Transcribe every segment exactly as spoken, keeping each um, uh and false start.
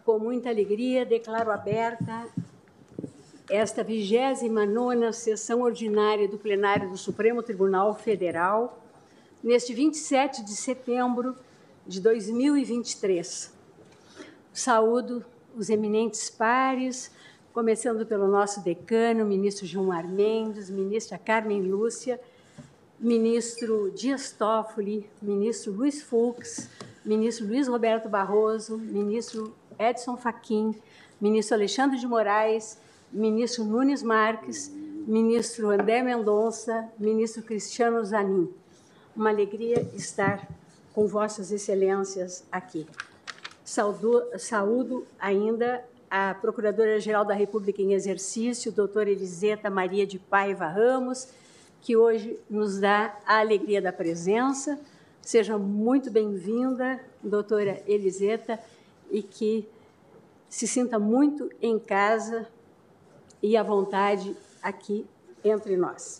Com muita alegria, declaro aberta esta vigésima nona sessão ordinária do plenário do Supremo Tribunal Federal, neste vinte e sete de setembro de dois mil e vinte e três. Saúdo os eminentes pares, começando pelo nosso decano, ministro Gilmar Mendes, ministra Carmen Lúcia, ministro Dias Toffoli, ministro Luiz Fux, ministro Luiz Roberto Barroso, ministro Edson Fachin, ministro Alexandre de Moraes, ministro Nunes Marques, ministro André Mendonça, ministro Cristiano Zanin. Uma alegria estar com vossas excelências aqui. Saúdo, saúdo ainda a Procuradora-Geral da República em exercício, doutora Eliseta Maria de Paiva Ramos, que hoje nos dá a alegria da presença. Seja muito bem-vinda, doutora Eliseta, e que se sinta muito em casa e à vontade aqui entre nós.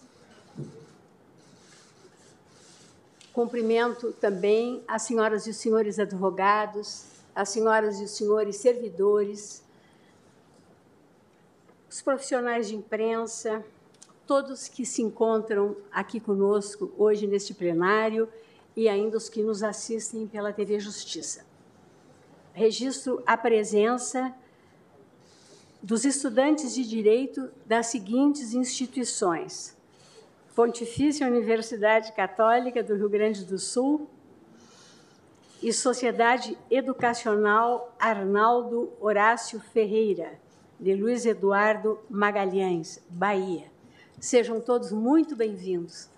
Cumprimento também as senhoras e os senhores advogados, as senhoras e os senhores servidores, os profissionais de imprensa, todos que se encontram aqui conosco hoje neste plenário e ainda os que nos assistem pela T V Justiça. Registro a presença dos estudantes de Direito das seguintes instituições: Pontifícia Universidade Católica do Rio Grande do Sul e Sociedade Educacional Arnaldo Horácio Ferreira, de Luiz Eduardo Magalhães, Bahia. Sejam todos muito bem-vindos.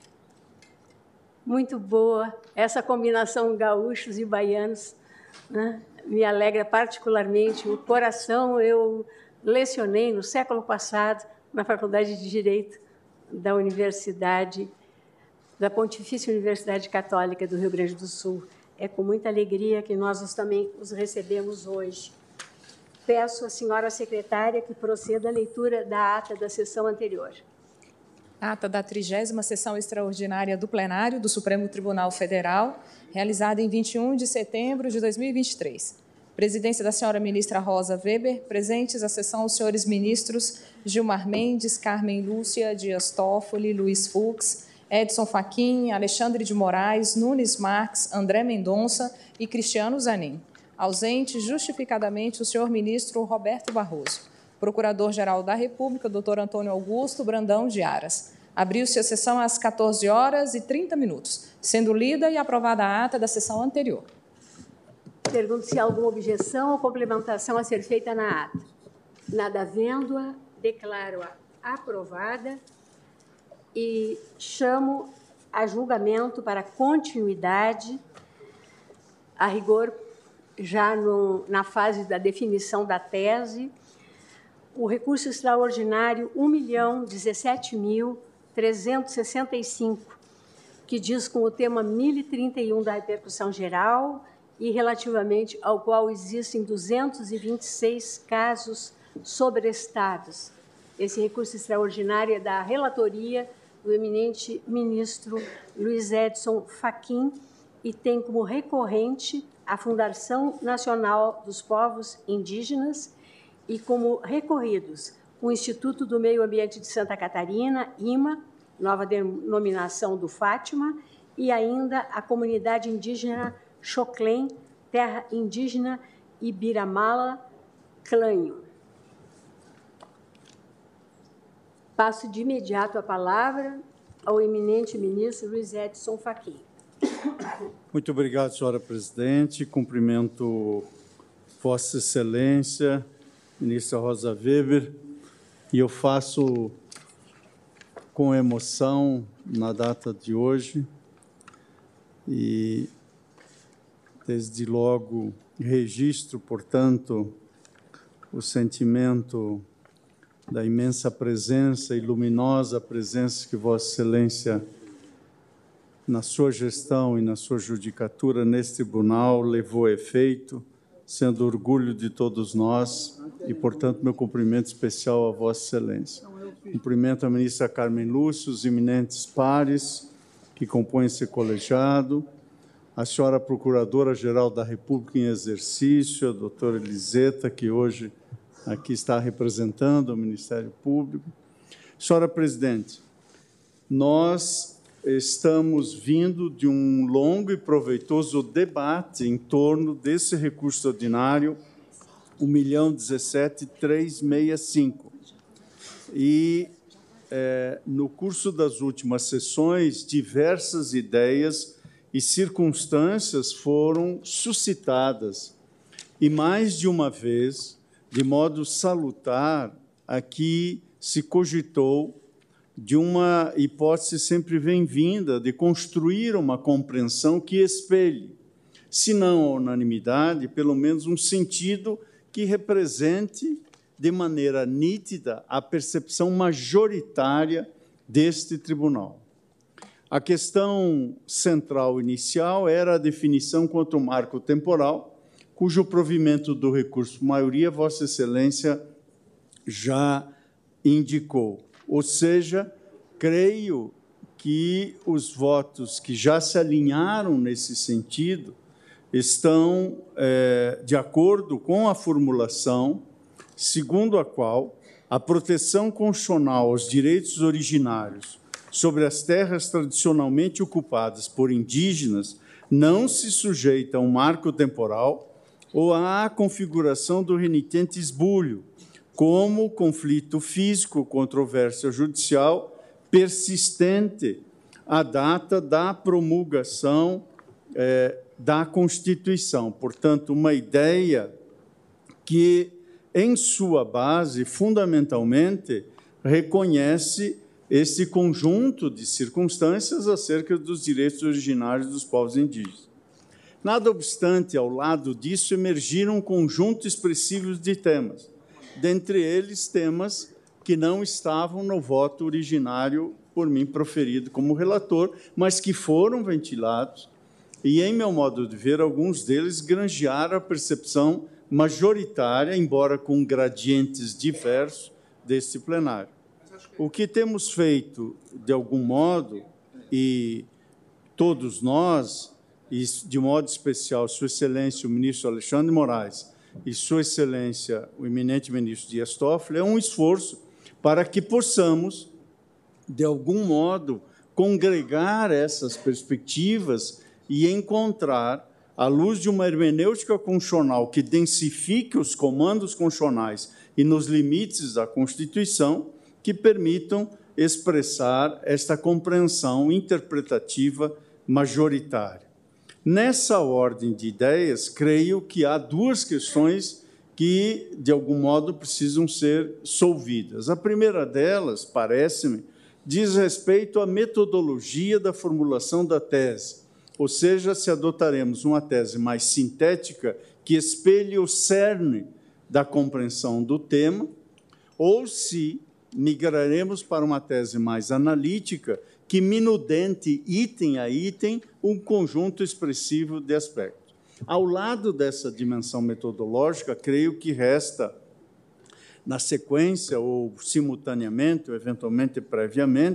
Muito boa essa combinação gaúchos e baianos, né? Me alegra particularmente o coração. Eu lecionei no século passado na Faculdade de Direito da Universidade, da Pontifícia Universidade Católica do Rio Grande do Sul. É com muita alegria que nós os, também os recebemos hoje. Peço à senhora secretária que proceda a leitura da ata da sessão anterior. Ata da trigésima sessão extraordinária do plenário do Supremo Tribunal Federal, realizada em vinte e um de setembro de dois mil e vinte e três. Presidência da senhora ministra Rosa Weber, presentes à sessão os senhores ministros Gilmar Mendes, Carmen Lúcia, Dias Toffoli, Luiz Fux, Edson Fachin, Alexandre de Moraes, Nunes Marques, André Mendonça e Cristiano Zanin. Ausente, justificadamente, o senhor ministro Roberto Barroso. Procurador-Geral da República, doutor Antônio Augusto Brandão de Aras. Abriu-se a sessão às quatorze horas e trinta minutos, sendo lida e aprovada a ata da sessão anterior. Pergunto se há alguma objeção ou complementação a ser feita na ata. Nada havendo-a, declaro-a aprovada e chamo a julgamento para continuidade, a rigor, já no, na fase da definição da tese, o recurso extraordinário um milhão dezessete mil trezentos e sessenta e cinco, que diz com o tema mil e trinta e um da repercussão geral e relativamente ao qual existem duzentos e vinte e seis casos sobrestados. Esse recurso extraordinário é da relatoria do eminente ministro Luiz Edson Fachin e tem como recorrente a Fundação Nacional dos Povos Indígenas e como recorridos o Instituto do Meio Ambiente de Santa Catarina, I M A, nova denominação do Fátima, e ainda a comunidade indígena Xoclém, terra indígena Ibiramala Clanho. Passo de imediato a palavra ao eminente ministro Luiz Edson Fachin. Muito obrigado, senhora presidente. Cumprimento Vossa Excelência, ministra Rosa Weber, e eu faço com emoção na data de hoje e, desde logo, registro, portanto, o sentimento da imensa presença e luminosa presença que Vossa Excelência, na sua gestão e na sua judicatura nesse tribunal, levou a efeito, sendo orgulho de todos nós e, portanto, meu cumprimento especial a Vossa Excelência. Cumprimento a ministra Carmen Lúcia, os eminentes pares que compõem esse colegiado, a senhora Procuradora-Geral da República em exercício, a doutora Eliseta, que hoje aqui está representando o Ministério Público. Senhora Presidente, nós estamos vindo de um longo e proveitoso debate em torno desse recurso ordinário um milhão dezessete mil trezentos e sessenta e cinco. E, é, no curso das últimas sessões, diversas ideias e circunstâncias foram suscitadas. E, mais de uma vez, de modo salutar, aqui se cogitou de uma hipótese sempre bem-vinda de construir uma compreensão que espelhe, se não a unanimidade, pelo menos um sentido que represente de maneira nítida a percepção majoritária deste tribunal. A questão central inicial era a definição quanto ao marco temporal, cujo provimento do recurso por maioria, Vossa Excelência já indicou. Ou seja, creio que os votos que já se alinharam nesse sentido estão é, de acordo com a formulação segundo a qual a proteção constitucional aos direitos originários sobre as terras tradicionalmente ocupadas por indígenas não se sujeita a um marco temporal ou à configuração do renitente esbulho, como conflito físico, controvérsia judicial persistente à data da promulgação eh, da Constituição. Portanto, uma ideia que, em sua base, fundamentalmente, reconhece esse conjunto de circunstâncias acerca dos direitos originários dos povos indígenas. Nada obstante, ao lado disso, emergiram um conjunto expressivo de temas, dentre eles temas que não estavam no voto originário por mim proferido como relator, mas que foram ventilados e, em meu modo de ver, alguns deles granjearam a percepção majoritária, embora com gradientes diversos, deste plenário. O que temos feito, de algum modo, e todos nós, e de modo especial Sua Excelência, o ministro Alexandre de Moraes, e Sua Excelência, o eminente ministro Dias Toffoli, é um esforço para que possamos, de algum modo, congregar essas perspectivas e encontrar, à luz de uma hermenêutica constitucional que densifique os comandos constitucionais e nos limites da Constituição, que permitam expressar esta compreensão interpretativa majoritária. Nessa ordem de ideias, creio que há duas questões que, de algum modo, precisam ser solvidas. A primeira delas, parece-me, diz respeito à metodologia da formulação da tese, ou seja, se adotaremos uma tese mais sintética que espelhe o cerne da compreensão do tema, ou se migraremos para uma tese mais analítica que minudente, item a item, um conjunto expressivo de aspectos. Ao lado dessa dimensão metodológica, creio que resta, na sequência, ou simultaneamente, ou eventualmente previamente,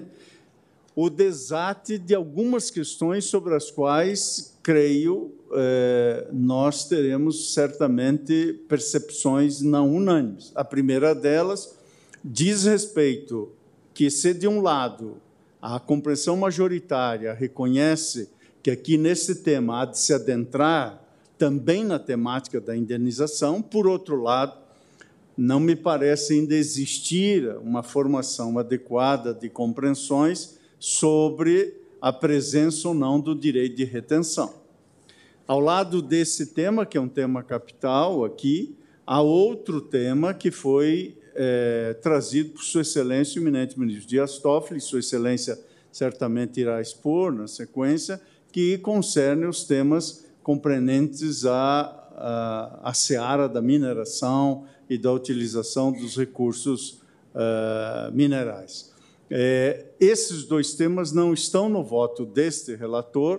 o desate de algumas questões sobre as quais, creio, eh, nós teremos certamente percepções não unânimes. A primeira delas diz respeito que, se de um lado a compreensão majoritária reconhece que aqui nesse tema há de se adentrar também na temática da indenização, por outro lado, não me parece ainda existir uma formação adequada de compreensões sobre a presença ou não do direito de retenção. Ao lado desse tema, que é um tema capital aqui, há outro tema que foi é, trazido por Sua Excelência, o eminente ministro Dias Toffoli, Sua Excelência certamente irá expor na sequência, que concerne os temas compreendentes a, a, a seara da mineração e da utilização dos recursos uh, minerais. É, esses dois temas não estão no voto deste relator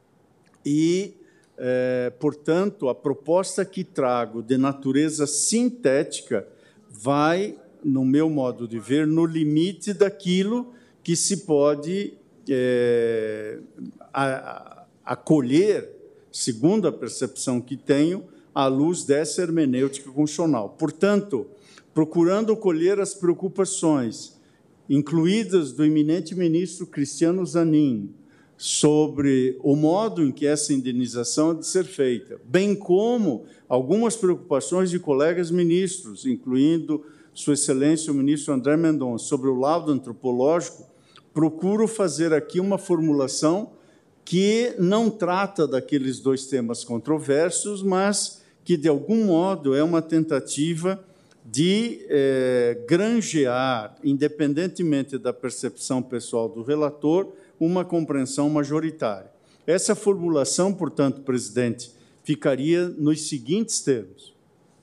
e, é, portanto, a proposta que trago de natureza sintética vai, no meu modo de ver, no limite daquilo que se pode é, a, a, acolher segundo a percepção que tenho, à luz dessa hermenêutica constitucional. Portanto, procurando colher as preocupações incluídas do eminente ministro Cristiano Zanin sobre o modo em que essa indenização é de ser feita, bem como algumas preocupações de colegas ministros, incluindo Sua Excelência o ministro André Mendonça, sobre o laudo antropológico, procuro fazer aqui uma formulação que não trata daqueles dois temas controversos, mas que, de algum modo, é uma tentativa de eh, granjear, independentemente da percepção pessoal do relator, uma compreensão majoritária. Essa formulação, portanto, presidente, ficaria nos seguintes termos.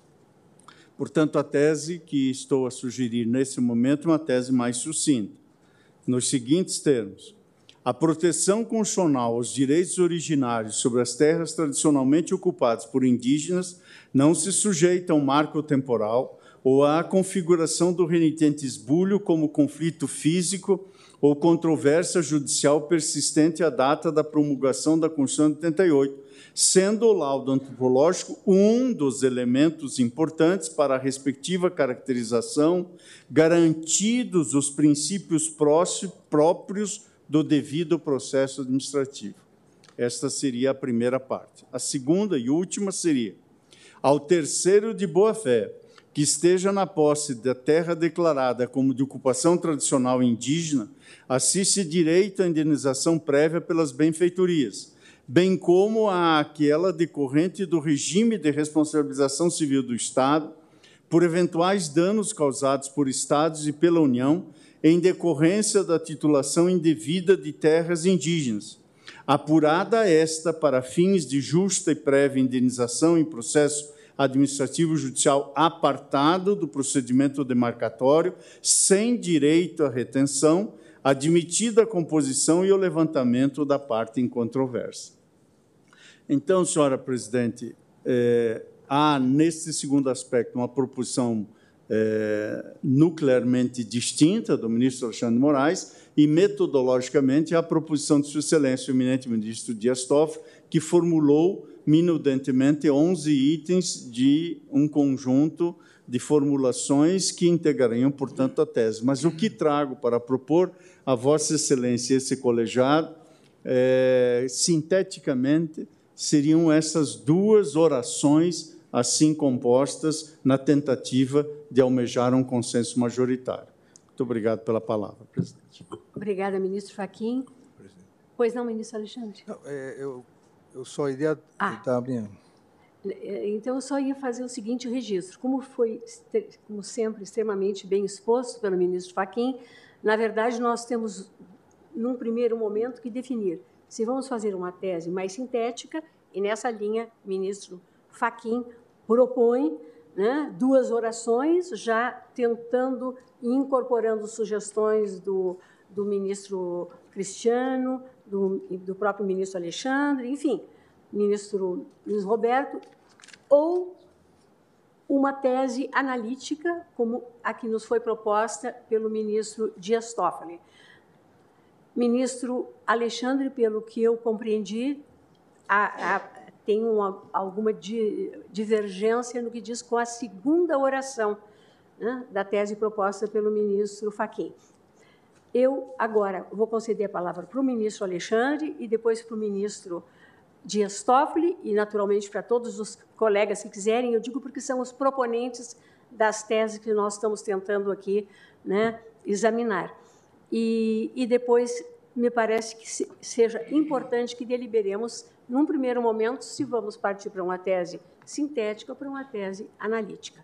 Portanto, a tese que estou a sugerir nesse momento é uma tese mais sucinta. Nos seguintes termos: a proteção constitucional aos direitos originários sobre as terras tradicionalmente ocupadas por indígenas não se sujeita a um marco temporal ou à configuração do renitente esbulho como conflito físico ou controvérsia judicial persistente à data da promulgação da Constituição de oitenta e oito, sendo o laudo antropológico um dos elementos importantes para a respectiva caracterização, garantidos os princípios próprios do devido processo administrativo. Esta seria a primeira parte. A segunda e última seria: ao terceiro de boa-fé que esteja na posse da terra declarada como de ocupação tradicional indígena, assiste direito à indenização prévia pelas benfeitorias, bem como àquela decorrente do regime de responsabilização civil do Estado por eventuais danos causados por Estados e pela União em decorrência da titulação indevida de terras indígenas, apurada esta para fins de justa e prévia indenização em processo administrativo judicial apartado do procedimento demarcatório, sem direito à retenção, admitida a composição e o levantamento da parte em controvérsia. Então, senhora presidente, é, há, neste segundo aspecto, uma proposição é, nuclearmente distinta do ministro Alexandre de Moraes e, metodologicamente, a proposição de Sua Excelência, o eminente ministro Dias Toffoli, que formulou minudentemente onze itens de um conjunto de formulações que integrariam, portanto, a tese. Mas o que trago para propor a Vossa Excelência esse colegiado, é, sinteticamente, seriam essas duas orações assim compostas na tentativa de almejar um consenso majoritário. Muito obrigado pela palavra, presidente. Obrigada, ministro Fachin. Presidente. Pois não, ministro Alexandre? Não, é, eu, eu só iria... Ah. Tá, minha... Então, eu só ia fazer o seguinte registro. Como foi, como sempre, extremamente bem exposto pelo ministro Fachin, na verdade, nós temos, num primeiro momento, que definir se vamos fazer uma tese mais sintética, e nessa linha, o ministro Fachin propõe, né, duas orações, já tentando e incorporando sugestões do, do ministro Cristiano, do, do próprio ministro Alexandre, enfim, ministro Luiz Roberto, ou uma tese analítica, como a que nos foi proposta pelo ministro Dias Toffoli. Ministro Alexandre, pelo que eu compreendi, a, a, tem uma, alguma di, divergência no que diz com a segunda oração, né, da tese proposta pelo ministro Fachin. Eu, agora, vou conceder a palavra para o ministro Alexandre e depois para o ministro Dias Toffoli e, naturalmente, para todos os colegas que quiserem. Eu digo porque são os proponentes das teses que nós estamos tentando aqui, né, examinar. E, e depois, me parece que se, seja importante que deliberemos, num primeiro momento, se vamos partir para uma tese sintética ou para uma tese analítica.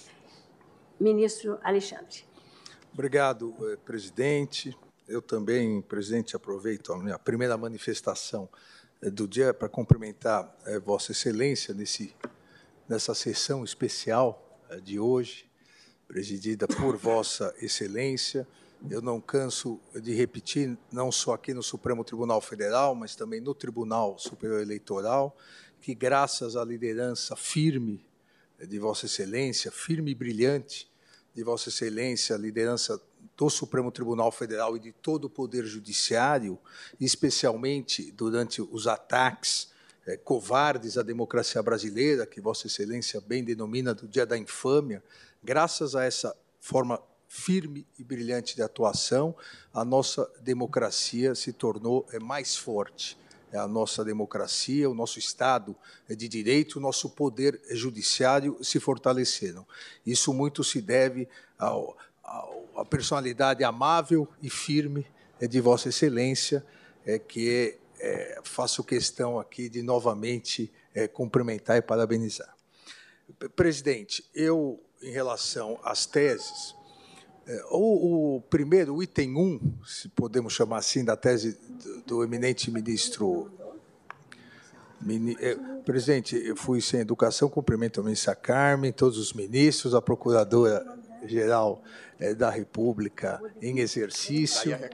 Ministro Alexandre. Obrigado, presidente. Eu também, presidente, aproveito a minha primeira manifestação do dia para cumprimentar eh, Vossa Excelência nesse, nessa sessão especial eh, de hoje, presidida por Vossa Excelência. Eu não canso de repetir, não só aqui no Supremo Tribunal Federal, mas também no Tribunal Superior Eleitoral, que graças à liderança firme de Vossa Excelência, firme e brilhante de Vossa Excelência, a liderança do Supremo Tribunal Federal e de todo o Poder Judiciário, especialmente durante os ataques é, covardes à democracia brasileira, que Vossa Excelência bem denomina do dia da infâmia, graças a essa forma firme e brilhante de atuação, a nossa democracia se tornou é, mais forte. A nossa democracia, o nosso Estado de Direito, o nosso poder judiciário se fortaleceram. Isso muito se deve ao, ao, à personalidade amável e firme de Vossa Excelência, é, que é, faço questão aqui de novamente é, cumprimentar e parabenizar. Presidente, eu, em relação às teses, é, o, o primeiro, o item um, se podemos chamar assim, da tese do, do eminente ministro... Mini, é, presidente, eu fui sem educação, cumprimento a ministra Carmen, todos os ministros, a Procuradora-Geral é, da República em exercício. É,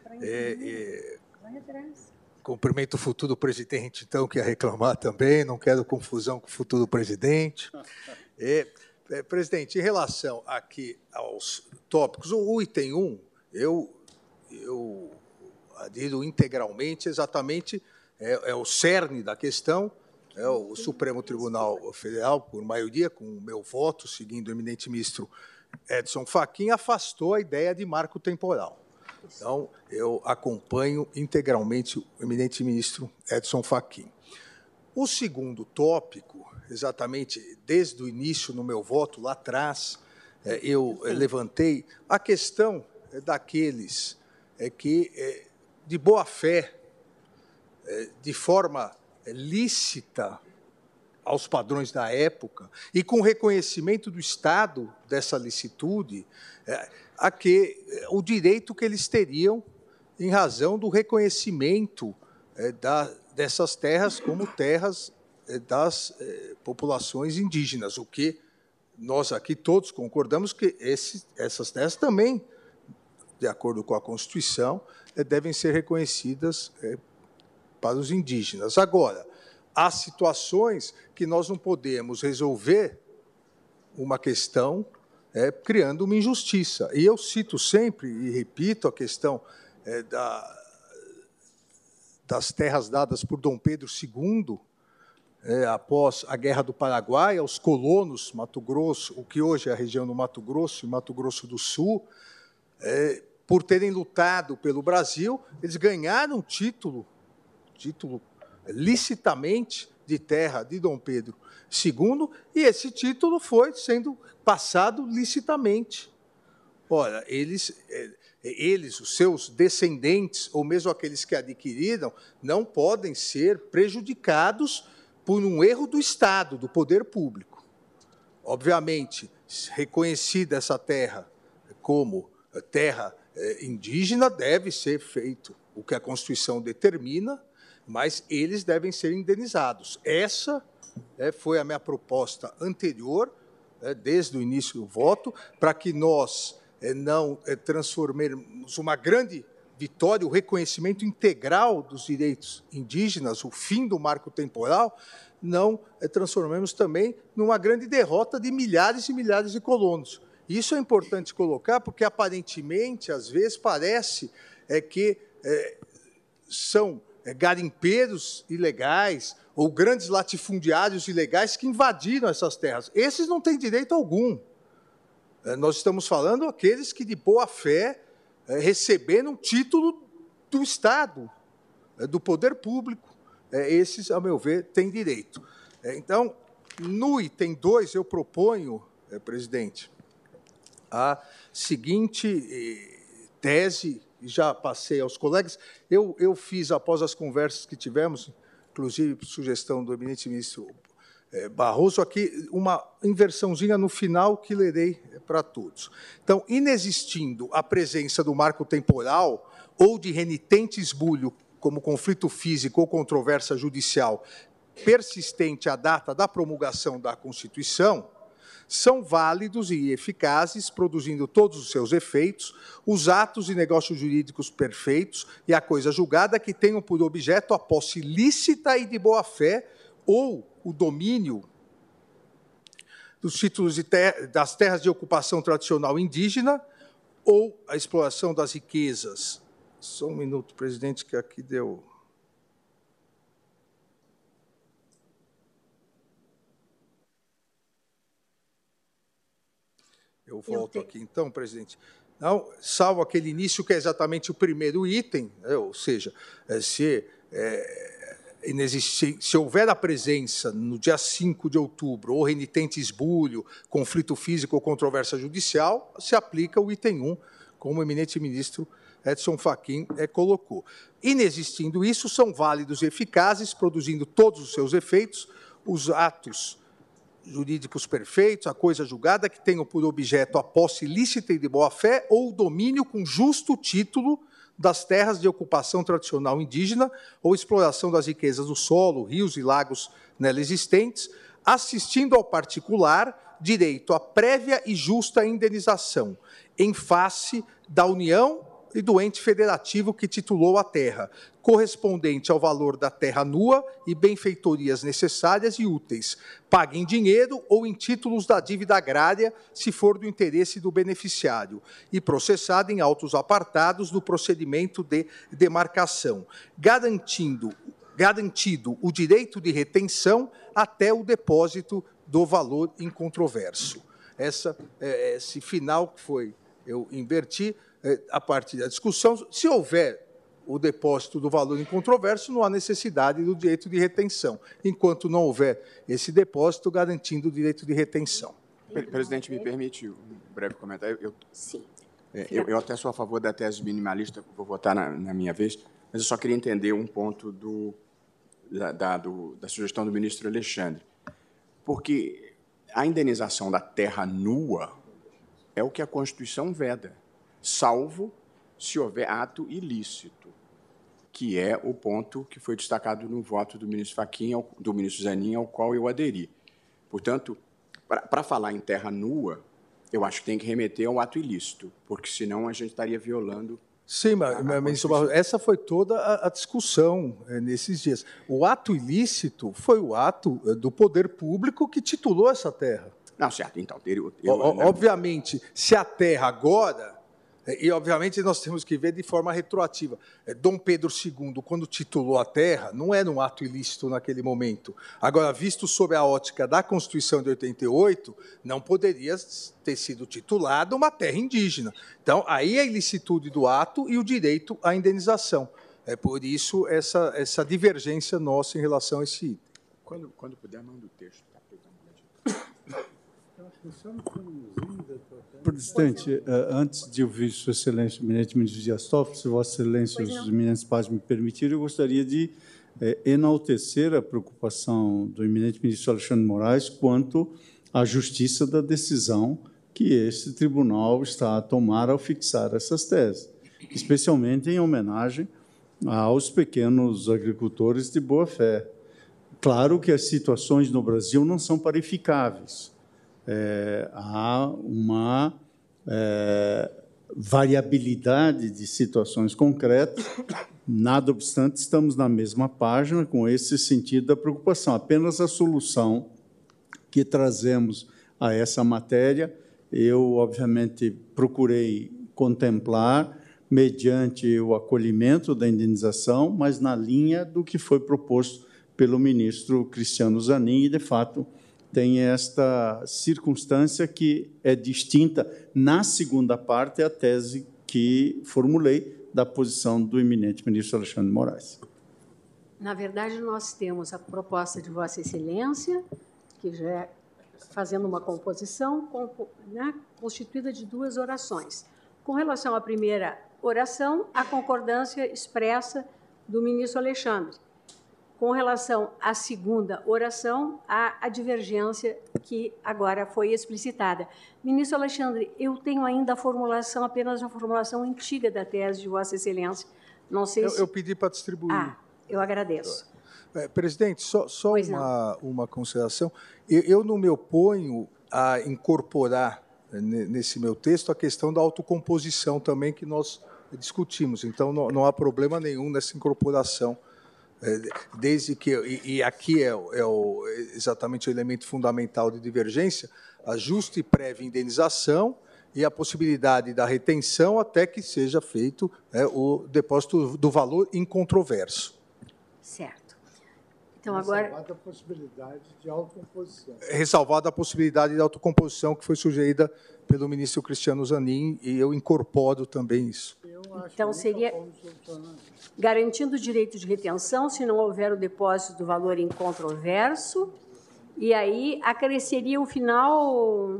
é, cumprimento o futuro presidente, então, que ia reclamar também, não quero confusão com o futuro presidente. É, é, presidente, em relação aqui aos tópicos, o item um, eu, eu adiro integralmente, exatamente, é, é o cerne da questão, é o Supremo Tribunal Federal, por maioria, com o meu voto, seguindo o eminente ministro Edson Fachin, afastou a ideia de marco temporal. Então, eu acompanho integralmente o eminente ministro Edson Fachin. O segundo tópico, exatamente desde o início no meu voto, lá atrás, eu levantei a questão daqueles que, de boa fé, de forma lícita aos padrões da época e com reconhecimento do Estado dessa licitude, a que o direito que eles teriam em razão do reconhecimento da, dessas terras como terras das populações indígenas, o que nós aqui todos concordamos que esse, essas terras também, de acordo com a Constituição, devem ser reconhecidas para os indígenas. Agora, há situações que nós não podemos resolver uma questão é, criando uma injustiça. E eu cito sempre, e repito, a questão é, da, das terras dadas por Dom Pedro segundo, é, após a Guerra do Paraguai, aos colonos Mato Grosso, o que hoje é a região do Mato Grosso e Mato Grosso do Sul, é, por terem lutado pelo Brasil, eles ganharam o título, título licitamente de terra de Dom Pedro segundo, e esse título foi sendo passado licitamente. Ora, eles, eles, os seus descendentes, ou mesmo aqueles que adquiriram, não podem ser prejudicados por um erro do Estado, do poder público. Obviamente, reconhecida essa terra como terra indígena, deve ser feito o que a Constituição determina, mas eles devem ser indenizados. Essa é, foi a minha proposta anterior, é, desde o início do voto, para que nós é, não é, transformemos uma grande vitória, o reconhecimento integral dos direitos indígenas, o fim do marco temporal, não é, transformemos também numa grande derrota de milhares e milhares de colonos. Isso é importante colocar, porque aparentemente, às vezes, parece é, que é, são garimpeiros ilegais ou grandes latifundiários ilegais que invadiram essas terras. Esses não têm direito algum. Nós estamos falando aqueles que, de boa fé, receberam título do Estado, do poder público. Esses, a meu ver, têm direito. Então, no item dois, eu proponho, presidente, a seguinte tese, já passei aos colegas, eu, eu fiz, após as conversas que tivemos, inclusive por sugestão do eminente ministro Barroso, aqui uma inversãozinha no final que lerei para todos. Então, inexistindo a presença do marco temporal ou de renitente esbulho, como conflito físico ou controvérsia judicial persistente à data da promulgação da Constituição, são válidos e eficazes, produzindo todos os seus efeitos, os atos e negócios jurídicos perfeitos e a coisa julgada que tenham por objeto a posse lícita e de boa-fé ou o domínio dos títulos de ter das terras de ocupação tradicional indígena ou a exploração das riquezas. Só um minuto, presidente, que aqui deu... Eu volto eu aqui, então, presidente. Não, salvo aquele início que é exatamente o primeiro item, né, ou seja, se, é, inexiste, se houver a presença no dia cinco de outubro, ou renitente esbulho, conflito físico ou controvérsia judicial, se aplica o item um, como o eminente ministro Edson Fachin é, colocou. Inexistindo isso, são válidos e eficazes, produzindo todos os seus efeitos, os atos jurídicos perfeitos, a coisa julgada que tenham por objeto a posse ilícita e de boa-fé ou o domínio com justo título das terras de ocupação tradicional indígena ou exploração das riquezas do solo, rios e lagos nela existentes, assistindo ao particular direito à prévia e justa indenização, em face da União e do ente federativo que titulou a terra, correspondente ao valor da terra nua e benfeitorias necessárias e úteis, pague em dinheiro ou em títulos da dívida agrária, se for do interesse do beneficiário, e processada em autos apartados do procedimento de demarcação, garantindo, garantido o direito de retenção até o depósito do valor incontroverso. Essa, esse final que foi, eu inverti, a partir da discussão, se houver o depósito do valor incontroverso, não há necessidade do direito de retenção, enquanto não houver esse depósito, garantindo o direito de retenção. Presidente, me permite um breve comentário? Eu, Sim. É, eu, eu até sou a favor da tese minimalista, vou votar na, na minha vez, mas eu só queria entender um ponto do, da, da, do, da sugestão do ministro Alexandre, porque a indenização da terra nua é o que a Constituição veda, salvo se houver ato ilícito, que é o ponto que foi destacado no voto do ministro Fachin, do ministro Zanin, ao qual eu aderi. Portanto, para falar em terra nua, eu acho que tem que remeter ao ato ilícito, porque senão a gente estaria violando... Sim, mas, ministro Barroso, essa foi toda a, a discussão é, nesses dias. O ato ilícito foi o ato é, do poder público que titulou essa terra. Não, certo, então... Eu, eu, o, obviamente, se a terra agora... E, obviamente, nós temos que ver de forma retroativa. Dom Pedro segundo, quando titulou a terra, não era um ato ilícito naquele momento. Agora, visto sob a ótica da Constituição de oitenta e oito, não poderia ter sido titulada uma terra indígena. Então, aí a ilicitude do ato e o direito à indenização. É por isso essa, essa divergência nossa em relação a esse item. Quando, quando puder, manda o texto. Presidente, antes de ouvir Sua Excelência, o eminente ministro Dias Toffoli, se Vossa Excelência e os eminentes pais me permitirem, eu gostaria de é, enaltecer a preocupação do eminente ministro Alexandre de Moraes quanto à justiça da decisão que esse tribunal está a tomar ao fixar essas teses, especialmente em homenagem aos pequenos agricultores de boa-fé. Claro que as situações no Brasil não são parificáveis. É, há uma é, variabilidade de situações concretas, nada obstante, estamos na mesma página com esse sentido da preocupação. Apenas a solução que trazemos a essa matéria, eu, obviamente, procurei contemplar mediante o acolhimento da indenização, mas na linha do que foi proposto pelo ministro Cristiano Zanin, e, de fato, tem esta circunstância que é distinta, na segunda parte, a tese que formulei da posição do eminente ministro Alexandre de Moraes. Na verdade, nós temos a proposta de Vossa Excelência, que já é fazendo uma composição, né, constituída de duas orações. Com relação à primeira oração, a concordância expressa do ministro Alexandre. Com relação à segunda oração, há a divergência que agora foi explicitada. Ministro Alexandre, eu tenho ainda a formulação, apenas a formulação antiga da tese de Vossa Excelência. Não sei eu, se... eu pedi para distribuir. Ah, eu agradeço. É, presidente, só, só uma, uma consideração. Eu, eu não me oponho a incorporar nesse meu texto a questão da autocomposição também que nós discutimos. Então, não, não há problema nenhum nessa incorporação. Desde que, e, e aqui é, é o, exatamente o elemento fundamental de divergência, a justa e prévia indenização e a possibilidade da retenção até que seja feito é, o depósito do valor incontroverso. Certo. Então, agora... Ressalvada a possibilidade de autocomposição. Ressalvada a possibilidade de autocomposição que foi sugerida pelo ministro Cristiano Zanin, e eu incorporo também isso. Então, seria garantindo o direito de retenção se não houver o depósito do valor incontroverso, e aí acresceria o final...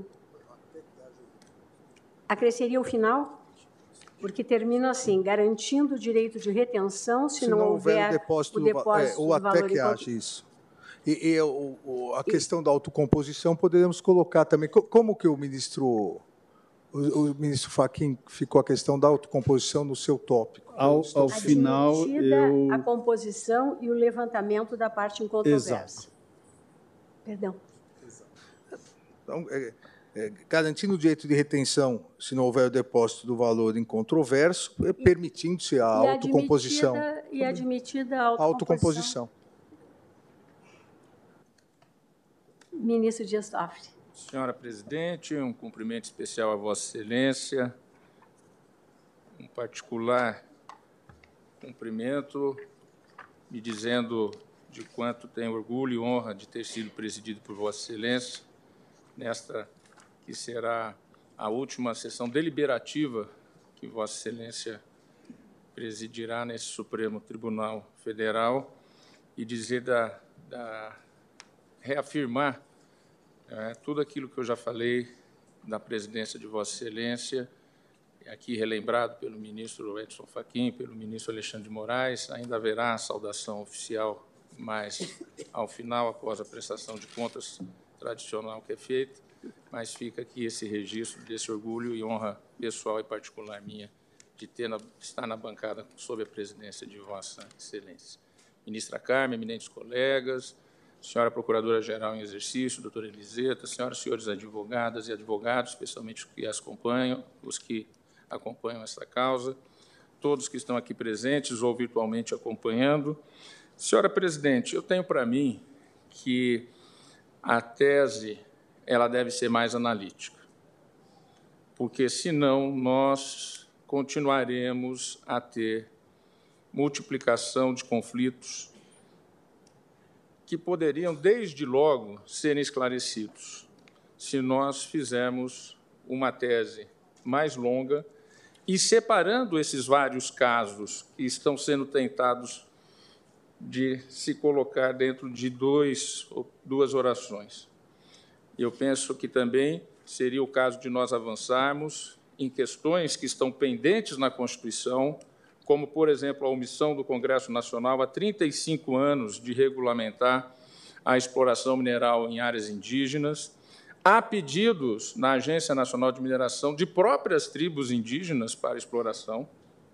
Acresceria o final... Porque termina assim, garantindo o direito de retenção se, se não, não houver, houver o depósito, o depósito do, é, ou do até valor que haja isso. E, e o, o, a questão da autocomposição poderemos colocar também. Como que o ministro, o, o ministro Fachin ficou a questão da autocomposição no seu tópico? Ao, ao final, eu... a composição e o levantamento da parte incontroversa. Exato. Perdão. Então, é, É, garantindo o direito de retenção, se não houver o depósito do valor incontroverso, é, permitindo-se a e autocomposição. Admitida, e admitida a autocomposição. autocomposição. Ministro Dias Toffoli. Senhora Presidente, um cumprimento especial a Vossa Excelência, um particular cumprimento, me dizendo de quanto tenho orgulho e honra de ter sido presidido por Vossa Excelência nesta que será a última sessão deliberativa que Vossa Excelência presidirá nesse Supremo Tribunal Federal, e dizer da, da reafirmar é, tudo aquilo que eu já falei da presidência de Vossa Excelência, aqui relembrado pelo ministro Edson Fachin, pelo ministro Alexandre de Moraes. Ainda haverá a saudação oficial, mas ao final, após a prestação de contas tradicional que é feita, mas fica aqui esse registro desse orgulho e honra pessoal e particular minha de ter na, estar na bancada sob a presidência de Vossa Excelência. Ministra Carmen, eminentes colegas, senhora Procuradora-Geral em exercício, doutora Eliseta, senhoras e senhores advogadas e advogados, especialmente os que as acompanham, os que acompanham essa causa, todos que estão aqui presentes ou virtualmente acompanhando. Senhora Presidente, eu tenho para mim que a tese ela deve ser mais analítica, porque, senão, nós continuaremos a ter multiplicação de conflitos que poderiam, desde logo, serem esclarecidos se nós fizermos uma tese mais longa e separando esses vários casos que estão sendo tentados de se colocar dentro de dois, duas orações. Eu penso que também seria o caso de nós avançarmos em questões que estão pendentes na Constituição, como, por exemplo, a omissão do Congresso Nacional há trinta e cinco anos de regulamentar a exploração mineral em áreas indígenas. Há pedidos na Agência Nacional de Mineração de próprias tribos indígenas para exploração.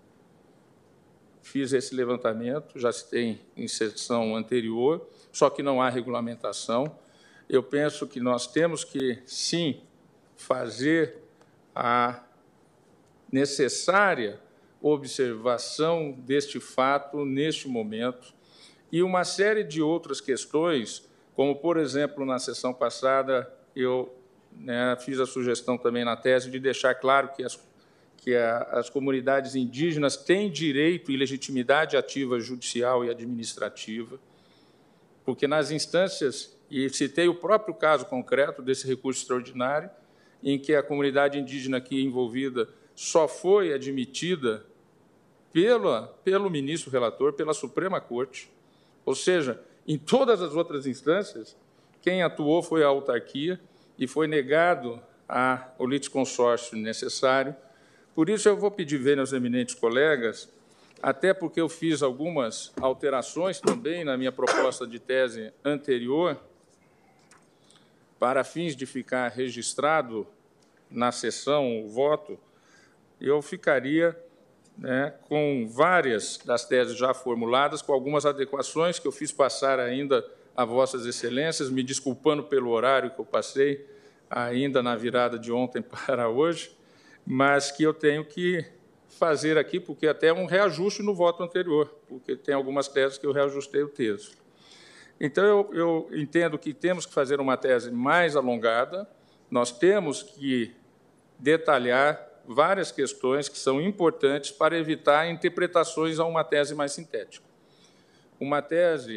Fiz esse levantamento, já citei em sessão anterior, só que não há regulamentação. Eu penso que nós temos que, sim, fazer a necessária observação deste fato neste momento e uma série de outras questões, como, por exemplo, na sessão passada, eu né, fiz a sugestão também na tese de deixar claro que as, que a, as comunidades indígenas têm direito e legitimidade ativa judicial e administrativa, porque nas instâncias, e citei o próprio caso concreto desse recurso extraordinário, em que a comunidade indígena aqui envolvida só foi admitida pela, pelo ministro relator, pela Suprema Corte, ou seja, em todas as outras instâncias, quem atuou foi a autarquia e foi negado a, o litisconsórcio necessário. Por isso, eu vou pedir ver aos eminentes colegas, até porque eu fiz algumas alterações também na minha proposta de tese anterior, para fins de ficar registrado na sessão o voto, eu ficaria né, com várias das teses já formuladas, com algumas adequações que eu fiz passar ainda a Vossas Excelências, me desculpando pelo horário que eu passei ainda na virada de ontem para hoje, mas que eu tenho que fazer aqui, porque até é um reajuste no voto anterior, porque tem algumas teses que eu reajustei o texto. Então, eu, eu entendo que temos que fazer uma tese mais alongada, nós temos que detalhar várias questões que são importantes para evitar interpretações a uma tese mais sintética. Uma tese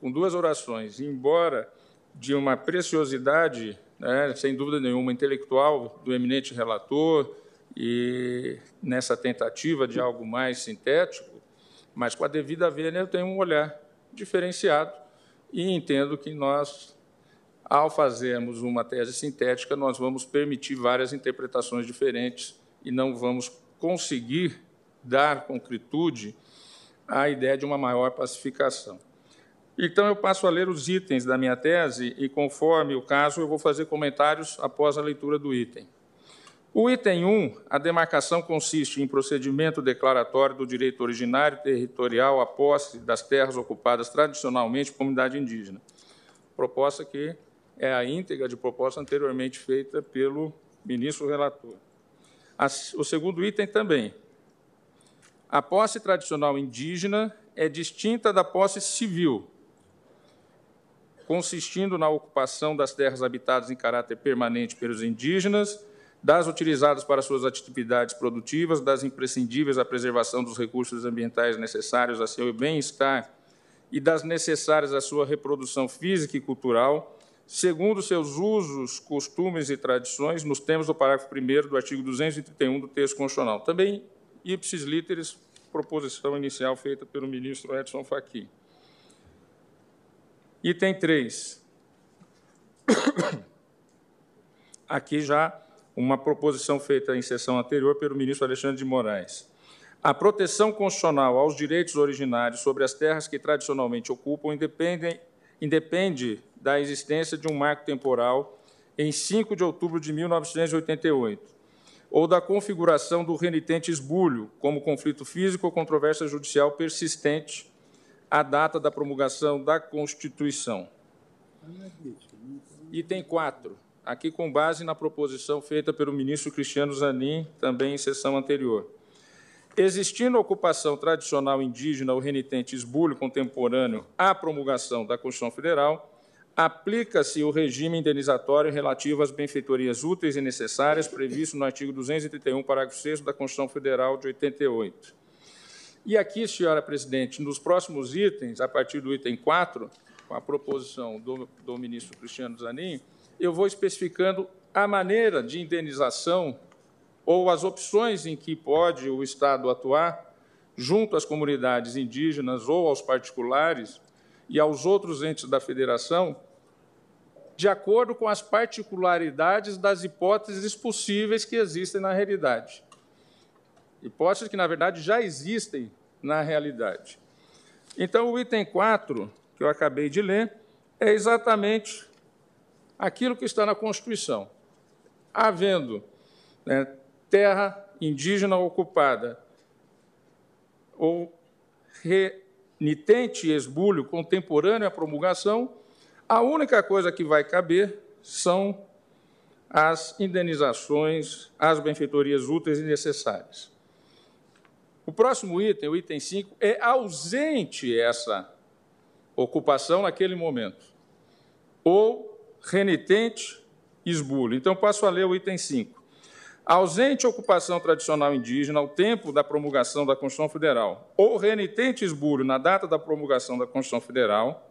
com duas orações, embora de uma preciosidade, né, sem dúvida nenhuma, intelectual do eminente relator, e nessa tentativa de algo mais sintético, mas com a devida vênia eu tenho um olhar diferenciado e entendo que nós, ao fazermos uma tese sintética, nós vamos permitir várias interpretações diferentes e não vamos conseguir dar concretude à ideia de uma maior pacificação. Então, eu passo a ler os itens da minha tese e, conforme o caso, eu vou fazer comentários após a leitura do item. O item um, a demarcação consiste em procedimento declaratório do direito originário territorial à posse das terras ocupadas tradicionalmente por comunidade indígena. Proposta que é a íntegra de proposta anteriormente feita pelo ministro relator. O segundo item também. A posse tradicional indígena é distinta da posse civil, consistindo na ocupação das terras habitadas em caráter permanente pelos indígenas, das utilizadas para suas atividades produtivas, das imprescindíveis à preservação dos recursos ambientais necessários a seu bem-estar e das necessárias à sua reprodução física e cultural, segundo seus usos, costumes e tradições, nos termos do parágrafo primeiro do artigo duzentos e trinta e um do texto constitucional. Também, ipsis literis, proposição inicial feita pelo ministro Edson Fachin. Item três. Aqui já uma proposição feita em sessão anterior pelo ministro Alexandre de Moraes. A proteção constitucional aos direitos originários sobre as terras que tradicionalmente ocupam independe, independe da existência de um marco temporal em cinco de outubro de mil novecentos e oitenta e oito, ou da configuração do renitente esbulho como conflito físico ou controvérsia judicial persistente à data da promulgação da Constituição. Item quatro, aqui com base na proposição feita pelo ministro Cristiano Zanin, também em sessão anterior. Existindo ocupação tradicional indígena ou renitente esbulho contemporâneo à promulgação da Constituição Federal, aplica-se o regime indenizatório relativo às benfeitorias úteis e necessárias previsto no artigo duzentos e trinta e um, parágrafo sexto da Constituição Federal de oitenta e oito. E aqui, senhora presidente, nos próximos itens, a partir do item quatro, com a proposição do, do ministro Cristiano Zanin, eu vou especificando a maneira de indenização ou as opções em que pode o Estado atuar junto às comunidades indígenas ou aos particulares e aos outros entes da federação, de acordo com as particularidades das hipóteses possíveis que existem na realidade. Hipóteses que, na verdade, já existem na realidade. Então, o item quatro, que eu acabei de ler, é exatamente aquilo que está na Constituição. Havendo, né, terra indígena ocupada ou renitente esbulho contemporâneo à promulgação, a única coisa que vai caber são as indenizações, as benfeitorias úteis e necessárias. O próximo item, o item cinco, é ausente essa ocupação naquele momento, ou renitente esbulho. Então, passo a ler o item cinco. Ausente ocupação tradicional indígena ao tempo da promulgação da Constituição Federal, ou renitente esbulho na data da promulgação da Constituição Federal,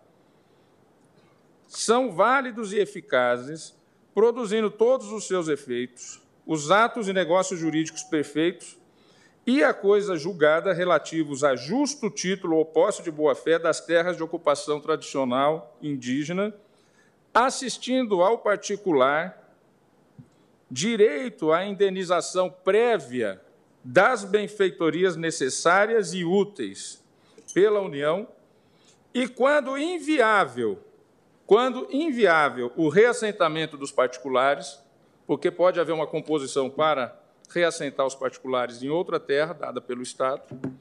são válidos e eficazes, produzindo todos os seus efeitos, os atos e negócios jurídicos perfeitos e a coisa julgada relativos a justo título ou posse de boa-fé das terras de ocupação tradicional indígena, assistindo ao particular direito à indenização prévia das benfeitorias necessárias e úteis pela União e, quando inviável, quando inviável o reassentamento dos particulares, porque pode haver uma composição para reassentar os particulares em outra terra, dada pelo Estado,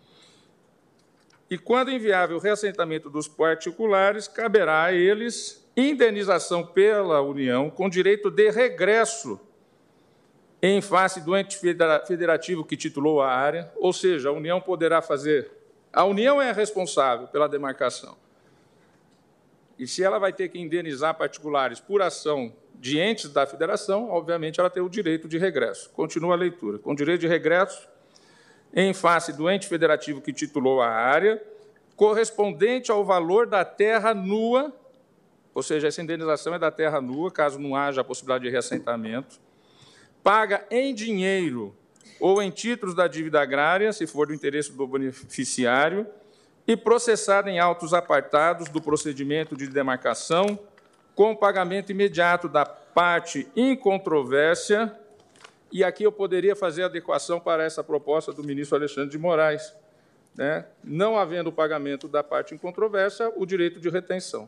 e, quando inviável o reassentamento dos particulares, caberá a eles indenização pela União com direito de regresso em face do ente federativo que titulou a área, ou seja, a União poderá fazer... A União é a responsável pela demarcação. E se ela vai ter que indenizar particulares por ação de entes da federação, obviamente ela tem o direito de regresso. Continua a leitura. Com direito de regresso, em face do ente federativo que titulou a área, correspondente ao valor da terra nua, ou seja, essa indenização é da terra nua, caso não haja a possibilidade de reassentamento, paga em dinheiro ou em títulos da dívida agrária, se for do interesse do beneficiário, e processada em autos apartados do procedimento de demarcação, com pagamento imediato da parte em controvérsia. E aqui eu poderia fazer adequação para essa proposta do ministro Alexandre de Moraes, né? Não havendo o pagamento da parte em controvérsia, o direito de retenção.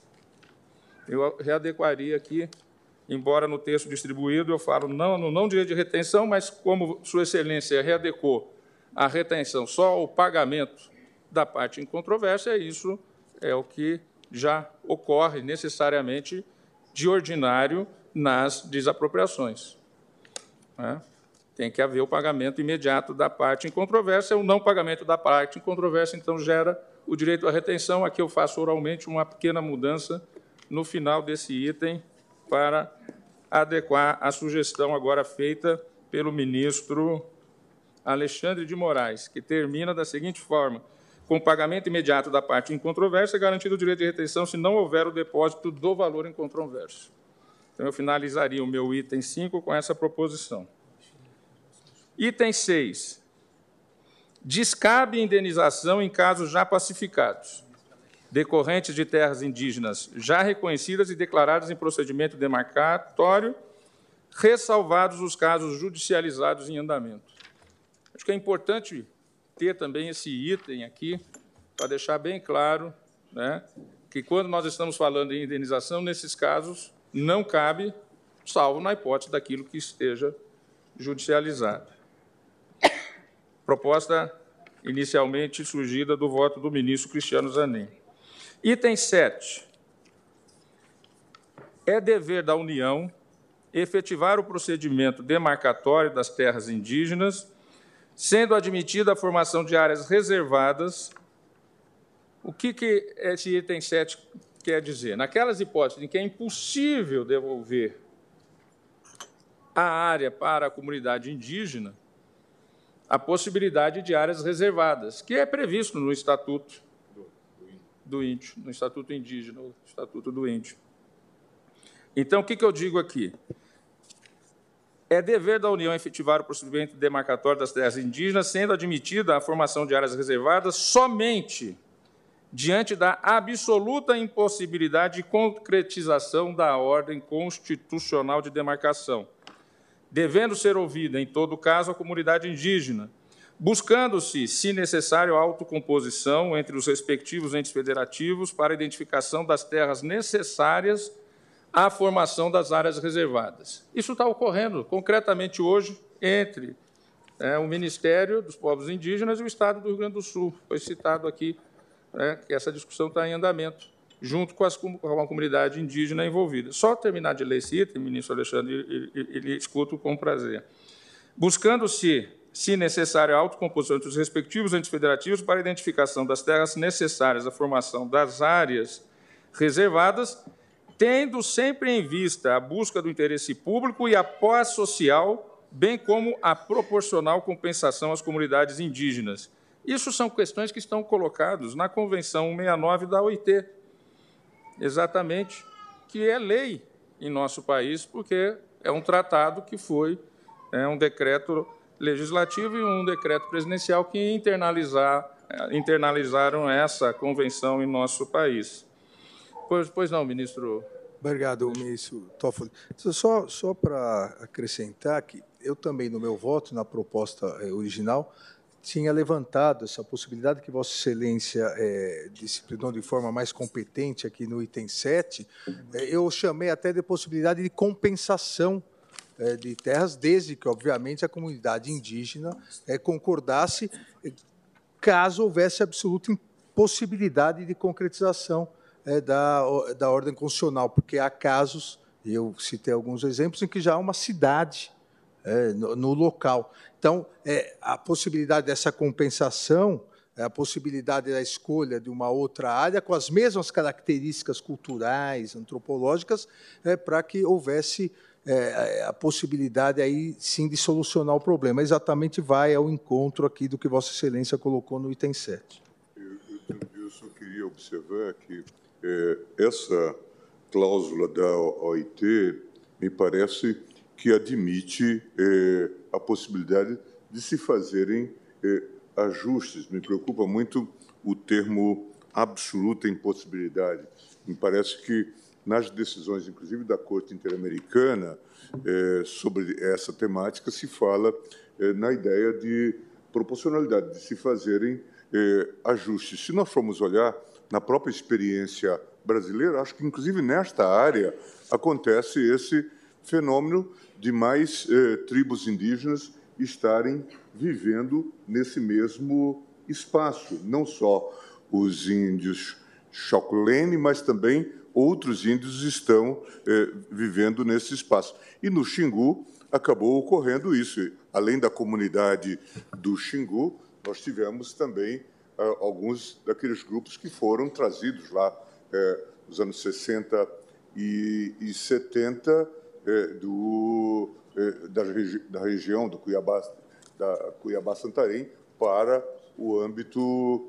Eu readequaria aqui, embora no texto distribuído eu falo não, no não direito de retenção, mas como Sua Excelência readequou a retenção só ao pagamento da parte em controvérsia, isso é o que já ocorre necessariamente de ordinário nas desapropriações. Né? Tem que haver o pagamento imediato da parte em controvérsia, o não pagamento da parte em controvérsia, então, gera o direito à retenção. Aqui eu faço oralmente uma pequena mudança no final desse item para adequar a sugestão agora feita pelo ministro Alexandre de Moraes, que termina da seguinte forma: com pagamento imediato da parte em controvérsia, garantido o direito de retenção se não houver o depósito do valor em controvérsia. Então, eu finalizaria o meu item cinco com essa proposição. Item seis. Descabe indenização em casos já pacificados, decorrentes de terras indígenas já reconhecidas e declaradas em procedimento demarcatório, ressalvados os casos judicializados em andamento. Acho que é importante ter também esse item aqui, para deixar bem claro, né, que, quando nós estamos falando em indenização, nesses casos, não cabe, salvo na hipótese daquilo que esteja judicializado. Proposta inicialmente surgida do voto do ministro Cristiano Zanin. Item sete. É dever da União efetivar o procedimento demarcatório das terras indígenas, sendo admitida a formação de áreas reservadas. O que, que esse item sete quer dizer? Naquelas hipóteses em que é impossível devolver a área para a comunidade indígena, a possibilidade de áreas reservadas, que é previsto no Estatuto do Índio, no Estatuto Indígena, no Estatuto do Índio. Então, o que, que eu digo aqui? É dever da União efetivar o procedimento demarcatório das terras indígenas, sendo admitida a formação de áreas reservadas somente diante da absoluta impossibilidade de concretização da ordem constitucional de demarcação, devendo ser ouvida, em todo caso, a comunidade indígena, buscando-se, se necessário, a autocomposição entre os respectivos entes federativos para a identificação das terras necessárias à formação das áreas reservadas. Isso está ocorrendo concretamente hoje entre é, o Ministério dos Povos Indígenas e o Estado do Rio Grande do Sul. Foi citado aqui é, que essa discussão está em andamento, junto com, as, com a comunidade indígena envolvida. Só terminar de ler esse item, ministro Alexandre, ele escuto com prazer. Buscando-se, se necessário, a autocomposição entre os respectivos entes federativos para a identificação das terras necessárias à formação das áreas reservadas, tendo sempre em vista a busca do interesse público e a paz social, bem como a proporcional compensação às comunidades indígenas. Isso são questões que estão colocadas na Convenção cento e sessenta e nove da O I T, exatamente, que é lei em nosso país, porque é um tratado que foi é, um decreto legislativo e um decreto presidencial que internalizar, internalizaram essa convenção em nosso país. Pois, pois não, ministro. Obrigado, ministro Toffoli. Só, só para acrescentar que eu também, no meu voto, na proposta original, tinha levantado essa possibilidade que Vossa Excelência é, disciplinou de forma mais competente aqui no item sete. É, eu chamei até de possibilidade de compensação é, de terras, desde que, obviamente, a comunidade indígena é, concordasse, caso houvesse absoluta impossibilidade de concretização é, da, da ordem constitucional, porque há casos, eu citei alguns exemplos, em que já há uma cidade É, no, no local. Então, é, a possibilidade dessa compensação, é, a possibilidade da escolha de uma outra área com as mesmas características culturais, antropológicas, é, para que houvesse é, a possibilidade, aí, sim, de solucionar o problema. Exatamente vai ao encontro aqui do que Vossa Excelência colocou no item sete. Eu, eu, eu eu só queria observar que é, essa cláusula da O I T me parece que admite é, a possibilidade de se fazerem é, ajustes. Me preocupa muito o termo absoluta impossibilidade. Me parece que nas decisões, inclusive da Corte Interamericana, é, sobre essa temática, se fala é, na ideia de proporcionalidade, de se fazerem é, ajustes. Se nós formos olhar na própria experiência brasileira, acho que, inclusive, nesta área, acontece esse fenômeno de mais eh, tribos indígenas estarem vivendo nesse mesmo espaço. Não só os índios Xoclene, mas também outros índios estão eh, vivendo nesse espaço. E no Xingu acabou ocorrendo isso. Além da comunidade do Xingu, nós tivemos também ah, alguns daqueles grupos que foram trazidos lá eh, nos anos sessenta e setenta, É, do, é, da, regi da região do Cuiabá, da Cuiabá-Santarém para o âmbito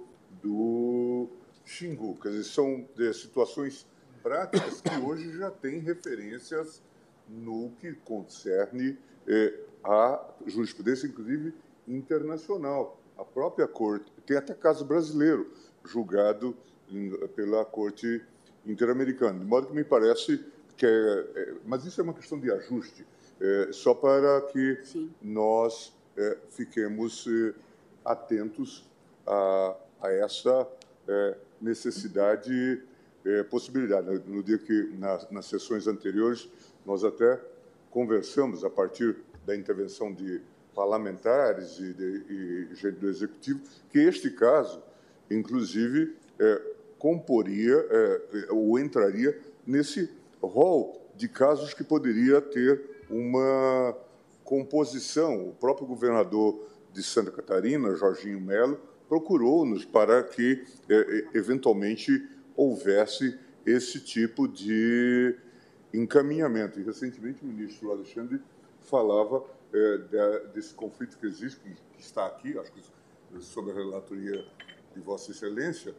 do Xingu. Quer dizer, são é, situações práticas que hoje já têm referências no que concerne é, à jurisprudência, inclusive internacional. A própria Corte, tem até caso brasileiro, julgado em, pela Corte Interamericana. De modo que me parece que é, é, mas isso é uma questão de ajuste, é, só para que Sim. nós é, fiquemos é, atentos a, a essa é, necessidade, é, possibilidade. No dia que, nas, nas sessões anteriores, nós até conversamos, a partir da intervenção de parlamentares e, de, e gente do Executivo, que este caso, inclusive, é, comporia é, ou entraria nesse rol de casos que poderia ter uma composição. O próprio governador de Santa Catarina, Jorginho Melo, procurou-nos para que, eh, eventualmente, houvesse esse tipo de encaminhamento. E, recentemente, o ministro Alexandre falava eh, de, desse conflito que existe, que, que está aqui, acho que sob a relatoria de Vossa Excelência,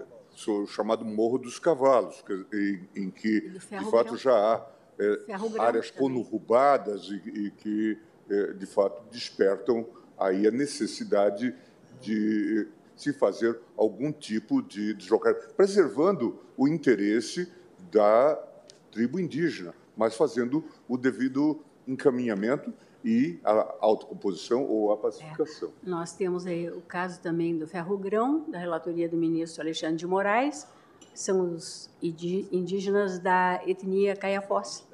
o chamado Morro dos Cavalos, em, em que, de fato, grão. já há é, áreas conurbadas e, e que, é, de fato, despertam aí a necessidade de se fazer algum tipo de deslocamento, preservando o interesse da tribo indígena, mas fazendo o devido encaminhamento e a autocomposição ou a pacificação. É. Nós temos aí o caso também do Ferrogrão, da relatoria do ministro Alexandre de Moraes, que são os indígenas da etnia Caiapós.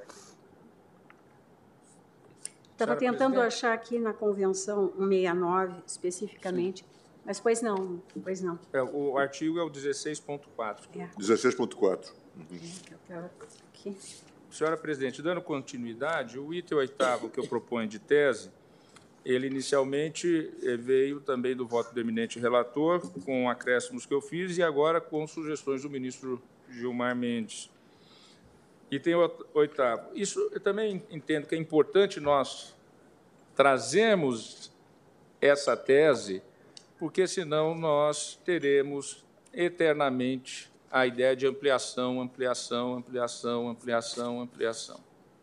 Estava tentando presidente. achar aqui na Convenção cento e sessenta e nove, especificamente, Sim. mas pois não, pois não. É, o artigo é o dezesseis ponto quatro. É. dezesseis ponto quatro. Uhum. Eu quero aqui. Senhora presidente, dando continuidade, o item oitavo que eu proponho de tese, ele inicialmente veio também do voto do eminente relator, com acréscimos que eu fiz, e agora com sugestões do ministro Gilmar Mendes. Item oitavo. Isso eu também entendo que é importante nós trazermos essa tese, porque senão nós teremos eternamente a ideia de ampliação, ampliação, ampliação, ampliação, ampliação.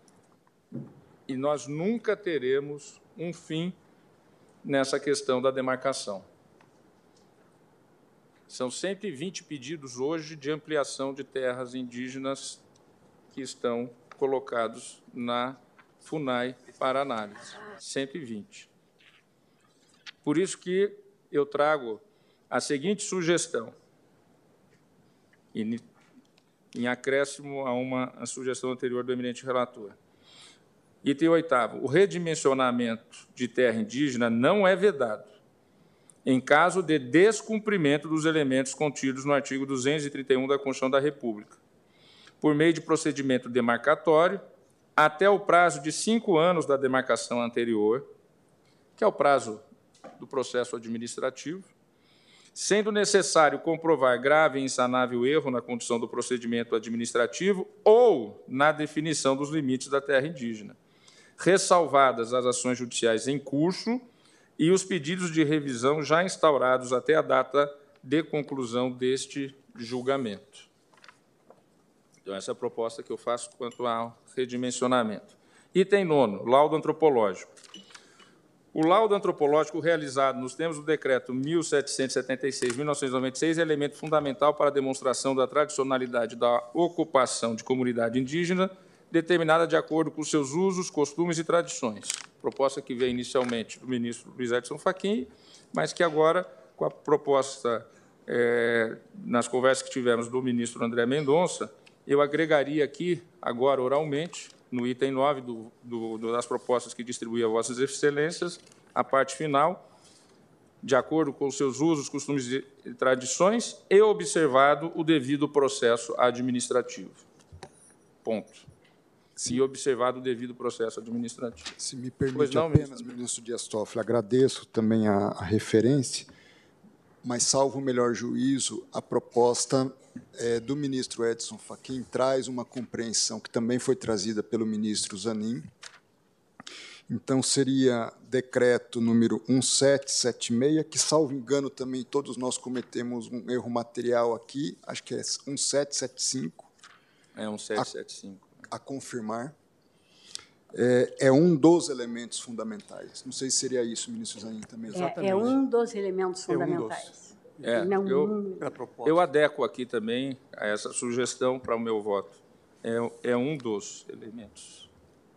E nós nunca teremos um fim nessa questão da demarcação. São cento e vinte pedidos hoje de ampliação de terras indígenas que estão colocados na FUNAI para análise. cento e vinte. Por isso que eu trago a seguinte sugestão, em acréscimo a uma a sugestão anterior do eminente relator. Item oitavo. O redimensionamento de terra indígena não é vedado, em caso de descumprimento dos elementos contidos no artigo duzentos e trinta e um da Constituição da República, por meio de procedimento demarcatório, até o prazo de cinco anos da demarcação anterior, que é o prazo do processo administrativo, sendo necessário comprovar grave e insanável erro na condução do procedimento administrativo ou na definição dos limites da terra indígena, ressalvadas as ações judiciais em curso e os pedidos de revisão já instaurados até a data de conclusão deste julgamento. Então, essa é a proposta que eu faço quanto ao redimensionamento. Item nono, laudo antropológico. O laudo antropológico realizado nos termos do Decreto mil setecentos e setenta e seis de mil novecentos e noventa e seis é elemento fundamental para a demonstração da tradicionalidade da ocupação de comunidade indígena, determinada de acordo com seus usos, costumes e tradições. Proposta que veio inicialmente do ministro Luiz Edson Fachin, mas que agora, com a proposta, é, nas conversas que tivemos do ministro André Mendonça, eu agregaria aqui, agora oralmente, no item nove do, do, das propostas que distribuí a Vossas Excelências, a parte final, de acordo com os seus usos, costumes e tradições, e observado o devido processo administrativo. Ponto. Sim. E observado o devido processo administrativo. Se me permite pois não, apenas, ministro, ministro Dias Toffoli, agradeço também a, a referência, mas, salvo o melhor juízo, a proposta é, do ministro Edson Fachin traz uma compreensão que também foi trazida pelo ministro Zanin. Então, seria decreto número mil setecentos e setenta e seis, que, salvo engano, também todos nós cometemos um erro material aqui, acho que é mil setecentos e setenta e cinco. É mil setecentos e setenta e cinco. A, a confirmar. É, é um dos elementos fundamentais. Não sei se seria isso, ministro Zanin, também. É, é um dos elementos fundamentais. É, Não, eu, um... eu adequo aqui também a essa sugestão para o meu voto. É, é um dos elementos.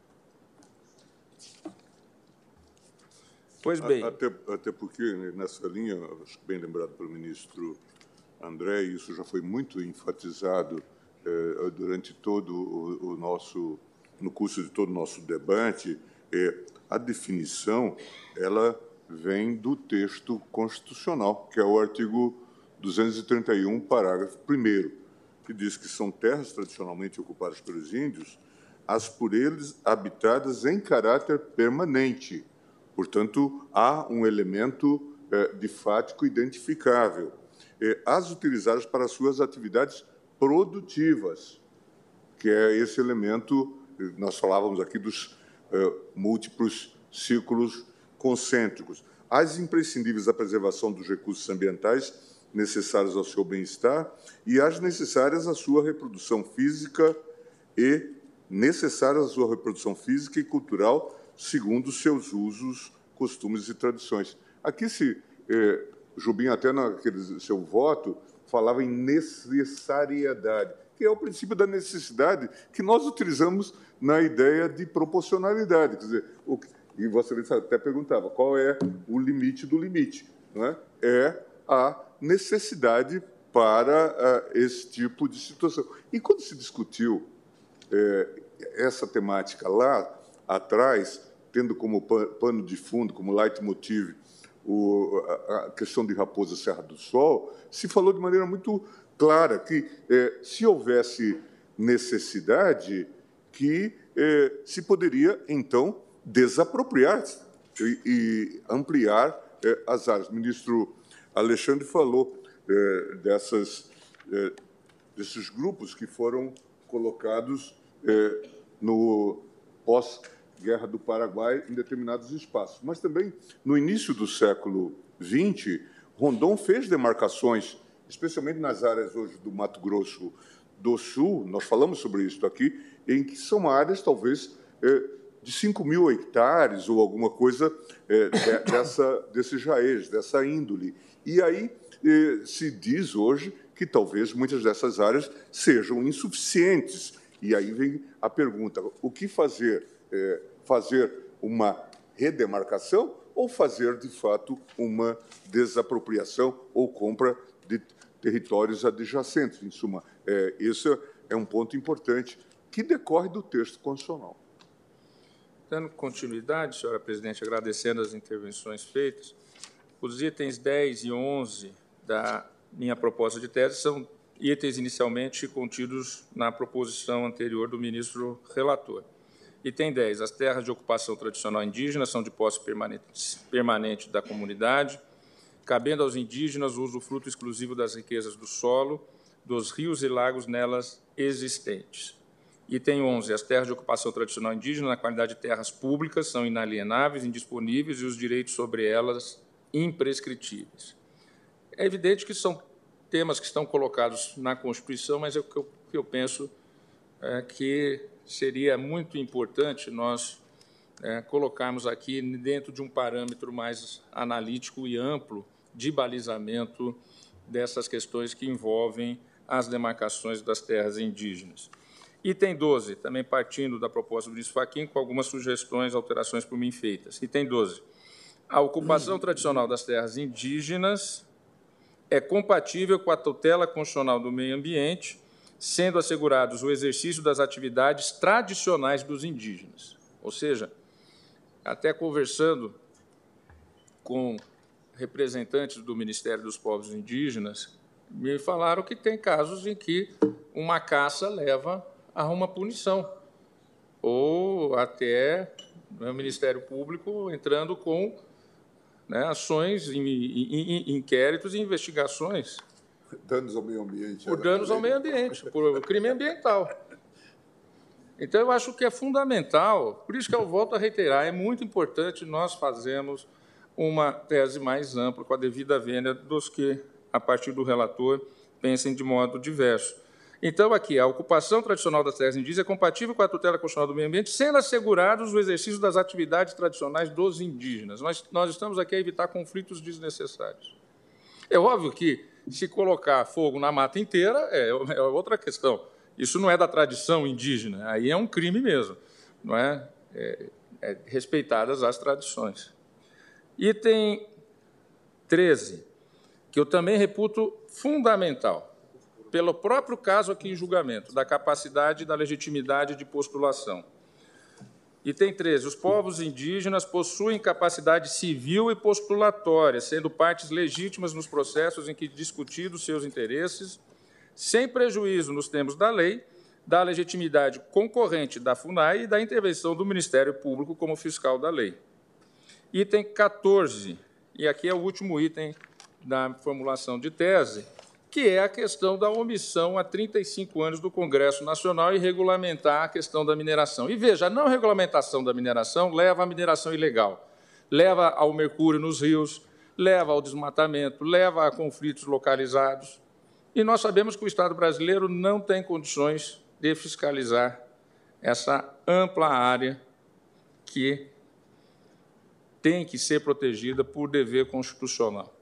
Pois bem. Até, até porque, nessa linha, acho que bem lembrado pelo ministro André, isso já foi muito enfatizado eh, durante todo o, o nosso, no curso de todo o nosso debate, eh, a definição, ela vem do texto constitucional, que é o artigo duzentos e trinta e um, parágrafo primeiro, que diz que são terras tradicionalmente ocupadas pelos índios, as por eles habitadas em caráter permanente. Portanto, há um elemento eh, de fático identificável. Eh, as utilizadas para suas atividades produtivas, que é esse elemento, nós falávamos aqui dos eh, múltiplos círculos concêntricos. As imprescindíveis à preservação dos recursos ambientais necessários ao seu bem-estar e as necessárias à sua reprodução física e necessárias à sua reprodução física e cultural segundo seus usos, costumes e tradições. Aqui, se eh, Jubim, até naquele seu voto, falava em necessariedade, que é o princípio da necessidade que nós utilizamos na ideia de proporcionalidade. Quer dizer, o que, e você até perguntava, qual é o limite do limite? Não é? É a necessidade para uh, esse tipo de situação. E quando se discutiu eh, essa temática lá atrás, tendo como pano de fundo, como leitmotiv, o, a, a questão de Raposa Serra do Sol, se falou de maneira muito clara que, eh, se houvesse necessidade, que eh, se poderia, então, desapropriar e, e ampliar eh, as áreas. O ministro Alexandre falou eh, dessas, eh, desses grupos que foram colocados eh, no pós-Guerra do Paraguai em determinados espaços. Mas também, no início do século vinte, Rondon fez demarcações, especialmente nas áreas hoje do Mato Grosso do Sul, nós falamos sobre isso aqui, em que são áreas, talvez, eh, de cinco mil hectares ou alguma coisa eh, dessa, desses jaez, dessa índole. E aí eh, se diz hoje que talvez muitas dessas áreas sejam insuficientes. E aí vem a pergunta, o que fazer? Eh, fazer uma redemarcação ou fazer, de fato, uma desapropriação ou compra de territórios adjacentes? Em suma, eh, esse é um ponto importante que decorre do texto constitucional. Dando continuidade, senhora presidente, agradecendo as intervenções feitas, os itens dez e onze da minha proposta de tese são itens inicialmente contidos na proposição anterior do ministro relator. Item dez, as terras de ocupação tradicional indígena são de posse permanente, permanente da comunidade, cabendo aos indígenas o usufruto exclusivo das riquezas do solo, dos rios e lagos nelas existentes. Item onze. As terras de ocupação tradicional indígena, na qualidade de terras públicas, são inalienáveis, indisponíveis e os direitos sobre elas imprescritíveis. é evidente que são temas que estão colocados na Constituição, mas é o que eu, que eu penso é, que seria muito importante nós é, colocarmos aqui dentro de um parâmetro mais analítico e amplo de balizamento dessas questões que envolvem as demarcações das terras indígenas. Item doze, também partindo da proposta do ministro Fachin, com algumas sugestões, alterações por mim feitas. Item doze. A ocupação tradicional das terras indígenas é compatível com a tutela constitucional do meio ambiente, sendo assegurados o exercício das atividades tradicionais dos indígenas. Ou seja, até conversando com representantes do Ministério dos Povos Indígenas, me falaram que tem casos em que uma caça leva a uma punição, ou até o Ministério Público entrando com né, ações, in, in, in, inquéritos e investigações. Danos ao meio ambiente. Por danos ao meio ambiente, por crime ambiental. Então, eu acho que é fundamental, por isso que eu volto a reiterar, é muito importante nós fazermos uma tese mais ampla, com a devida vênia dos que, a partir do relator, pensem de modo diverso. Então, aqui, a ocupação tradicional das terras indígenas é compatível com a tutela constitucional do meio ambiente, sendo assegurados o exercício das atividades tradicionais dos indígenas. Nós, nós estamos aqui a evitar conflitos desnecessários. É óbvio que, se colocar fogo na mata inteira, é, é outra questão. Isso não é da tradição indígena, aí é um crime mesmo, não é? É, é respeitadas as tradições. Item treze, que eu também reputo fundamental, pelo próprio caso aqui em julgamento, da capacidade e da legitimidade de postulação. Item treze. Os povos indígenas possuem capacidade civil e postulatória, sendo partes legítimas nos processos em que discutidos seus interesses, sem prejuízo, nos termos da lei, da legitimidade concorrente da FUNAI e da intervenção do Ministério Público como fiscal da lei. Item quatorze, e aqui é o último item da formulação de tese, que é a questão da omissão há trinta e cinco anos do Congresso Nacional e regulamentar a questão da mineração. E veja, a não regulamentação da mineração leva à mineração ilegal, leva ao mercúrio nos rios, leva ao desmatamento, leva a conflitos localizados. E nós sabemos que o Estado brasileiro não tem condições de fiscalizar essa ampla área que tem que ser protegida por dever constitucional.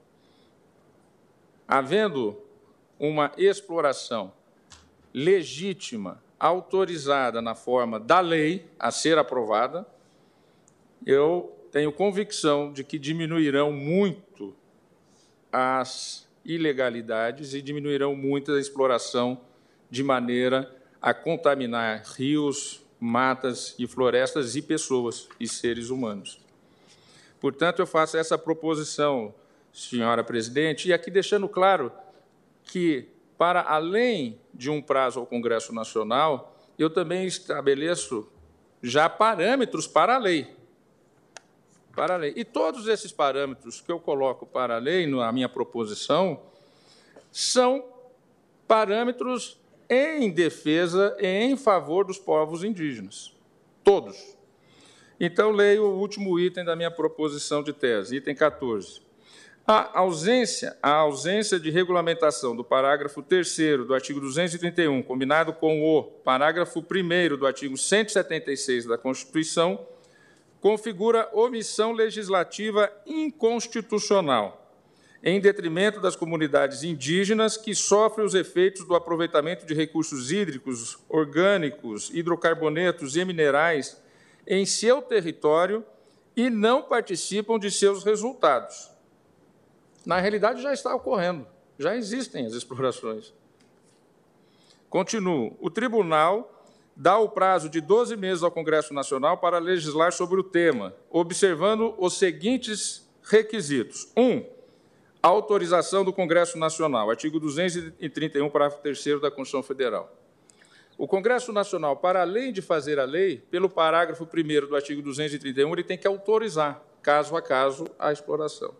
Havendo uma exploração legítima, autorizada na forma da lei a ser aprovada, eu tenho convicção de que diminuirão muito as ilegalidades e diminuirão muito a exploração de maneira a contaminar rios, matas e florestas e pessoas e seres humanos. Portanto, eu faço essa proposição, senhora presidente, e aqui deixando claro que, para além de um prazo ao Congresso Nacional, eu também estabeleço já parâmetros para a lei. Para a lei. E todos esses parâmetros que eu coloco para a lei, na minha proposição, são parâmetros em defesa e em favor dos povos indígenas. Todos. Então, leio o último item da minha proposição de tese, item quatorze. A ausência, a ausência de regulamentação do parágrafo terceiro do artigo duzentos e trinta e um, combinado com o parágrafo primeiro do artigo cento e setenta e seis da Constituição, configura omissão legislativa inconstitucional, em detrimento das comunidades indígenas que sofrem os efeitos do aproveitamento de recursos hídricos, orgânicos, hidrocarbonetos e minerais em seu território e não participam de seus resultados. Na realidade, já está ocorrendo, já existem as explorações. Continuo. O tribunal dá o prazo de doze meses ao Congresso Nacional para legislar sobre o tema, observando os seguintes requisitos. Um, a autorização do Congresso Nacional, artigo duzentos e trinta e um, parágrafo terceiro da Constituição Federal. O Congresso Nacional, para além de fazer a lei, pelo parágrafo primeiro do artigo duzentos e trinta e um, ele tem que autorizar, caso a caso, a exploração.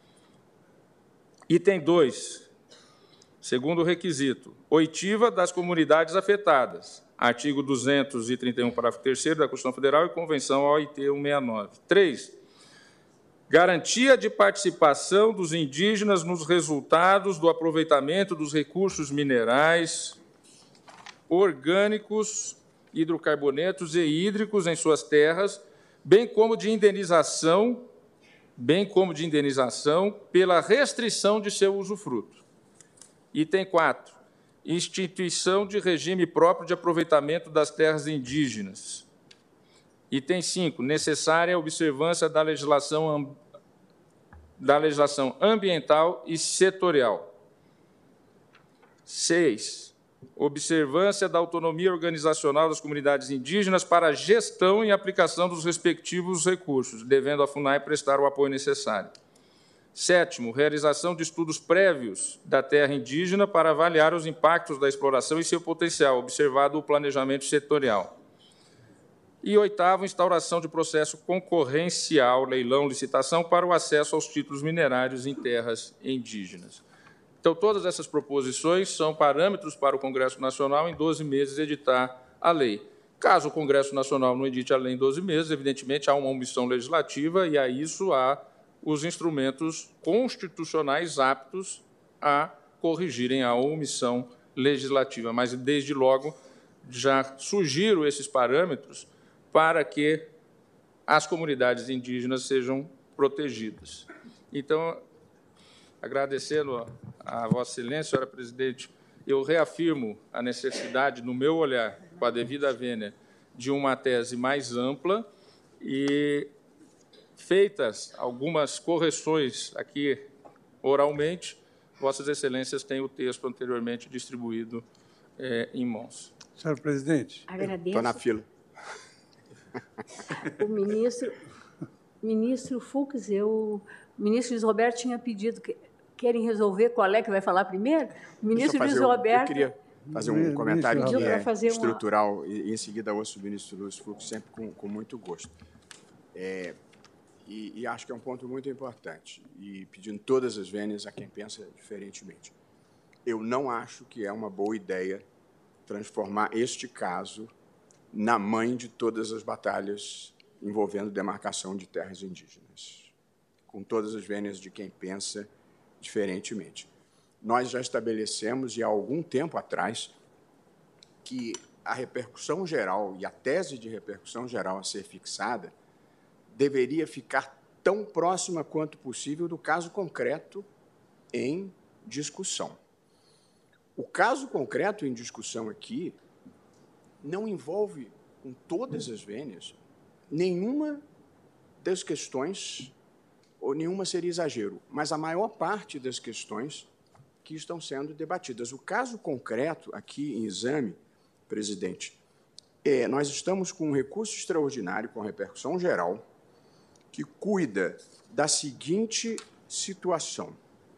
Item dois, segundo requisito, oitiva das comunidades afetadas, artigo duzentos e trinta e um, parágrafo terceiro da Constituição Federal e Convenção O I T cento e sessenta e nove. três. garantia de participação dos indígenas nos resultados do aproveitamento dos recursos minerais, orgânicos, hidrocarbonetos e hídricos em suas terras, bem como de indenização, bem como de indenização pela restrição de seu usufruto. Item quatro. Instituição de regime próprio de aproveitamento das terras indígenas. Item cinco. Necessária observância da legislação, da legislação ambiental e setorial. seis. Observância da autonomia organizacional das comunidades indígenas para a gestão e aplicação dos respectivos recursos, devendo a FUNAI prestar o apoio necessário. Sétimo, realização de estudos prévios da terra indígena para avaliar os impactos da exploração e seu potencial, observado o planejamento setorial. E oitavo, instauração de processo concorrencial, leilão, licitação para o acesso aos títulos minerários em terras indígenas. Então, todas essas proposições são parâmetros para o Congresso Nacional, em doze meses, editar a lei. Caso o Congresso Nacional não edite a lei em doze meses, evidentemente, há uma omissão legislativa e, a isso, há os instrumentos constitucionais aptos a corrigirem a omissão legislativa. Mas, desde logo, já sugiro esses parâmetros para que as comunidades indígenas sejam protegidas. Então, agradecendo a Vossa Excelência, senhora presidente, eu reafirmo a necessidade, no meu olhar, com a devida vênia, de uma tese mais ampla e, feitas algumas correções aqui oralmente, Vossas Excelências têm o texto anteriormente distribuído é, em mãos. Senhor presidente. Agradeço. Estou na fila. O ministro, ministro Fux, eu, o ministro Luiz Roberto tinha pedido que querem resolver qual é que vai falar primeiro? O ministro Luiz um, Roberto... Eu queria fazer um comentário que é fazer estrutural uma... e, em seguida, ouço o ministro Luiz Fux sempre com, com muito gosto. É, e, e acho que é um ponto muito importante, e pedindo todas as vênias a quem pensa diferentemente. Eu não acho que é uma boa ideia transformar este caso na mãe de todas as batalhas envolvendo demarcação de terras indígenas, com todas as vênias de quem pensa diferentemente. Nós já estabelecemos, e há algum tempo atrás, que a repercussão geral e a tese de repercussão geral a ser fixada deveria ficar tão próxima quanto possível do caso concreto em discussão. O caso concreto em discussão aqui não envolve, com todas as vênias, nenhuma das questões, ou nenhuma seria exagero, mas a maior parte das questões que estão sendo debatidas. O caso concreto aqui em exame, presidente, é, nós estamos com um recurso extraordinário com repercussão geral que cuida da seguinte situação.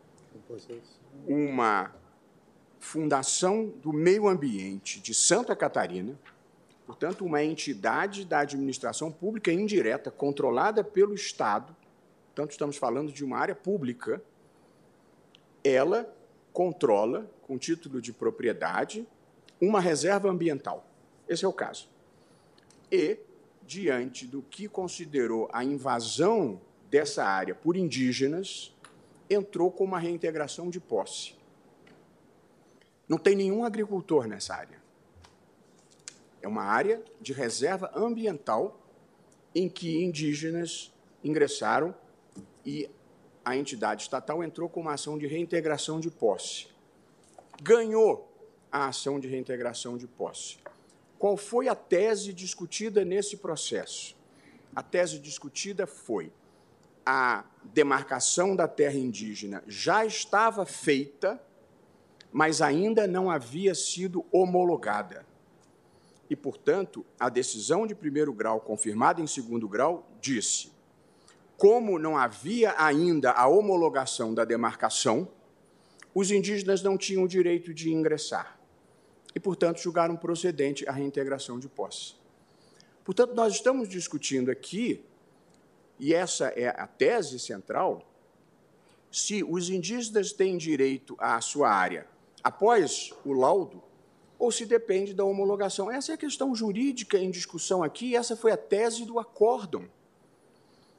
Uma Fundação do Meio Ambiente de Santa Catarina, portanto, uma entidade da administração pública indireta controlada pelo Estado, portanto, estamos falando de uma área pública, ela controla, com título de propriedade, uma reserva ambiental. Esse é o caso. E, diante do que considerou a invasão dessa área por indígenas, entrou com uma reintegração de posse. Não tem nenhum agricultor nessa área. É uma área de reserva ambiental em que indígenas ingressaram e a entidade estatal entrou com uma ação de reintegração de posse. Ganhou a ação de reintegração de posse. Qual foi a tese discutida nesse processo? A tese discutida foi: a demarcação da terra indígena já estava feita, mas ainda não havia sido homologada. E, portanto, a decisão de primeiro grau, confirmada em segundo grau, disse: como não havia ainda a homologação da demarcação, os indígenas não tinham o direito de ingressar. E, portanto, julgaram procedente a reintegração de posse. Portanto, nós estamos discutindo aqui, e essa é a tese central, se os indígenas têm direito à sua área após o laudo, ou se depende da homologação. Essa é a questão jurídica em discussão aqui, e essa foi a tese do acórdão.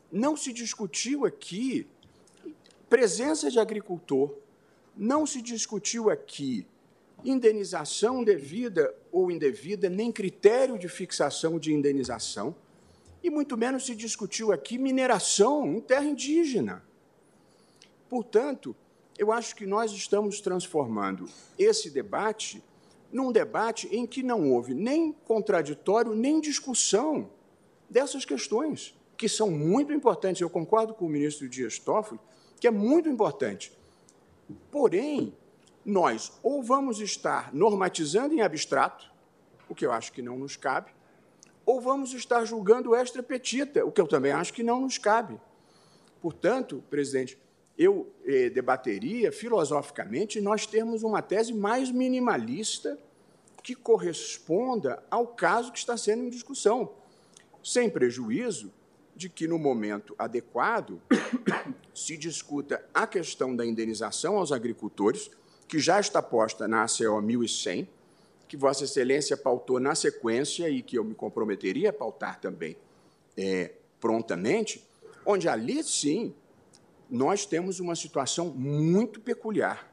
não se discutiu aqui presença de agricultor, não se discutiu aqui indenização devida ou indevida, nem critério de fixação de indenização, e muito menos se discutiu aqui mineração em terra indígena. Portanto, eu acho que nós estamos transformando esse debate num debate em que não houve nem contraditório, nem discussão dessas questões, que são muito importantes. Eu concordo com o ministro Dias Toffoli, que é muito importante. Porém, nós ou vamos estar normatizando em abstrato, o que eu acho que não nos cabe, ou vamos estar julgando extra petita, o que eu também acho que não nos cabe. Portanto, presidente, eu eh, debateria filosoficamente nós termos uma tese mais minimalista que corresponda ao caso que está sendo em discussão, sem prejuízo de que, no momento adequado, se discuta a questão da indenização aos agricultores, que já está posta na A C O mil e cem, que Vossa Excelência pautou na sequência e que eu me comprometeria a pautar também é, prontamente, onde ali, sim, nós temos uma situação muito peculiar.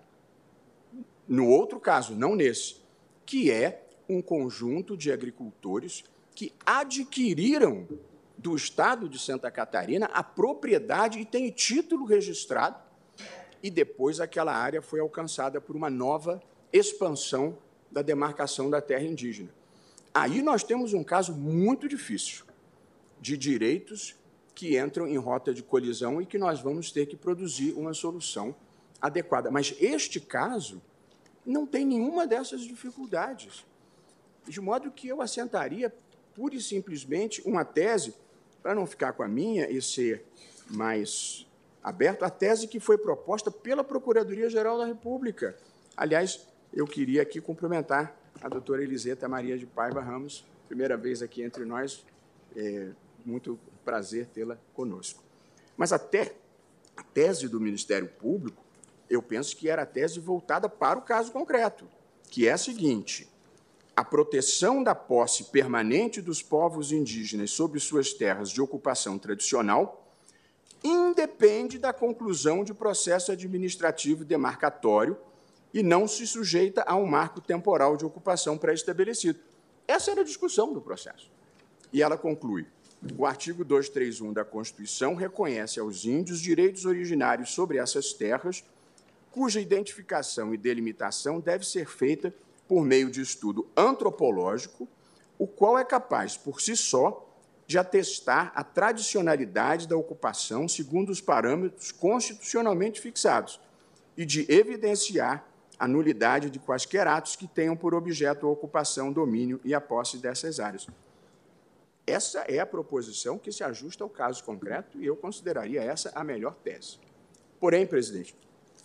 No outro caso, não nesse, que é um conjunto de agricultores que adquiriram do Estado de Santa Catarina a propriedade e tem título registrado, e depois aquela área foi alcançada por uma nova expansão da demarcação da terra indígena. Aí nós temos um caso muito difícil de direitos que entram em rota de colisão e que nós vamos ter que produzir uma solução adequada. Mas este caso não tem nenhuma dessas dificuldades, de modo que eu assentaria pura e simplesmente uma tese, para não ficar com a minha e ser mais aberto, a tese que foi proposta pela Procuradoria-Geral da República. Aliás, eu queria aqui cumprimentar a doutora Eliseta Maria de Paiva Ramos, primeira vez aqui entre nós, é muito prazer tê-la conosco. Mas até a tese do Ministério Público, eu penso que era a tese voltada para o caso concreto, que é a seguinte: a proteção da posse permanente dos povos indígenas sobre suas terras de ocupação tradicional independe da conclusão de processo administrativo demarcatório e não se sujeita a um marco temporal de ocupação pré-estabelecido. Essa era a discussão do processo. E ela conclui: o artigo duzentos e trinta e um da Constituição reconhece aos índios direitos originários sobre essas terras, cuja identificação e delimitação deve ser feita por meio de estudo antropológico, o qual é capaz, por si só, de atestar a tradicionalidade da ocupação segundo os parâmetros constitucionalmente fixados e de evidenciar a nulidade de quaisquer atos que tenham por objeto a ocupação, domínio e a posse dessas áreas. Essa é a proposição que se ajusta ao caso concreto e eu consideraria essa a melhor tese. Porém, presidente,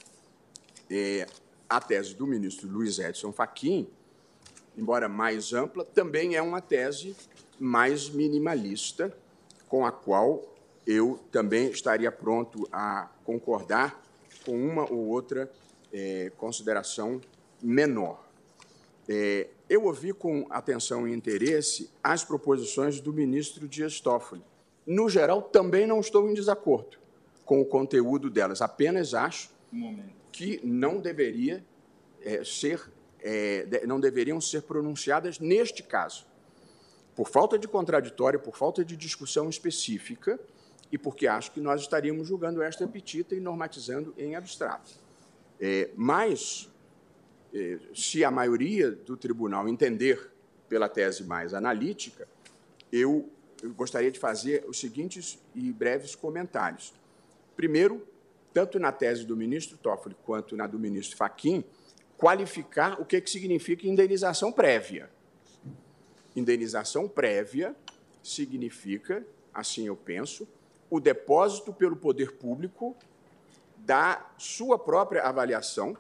é, a tese do ministro Luiz Edson Fachin, embora mais ampla, também é uma tese mais minimalista, com a qual eu também estaria pronto a concordar com uma ou outra é, consideração menor. É, eu ouvi com atenção e interesse as proposições do ministro Dias Toffoli. No geral, também não estou em desacordo com o conteúdo delas, apenas acho um que não deveria é, ser, é, não deveriam ser pronunciadas neste caso, por falta de contraditório, por falta de discussão específica e porque acho que nós estaríamos julgando esta petita e normatizando em abstrato. É, mas, é, se a maioria do tribunal entender pela tese mais analítica, eu, eu gostaria de fazer os seguintes e breves comentários. Primeiro, tanto na tese do ministro Toffoli quanto na do ministro Fachin, qualificar o que, que significa indenização prévia. Indenização prévia significa, assim eu penso, o depósito pelo poder público da sua própria avaliação,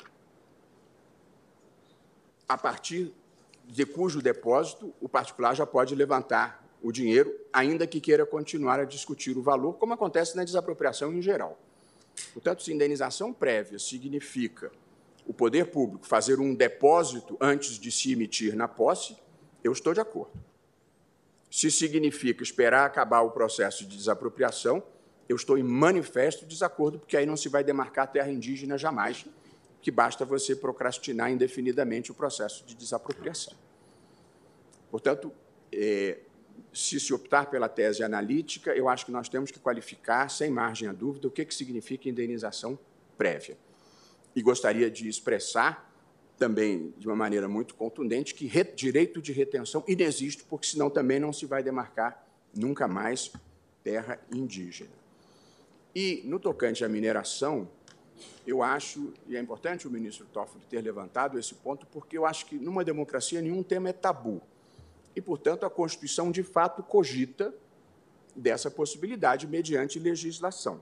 a partir de cujo depósito o particular já pode levantar o dinheiro, ainda que queira continuar a discutir o valor, como acontece na desapropriação em geral. Portanto, se indenização prévia significa o poder público fazer um depósito antes de se emitir na posse, eu estou de acordo. Se significa esperar acabar o processo de desapropriação, eu estou em manifesto desacordo, porque aí não se vai demarcar terra indígena jamais, que basta você procrastinar indefinidamente o processo de desapropriação. Portanto, é, se se optar pela tese analítica, eu acho que nós temos que qualificar, sem margem a dúvida, o que, que significa indenização prévia. E gostaria de expressar também, de uma maneira muito contundente, que re, direito de retenção inexiste, porque senão também não se vai demarcar nunca mais terra indígena. E, no tocante à mineração, eu acho, e é importante o ministro Toffoli ter levantado esse ponto, porque eu acho que, numa democracia, nenhum tema é tabu. E, portanto, a Constituição, de fato, cogita dessa possibilidade mediante legislação.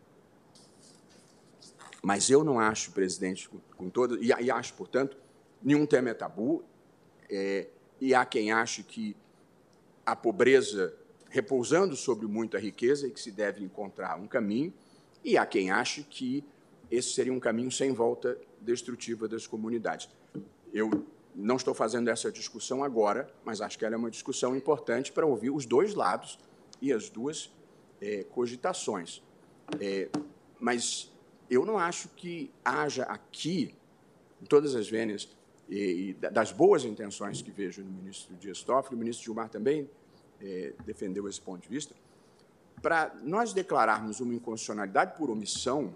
Mas eu não acho, presidente, com, com toda, e, e acho, portanto, nenhum tema é tabu, é, e há quem ache que a pobreza repousando sobre muita riqueza e que se deve encontrar um caminho, e há quem ache que esse seria um caminho sem volta destrutiva das comunidades. Eu não estou fazendo essa discussão agora, mas acho que ela é uma discussão importante para ouvir os dois lados e as duas é, cogitações. É, mas eu não acho que haja aqui, em todas as vênias, e, e das boas intenções que vejo no ministro Dias Toffoli, o ministro Gilmar também é, defendeu esse ponto de vista, para nós declararmos uma inconstitucionalidade por omissão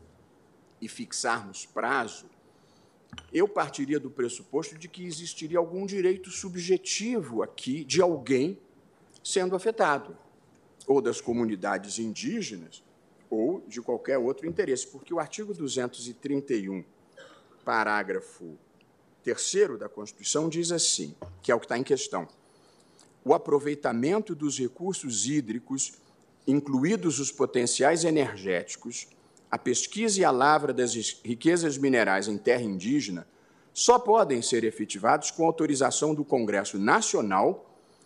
e fixarmos prazo, eu partiria do pressuposto de que existiria algum direito subjetivo aqui de alguém sendo afetado, ou das comunidades indígenas, ou de qualquer outro interesse, porque o artigo duzentos e trinta e um, parágrafo terceiro da Constituição, diz assim, que é o que está em questão: o aproveitamento dos recursos hídricos, incluídos os potenciais energéticos, a pesquisa e a lavra das riquezas minerais em terra indígena só podem ser efetivados com autorização do Congresso Nacional,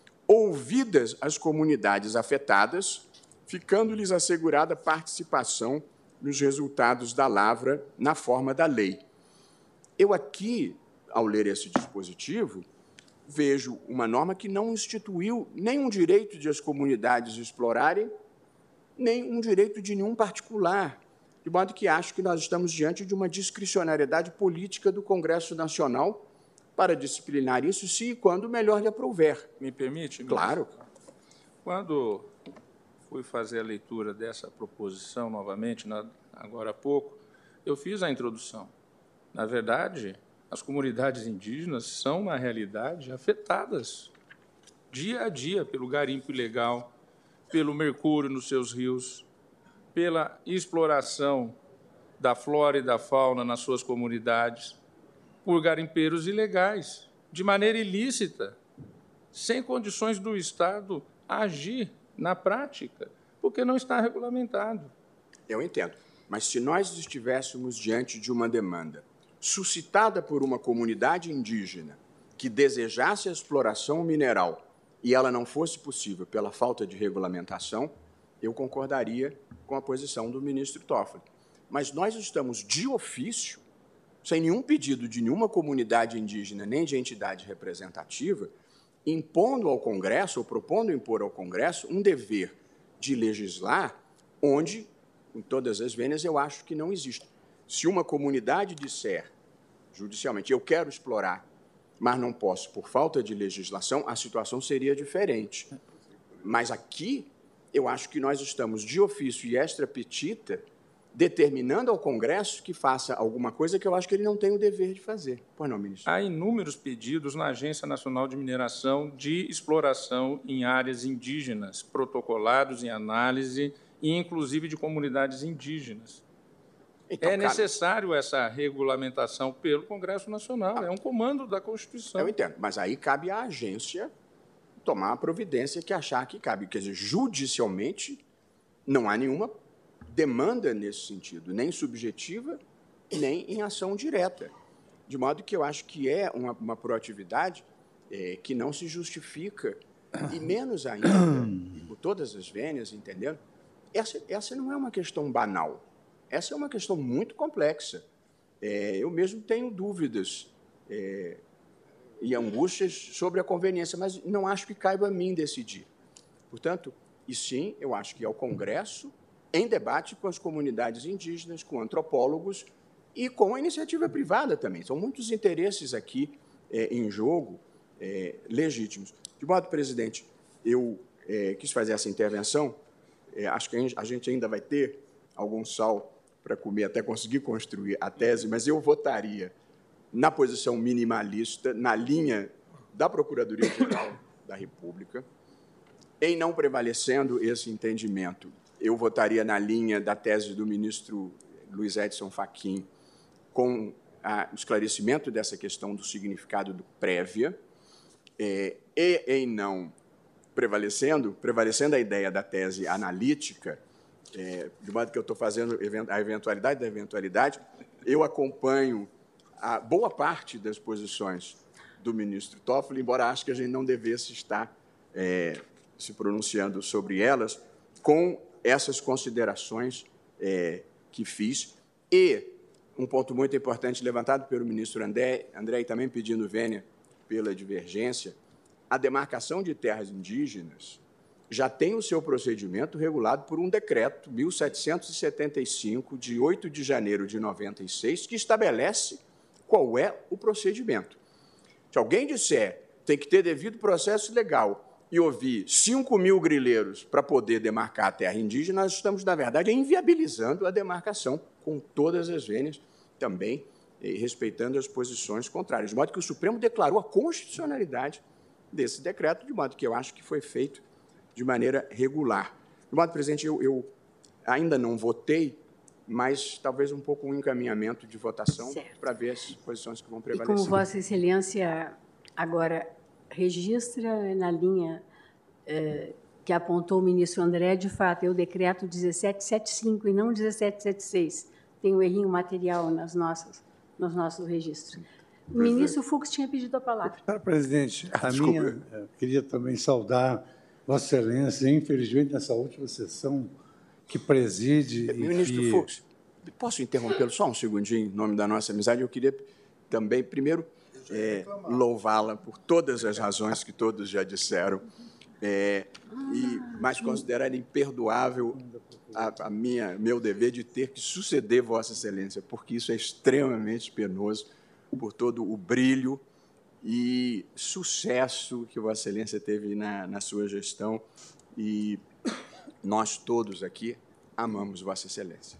ouvidas as comunidades afetadas, ficando-lhes assegurada participação nos resultados da lavra na forma da lei. Eu aqui, ao ler esse dispositivo, vejo uma norma que não instituiu nenhum direito de as comunidades explorarem, nem um direito de nenhum particular, de modo que acho que nós estamos diante de uma discricionariedade política do Congresso Nacional para disciplinar isso, se e quando melhor lhe aprouver. Me permite? Claro. Quando fui fazer a leitura dessa proposição novamente, agora há pouco, eu fiz a introdução. Na verdade, as comunidades indígenas são, na realidade, afetadas dia a dia pelo garimpo ilegal, pelo mercúrio nos seus rios, pela exploração da flora e da fauna nas suas comunidades, por garimpeiros ilegais, de maneira ilícita, sem condições do Estado agir na prática, porque não está regulamentado. Eu entendo, mas se nós estivéssemos diante de uma demanda suscitada por uma comunidade indígena que desejasse a exploração mineral e ela não fosse possível pela falta de regulamentação, eu concordaria com a posição do ministro Toffoli. Mas nós estamos, de ofício, sem nenhum pedido de nenhuma comunidade indígena nem de entidade representativa, impondo ao Congresso, ou propondo impor ao Congresso, um dever de legislar onde, em todas as vênias, eu acho que não existe. Se uma comunidade disser, judicialmente, eu quero explorar, mas não posso por falta de legislação, a situação seria diferente. Mas aqui, eu acho que nós estamos, de ofício e extra petita, determinando ao Congresso que faça alguma coisa que eu acho que ele não tem o dever de fazer. Pois não, ministro? Há inúmeros pedidos na Agência Nacional de Mineração de exploração em áreas indígenas, protocolados em análise e, inclusive, de comunidades indígenas. Então, é necessário cabe... essa regulamentação pelo Congresso Nacional, ah, é um comando da Constituição. Eu entendo, mas aí cabe à agência tomar a providência que achar que cabe. Quer dizer, judicialmente, não há nenhuma demanda nesse sentido, nem subjetiva, nem em ação direta. De modo que eu acho que é uma, uma proatividade é, que não se justifica, e menos ainda, por todas as vênias, entendendo? Essa, essa não é uma questão banal. Essa é uma questão muito complexa. É, eu mesmo tenho dúvidas é, e angústias sobre a conveniência, mas não acho que caiba a mim decidir. Portanto, e sim, eu acho que é ao Congresso em debate com as comunidades indígenas, com antropólogos e com a iniciativa privada também. São muitos interesses aqui é, em jogo, é, legítimos. De modo, presidente, eu é, quis fazer essa intervenção. É, acho que a gente ainda vai ter algum sal para comer até conseguir construir a tese, mas eu votaria na posição minimalista, na linha da Procuradoria-Geral da República. Em não prevalecendo esse entendimento, eu votaria na linha da tese do ministro Luiz Edson Fachin, com o esclarecimento dessa questão do significado do prévia, é, e em não prevalecendo, prevalecendo a ideia da tese analítica, é, de modo que eu estou fazendo a eventualidade da eventualidade, eu acompanho a boa parte das posições do ministro Toffoli, embora acho que a gente não devesse estar é, se pronunciando sobre elas, com essas considerações é, que fiz. E um ponto muito importante levantado pelo ministro André, André e também pedindo vênia pela divergência, a demarcação de terras indígenas já tem o seu procedimento regulado por um decreto mil setecentos e setenta e cinco, de oito de janeiro de noventa e seis, que estabelece qual é o procedimento. Se alguém disser tem que ter devido processo legal e ouvir cinco mil grileiros para poder demarcar a terra indígena, nós estamos, na verdade, inviabilizando a demarcação com todas as vênias, também eh, respeitando as posições contrárias. De modo que o Supremo declarou a constitucionalidade desse decreto, de modo que eu acho que foi feito de maneira regular. De modo, presidente, eu, eu ainda não votei, mas talvez um pouco um encaminhamento de votação para ver as posições que vão prevalecer. E como Vossa Excelência agora registra na linha eh, que apontou o ministro André, de fato, é o decreto dezessete setenta e cinco e não dezessete setenta e seis. Tem um errinho material nas nossas, nos nossos registros. O ministro Fux tinha pedido a palavra. Senhor presidente, a minha, eu queria também saudar Vossa Excelência, infelizmente, nessa última sessão que preside... Ministro que... Fux, posso interrompê-lo só um segundinho, em nome da nossa amizade? Eu queria também, primeiro, é, louvá-la por todas as razões que todos já disseram, é, e mas considerar imperdoável a, a minha, meu dever de ter que suceder Vossa Excelência, porque isso é extremamente penoso, por todo o brilho e sucesso que Vossa Excelência teve na, na sua gestão, e nós todos aqui amamos Vossa Excelência.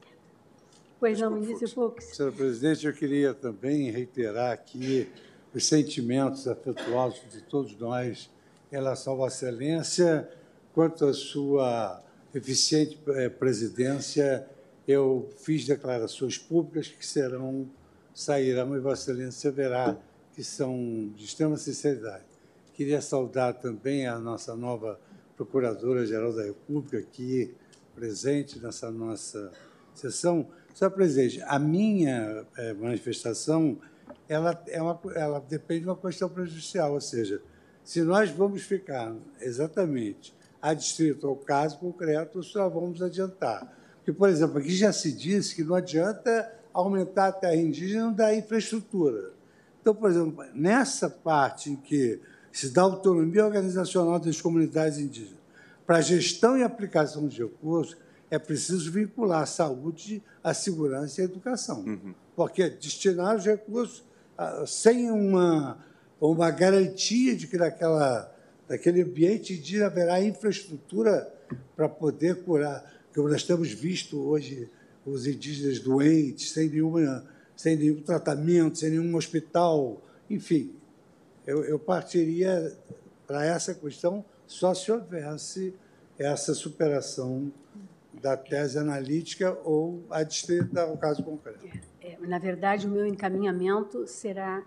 Pois não, ministro Fux. Senhor presidente, eu queria também reiterar aqui os sentimentos afetuosos de todos nós em relação a Vossa Excelência. Quanto à sua eficiente presidência, eu fiz declarações públicas que serão, sairão, e Vossa Excelência verá que são de extrema sinceridade. Queria saudar também a nossa nova Procuradora-Geral da República, aqui presente nessa nossa sessão. Senhor presidente, a minha é, manifestação ela, é uma, ela depende de uma questão prejudicial, ou seja, se nós vamos ficar exatamente adstrito ao caso concreto, só vamos adiantar. Porque, por exemplo, aqui já se disse que não adianta aumentar a terra indígena, não dá infraestrutura. Então, por exemplo, nessa parte em que se dá autonomia organizacional das comunidades indígenas para a gestão e aplicação de recursos, é preciso vincular a saúde, a segurança e a educação. Uhum. Porque destinar os recursos ah, sem uma, uma garantia de que naquela, naquele ambiente indígena haverá infraestrutura para poder curar, como nós temos visto hoje os indígenas doentes, sem, nenhuma, sem nenhum tratamento, sem nenhum hospital, enfim. Eu, eu partiria para essa questão só se houvesse essa superação da tese analítica ou adstrita ao caso concreto. É, na verdade, o meu encaminhamento será,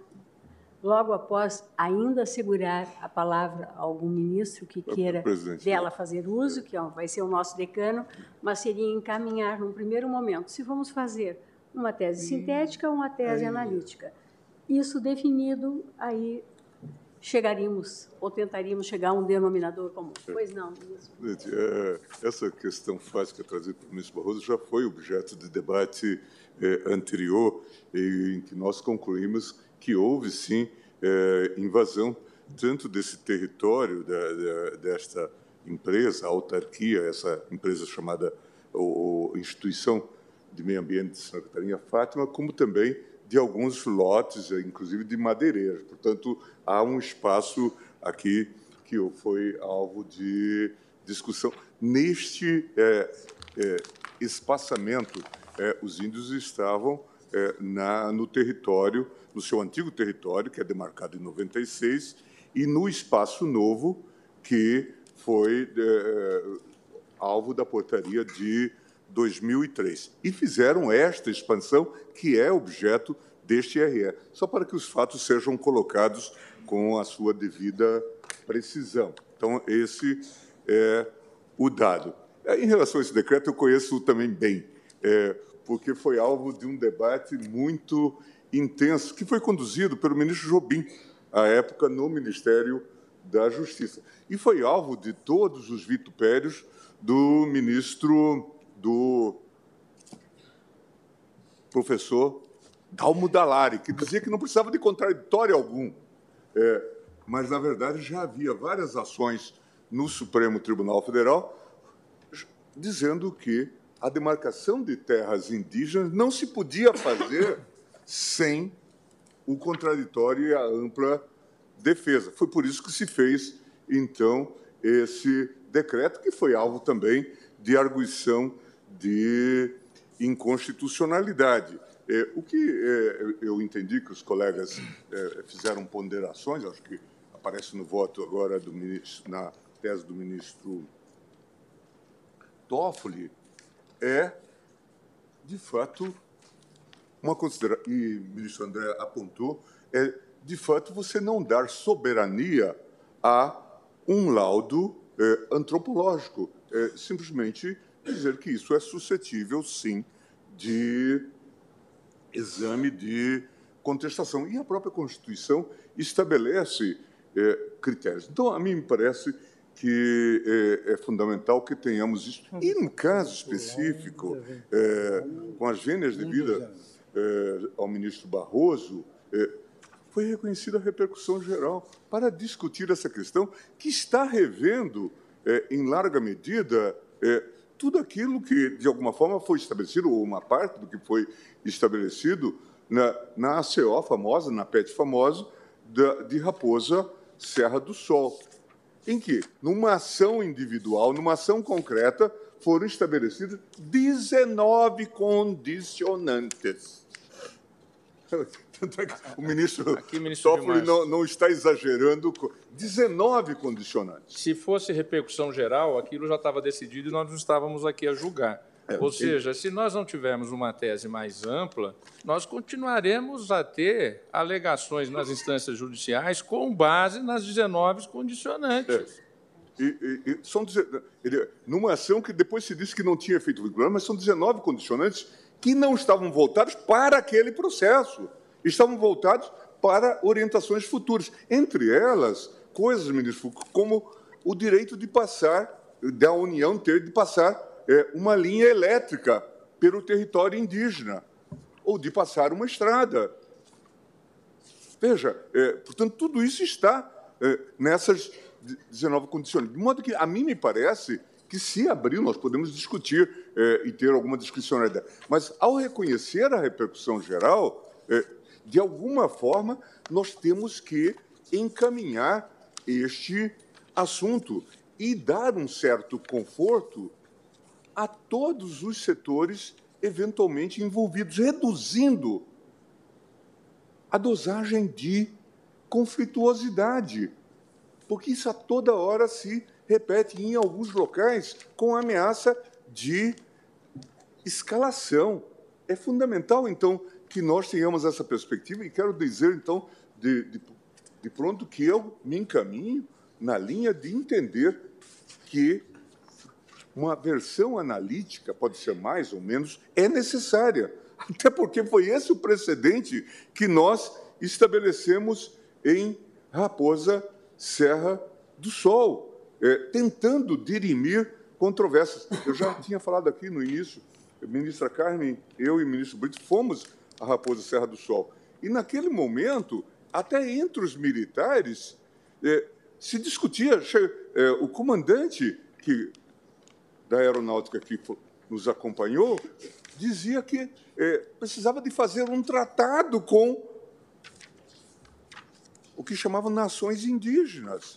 logo após, ainda assegurar a palavra a algum ministro que queira dela fazer uso, que vai ser o nosso decano, mas seria encaminhar, num primeiro momento, se vamos fazer uma tese sintética ou uma tese analítica. Isso definido, aí chegaríamos, ou tentaríamos chegar a um denominador comum. Pois não, ministro. Essa questão fática trazida pelo ministro Barroso já foi objeto de debate eh, anterior, em que nós concluímos que houve, sim, eh, invasão tanto desse território da, da, desta empresa, a autarquia, essa empresa chamada a instituição de meio ambiente de Santa Catarina, Fátima, como também de alguns lotes, inclusive de madeireiros. Portanto, há um espaço aqui que foi alvo de discussão. Neste é, é, espaçamento, é, os índios estavam é, na, no território, no seu antigo território, que é demarcado em noventa e seis, e no espaço novo, que foi é, alvo da portaria de dois mil e três. E fizeram esta expansão, que é objeto deste R E, só para que os fatos sejam colocados com a sua devida precisão. Então, esse é o dado. Em relação a esse decreto, eu conheço também bem, é, porque foi alvo de um debate muito intenso, que foi conduzido pelo ministro Jobim, à época, no Ministério da Justiça. E foi alvo de todos os vitupérios do ministro, do professor Dalmo Dallari, que dizia que não precisava de contraditório algum. É, mas, na verdade, já havia várias ações no Supremo Tribunal Federal dizendo que a demarcação de terras indígenas não se podia fazer sem o contraditório e a ampla defesa. Foi por isso que se fez, então, esse decreto, que foi alvo também de arguição de inconstitucionalidade. É, o que é, eu entendi que os colegas é, fizeram ponderações, acho que aparece no voto agora do ministro, na tese do ministro Toffoli, é, de fato, uma consideração, e o ministro André apontou, é, de fato, você não dar soberania a um laudo é, antropológico, é, simplesmente dizer que isso é suscetível, sim, de exame de contestação. E a própria Constituição estabelece é, critérios. Então, a mim me parece que é, é fundamental que tenhamos isso. E, no caso específico, é, com as vênias devidas é, ao ministro Barroso, é, foi reconhecida a repercussão geral para discutir essa questão, que está revendo, é, em larga medida, é, tudo aquilo que, de alguma forma, foi estabelecido, ou uma parte do que foi estabelecido na, na A C O famosa, na P E T famosa, da, de Raposa Serra do Sol, em que, numa ação individual, numa ação concreta, foram estabelecidas dezenove condicionantes. Tanto é que o ministro, Aqui, ministro Toffoli não, não está exagerando. dezenove condicionantes. Se fosse repercussão geral, aquilo já estava decidido e nós não estávamos aqui a julgar. É, Ou seja, se nós não tivermos uma tese mais ampla, nós continuaremos a ter alegações nas instâncias judiciais com base nas dezenove condicionantes. É. E, e, e são, ele, numa ação que depois se disse que não tinha efeito vinculante, mas são dezenove condicionantes que não estavam voltados para aquele processo, estavam voltados para orientações futuras. Entre elas, coisas, ministro Foucault, como o direito de passar, da União ter de passar é, uma linha elétrica pelo território indígena, ou de passar uma estrada. Veja, é, portanto, tudo isso está é, nessas dezenove condições. De modo que, a mim me parece que, se abrir, nós podemos discutir é, e ter alguma discricionalidade. Mas, ao reconhecer a repercussão geral, é, de alguma forma, nós temos que encaminhar este assunto e dar um certo conforto a todos os setores eventualmente envolvidos, reduzindo a dosagem de conflituosidade, porque isso a toda hora se repete em alguns locais com ameaça de escalação. É fundamental, então, que nós tenhamos essa perspectiva, e quero dizer, então, de, de, de pronto, que eu me encaminho na linha de entender que uma versão analítica, pode ser mais ou menos, é necessária, até porque foi esse o precedente que nós estabelecemos em Raposa Serra do Sol, é, tentando dirimir controvérsias. Eu já tinha falado aqui no início, a ministra Carmen, eu e o ministro Brito fomos a Raposa Serra do Sol, e naquele momento, até entre os militares, é, se discutia, é, o comandante que, da aeronáutica que nos acompanhou, dizia que é, precisava de fazer um tratado com o que chamavam nações indígenas.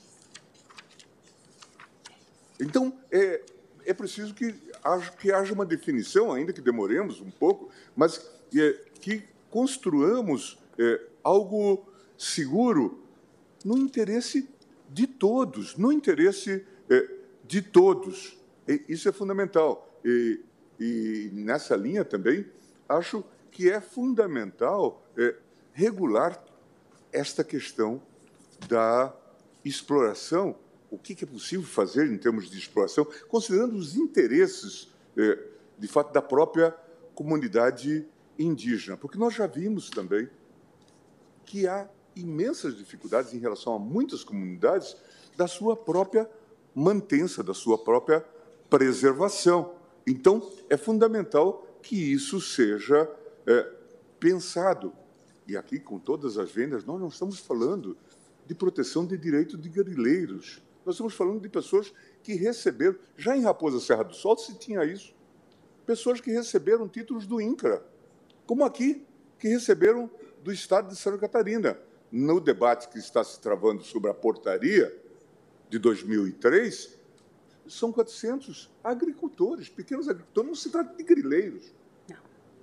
Então, é, é preciso que haja, que haja uma definição, ainda que demoremos um pouco, mas é, que construamos é, algo seguro no interesse de todos, no interesse é, de todos. E isso é fundamental. E, e, nessa linha também, acho que é fundamental é, regular esta questão da exploração, o que é possível fazer em termos de exploração, considerando os interesses, é, de fato, da própria comunidade indígena. Porque nós já vimos também que há imensas dificuldades em relação a muitas comunidades da sua própria mantença, da sua própria preservação. Então, é fundamental que isso seja é, pensado. E aqui, com todas as vendas, nós não estamos falando de proteção de direito de grileiros. Nós estamos falando de pessoas que receberam, já em Raposa Serra do Sol se tinha isso, pessoas que receberam títulos do INCRA, como aqui, que receberam do Estado de Santa Catarina. No debate que está se travando sobre a portaria de dois mil e três, são quatrocentos agricultores, pequenos agricultores, não se trata de grileiros. Não.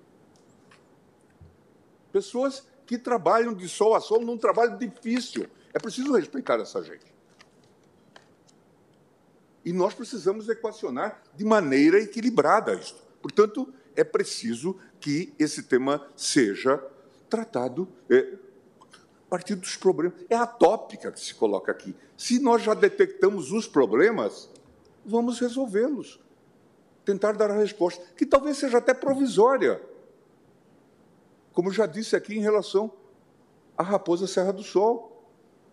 Pessoas que trabalham de sol a sol num trabalho difícil. É preciso respeitar essa gente. E nós precisamos equacionar de maneira equilibrada isto. Portanto, é preciso que esse tema seja tratado é, a partir dos problemas. É a tópica que se coloca aqui. Se nós já detectamos os problemas, vamos resolvê-los. Tentar dar a resposta, que talvez seja até provisória. Como já disse aqui em relação à Raposa Serra do Sol,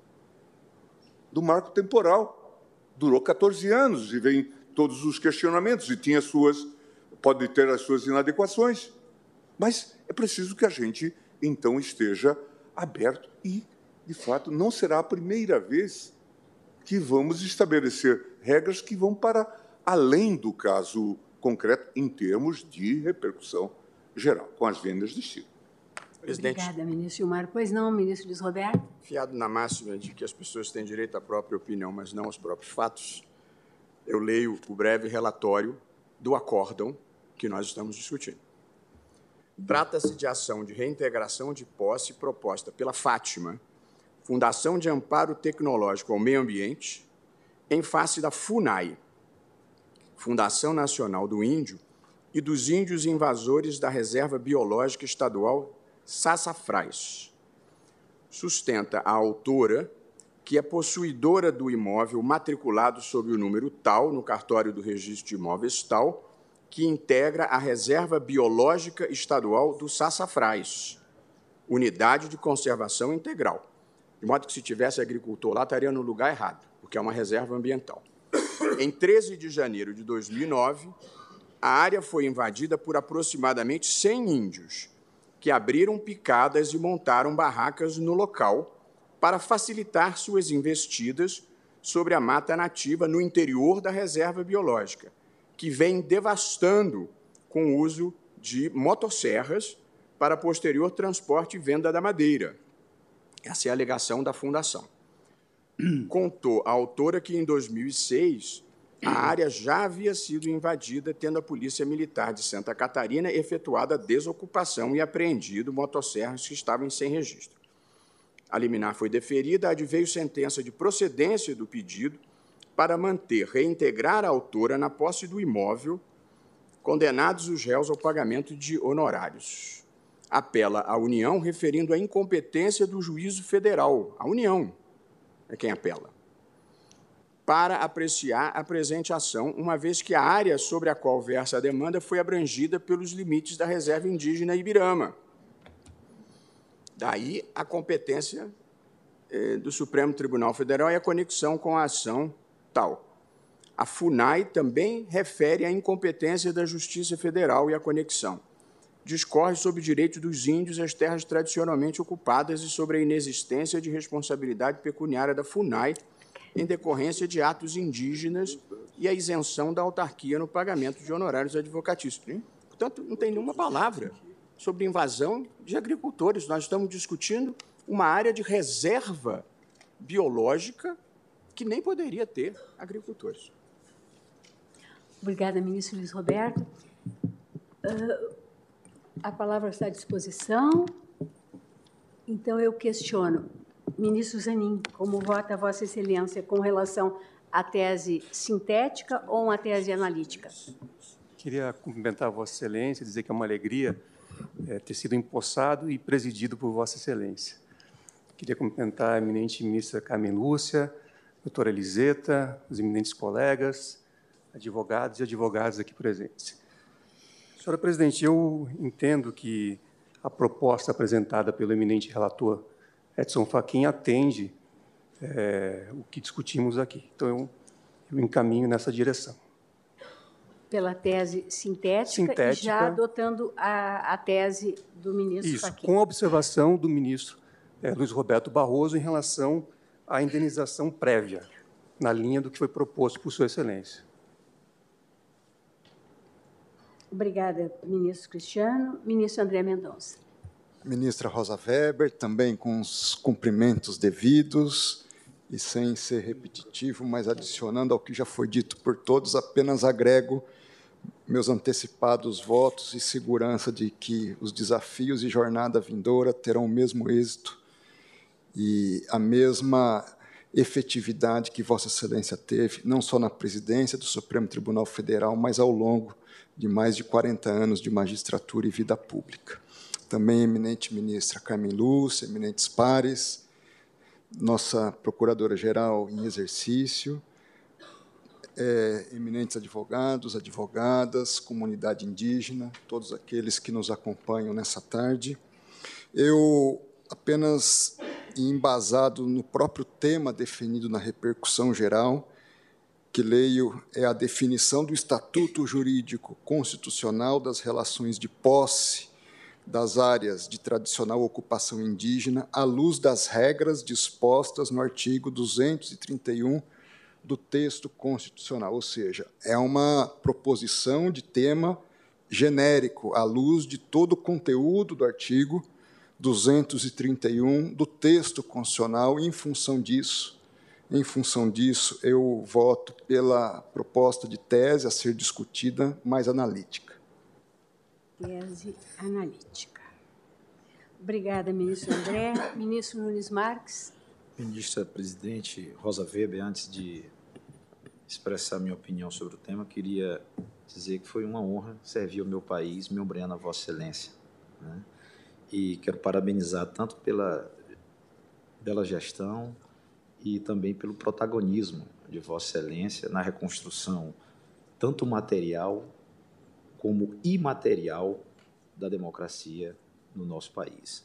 do marco temporal. Durou quatorze anos e vem todos os questionamentos e tinha suas, pode ter as suas inadequações. Mas é preciso que a gente, então, esteja aberto e, de fato, não será a primeira vez que vamos estabelecer regras que vão para além do caso concreto em termos de repercussão geral, com as vendas de estilo. Presidente. Obrigada, ministro Gilmar. Pois não, ministro Luiz Roberto? Fiado na máxima de que as pessoas têm direito à própria opinião, mas não aos próprios fatos, eu leio o breve relatório do acórdão que nós estamos discutindo. Trata-se de ação de reintegração de posse proposta pela Fátima, Fundação de Amparo Tecnológico ao Meio Ambiente, em face da FUNAI, Fundação Nacional do Índio, e dos índios invasores da Reserva Biológica Estadual Sassafrás. Sustenta a autora que é possuidora do imóvel matriculado sob o número tal, no cartório do Registro de Imóveis tal, que integra a Reserva Biológica Estadual do Sassafrás, Unidade de Conservação Integral. De modo que, se tivesse agricultor lá, estaria no lugar errado, porque é uma reserva ambiental. Em treze de janeiro de dois mil e nove, a área foi invadida por aproximadamente cem índios, que abriram picadas e montaram barracas no local para facilitar suas investidas sobre a mata nativa no interior da reserva biológica, que vem devastando com o uso de motosserras para posterior transporte e venda da madeira. Essa é a alegação da Fundação. Contou a autora que, em dois mil e seis, a área já havia sido invadida, tendo a Polícia Militar de Santa Catarina efetuado a desocupação e apreendido motosserras que estavam sem registro. A liminar foi deferida, adveio sentença de procedência do pedido para manter, reintegrar a autora na posse do imóvel, condenados os réus ao pagamento de honorários. Apela à União, referindo a incompetência do juízo federal. A União é quem apela. Para apreciar a presente ação, uma vez que a área sobre a qual versa a demanda foi abrangida pelos limites da reserva indígena Ibirama. Daí a competência eh, do Supremo Tribunal Federal e a conexão com a ação tal. A FUNAI também refere à incompetência da Justiça Federal e a conexão. Discorre sobre o direito dos índios às terras tradicionalmente ocupadas e sobre a inexistência de responsabilidade pecuniária da FUNAI em decorrência de atos indígenas e a isenção da autarquia no pagamento de honorários advocatícios. Portanto, não tem nenhuma palavra sobre invasão de agricultores. Nós estamos discutindo uma área de reserva biológica que nem poderia ter agricultores. Obrigada, ministro Luiz Roberto. Uh, a palavra está à disposição. Então, eu questiono, ministro Zanin, como vota Vossa Excelência com relação à tese sintética ou uma tese analítica? Queria cumprimentar Vossa Excelência, dizer que é uma alegria é, ter sido empossado e presidido por Vossa Excelência. Queria cumprimentar a eminente ministra Carmen Lúcia, doutora Eliseta, os eminentes colegas, advogados e advogadas aqui presentes. Senhora Presidente, eu entendo que a proposta apresentada pelo eminente relator Edson Fachin atende é, o que discutimos aqui. Então, eu, eu encaminho nessa direção. Pela tese sintética, sintética e já adotando a, a tese do ministro Isso, Fachin. com a observação do ministro é, Luiz Roberto Barroso em relação à indenização prévia, na linha do que foi proposto por Sua Excelência. Obrigada, ministro Cristiano. Ministro André Mendonça. Ministra Rosa Weber, também com os cumprimentos devidos e sem ser repetitivo, mas adicionando ao que já foi dito por todos, apenas agrego meus antecipados votos e segurança de que os desafios e jornada vindoura terão o mesmo êxito e a mesma efetividade que Vossa Excelência teve, não só na presidência do Supremo Tribunal Federal, mas ao longo de mais de quarenta anos de magistratura e vida pública. Também a eminente ministra Carmen Lúcia, eminentes pares, nossa procuradora-geral em exercício, é, eminentes advogados, advogadas, comunidade indígena, todos aqueles que nos acompanham nessa tarde. Eu, apenas embasado no próprio tema definido na repercussão geral, que leio é a definição do Estatuto Jurídico Constitucional das relações de posse das áreas de tradicional ocupação indígena à luz das regras dispostas no artigo duzentos e trinta e um do texto constitucional, ou seja, é uma proposição de tema genérico à luz de todo o conteúdo do artigo duzentos e trinta e um do texto constitucional, e em função disso, Em função disso, eu voto pela proposta de tese a ser discutida, mais analítica. Tese analítica. Obrigada, ministro André. Ministro Nunes Marques. Ministra Presidente Rosa Weber, antes de expressar minha opinião sobre o tema, queria dizer que foi uma honra servir ao meu país, me obrigando a Vossa Excelência, né? E quero parabenizar tanto pela bela gestão e também pelo protagonismo de Vossa Excelência na reconstrução, tanto material como imaterial, da democracia no nosso país.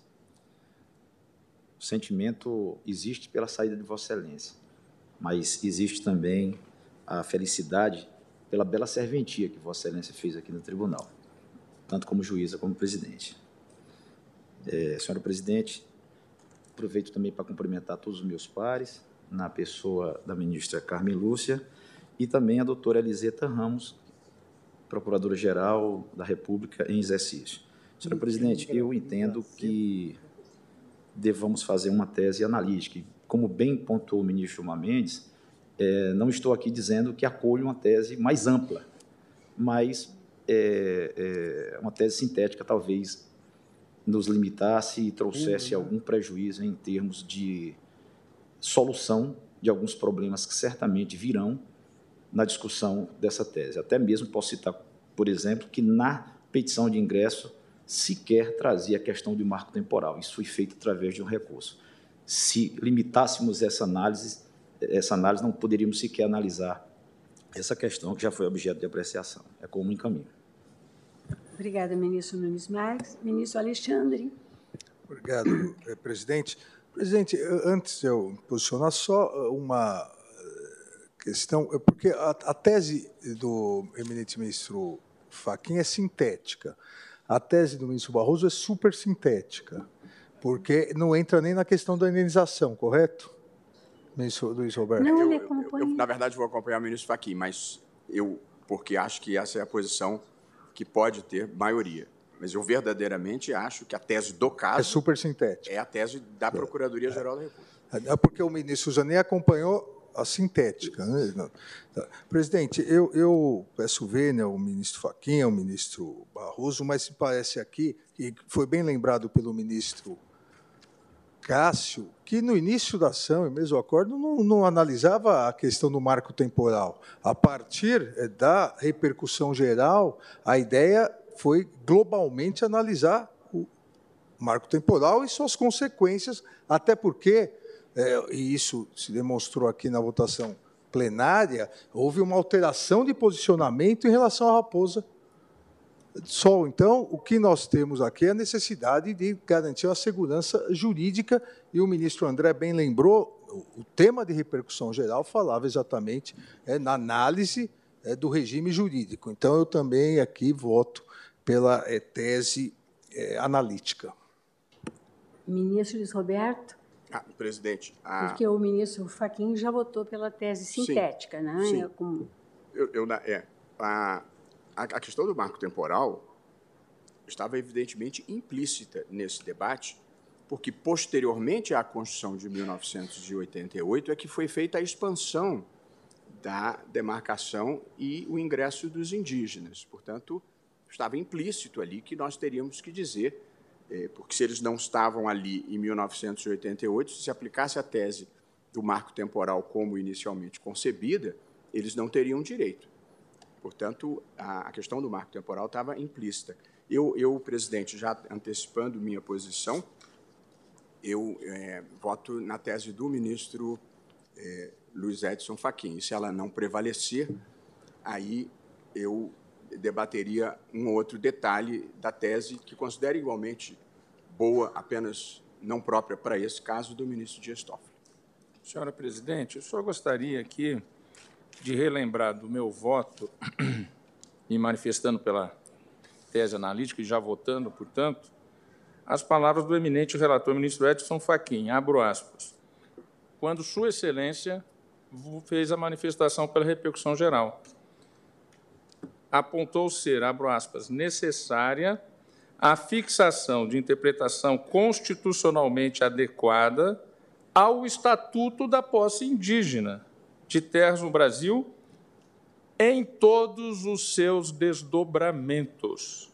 O sentimento existe pela saída de Vossa Excelência, mas existe também a felicidade pela bela serventia que Vossa Excelência fez aqui no tribunal, tanto como juíza como presidente. É, senhora Presidente, aproveito também para cumprimentar todos os meus pares, na pessoa da ministra Carmen Lúcia, e também a doutora Eliseta Ramos, Procuradora-Geral da República em exercício. Senhora Presidente, eu entendo que devamos fazer uma tese analítica. Como bem pontuou o ministro Gilmar Mendes, é, não estou aqui dizendo que acolho uma tese mais ampla, mas é, é, uma tese sintética talvez nos limitasse e trouxesse algum prejuízo em termos de solução de alguns problemas que certamente virão na discussão dessa tese. Até mesmo posso citar, por exemplo, que na petição de ingresso sequer trazia a questão do marco temporal. Isso foi feito através de um recurso. Se limitássemos essa análise, essa análise não poderíamos sequer analisar essa questão que já foi objeto de apreciação. É como um caminho. Obrigada, ministro Nunes Marques. Ministro Alexandre. Obrigado, presidente. Presidente, antes de eu posicionar, só uma questão, porque a, a tese do eminente ministro Fachin é sintética. A tese do ministro Barroso é super sintética, porque não entra nem na questão da indenização, correto? Ministro Luiz Roberto. Não, ele Eu, eu, acompanha. eu, na verdade, vou acompanhar o ministro Fachin, mas eu, porque acho que essa é a posição que pode ter maioria. Mas eu verdadeiramente acho que a tese do caso É super sintética. é a tese da Procuradoria-Geral da República. É porque o ministro Zanin acompanhou a sintética. Né? Presidente, eu, eu peço vênia ao ministro Fachin, ao ministro Barroso, mas me parece aqui, e foi bem lembrado pelo ministro Cássio, que no início da ação, e mesmo o acordo, não, não analisava a questão do marco temporal. A partir da repercussão geral, a ideia foi globalmente analisar o marco temporal e suas consequências, até porque, é, e isso se demonstrou aqui na votação plenária, houve uma alteração de posicionamento em relação à Raposa Sol. Então, o que nós temos aqui é a necessidade de garantir a segurança jurídica, e o ministro André bem lembrou, o tema de repercussão geral falava exatamente é, na análise é, do regime jurídico. Então, eu também aqui voto pela é, tese é, analítica. Ministro Luiz Roberto? Ah, presidente. A... Porque o ministro Fachin já votou pela tese sintética, sim, né? Sim. É como... eu, eu, é, a, a questão do marco temporal estava evidentemente implícita nesse debate, porque posteriormente à Constituição de mil novecentos e oitenta e oito é que foi feita a expansão da demarcação e o ingresso dos indígenas. Portanto, estava implícito ali que nós teríamos que dizer, é, porque se eles não estavam ali em mil novecentos e oitenta e oito, se se aplicasse a tese do marco temporal como inicialmente concebida, eles não teriam direito. Portanto, a, a questão do marco temporal estava implícita. Eu, eu, presidente, já antecipando minha posição, eu é, voto na tese do ministro é, Luiz Edson Fachin. E se ela não prevalecer, aí eu debateria um outro detalhe da tese que considero igualmente boa, apenas não própria para esse caso, do ministro Dias Toffoli. Senhora presidente, eu só gostaria aqui de relembrar do meu voto, me manifestando pela tese analítica e já votando, portanto, as palavras do eminente relator ministro Edson Fachin, abro aspas, quando Sua Excelência fez a manifestação pela repercussão geral. Apontou ser, abro aspas, necessária a fixação de interpretação constitucionalmente adequada ao Estatuto da Posse Indígena de Terras no Brasil em todos os seus desdobramentos.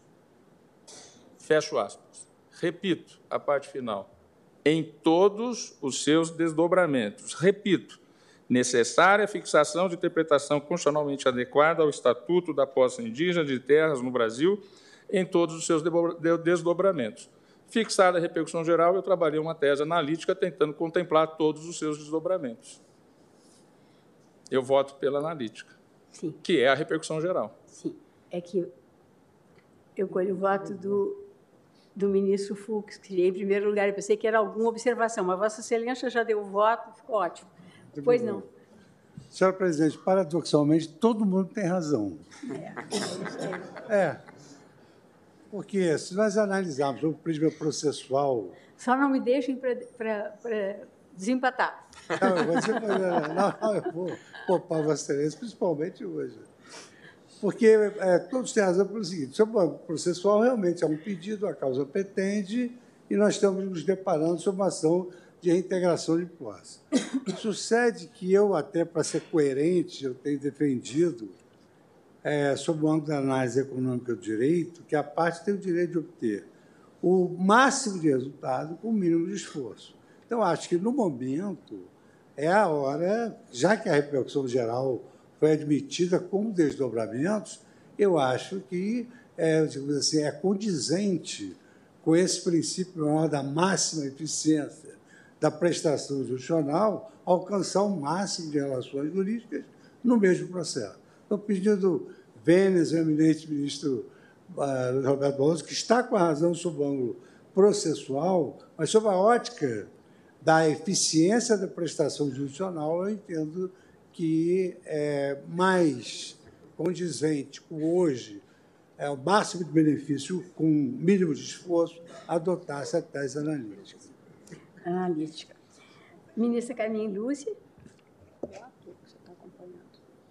Fecho aspas. Repito a parte final. Em todos os seus desdobramentos. Repito. Necessária a fixação de interpretação constitucionalmente adequada ao Estatuto da Posse Indígena de Terras no Brasil em todos os seus desdobramentos. Fixada a repercussão geral, eu trabalhei uma tese analítica tentando contemplar todos os seus desdobramentos. Eu voto pela analítica, Sim. que é a repercussão geral. Sim. É que eu colho o voto do, do ministro Fux, que em primeiro lugar eu pensei que era alguma observação, mas Vossa Excelência já deu o voto, ficou ótimo. Pois não. Senhora presidente, paradoxalmente, todo mundo tem razão. É. É. Porque, se nós analisarmos o prisma processual... Só não me deixem para desempatar. Não, eu vou dizer, não, não, eu vou poupar Vossa Excelência, principalmente hoje. Porque é, todos têm razão pelo seguinte, sobre o processual, realmente é um pedido, a causa pretende, e nós estamos nos deparando sobre uma ação de reintegração de posse. Sucede que eu, até para ser coerente, eu tenho defendido, é, sob o âmbito da análise econômica do direito, que a parte tem o direito de obter o máximo de resultado com o mínimo de esforço. Então, acho que, no momento, é a hora, já que a repercussão geral foi admitida com desdobramentos, eu acho que é, digamos assim, é condizente com esse princípio maior da máxima eficiência da prestação judicional, alcançar o máximo de relações jurídicas no mesmo processo. Estou pedindo vênias ao eminente ministro uh, Roberto Barroso, que está com a razão sob o ângulo processual, mas sob a ótica da eficiência da prestação judicional, eu entendo que é mais condizente com hoje, é o máximo de benefício com mínimo de esforço, adotar essa tese analítica. Analítica. Ministra Carmen Lúcia.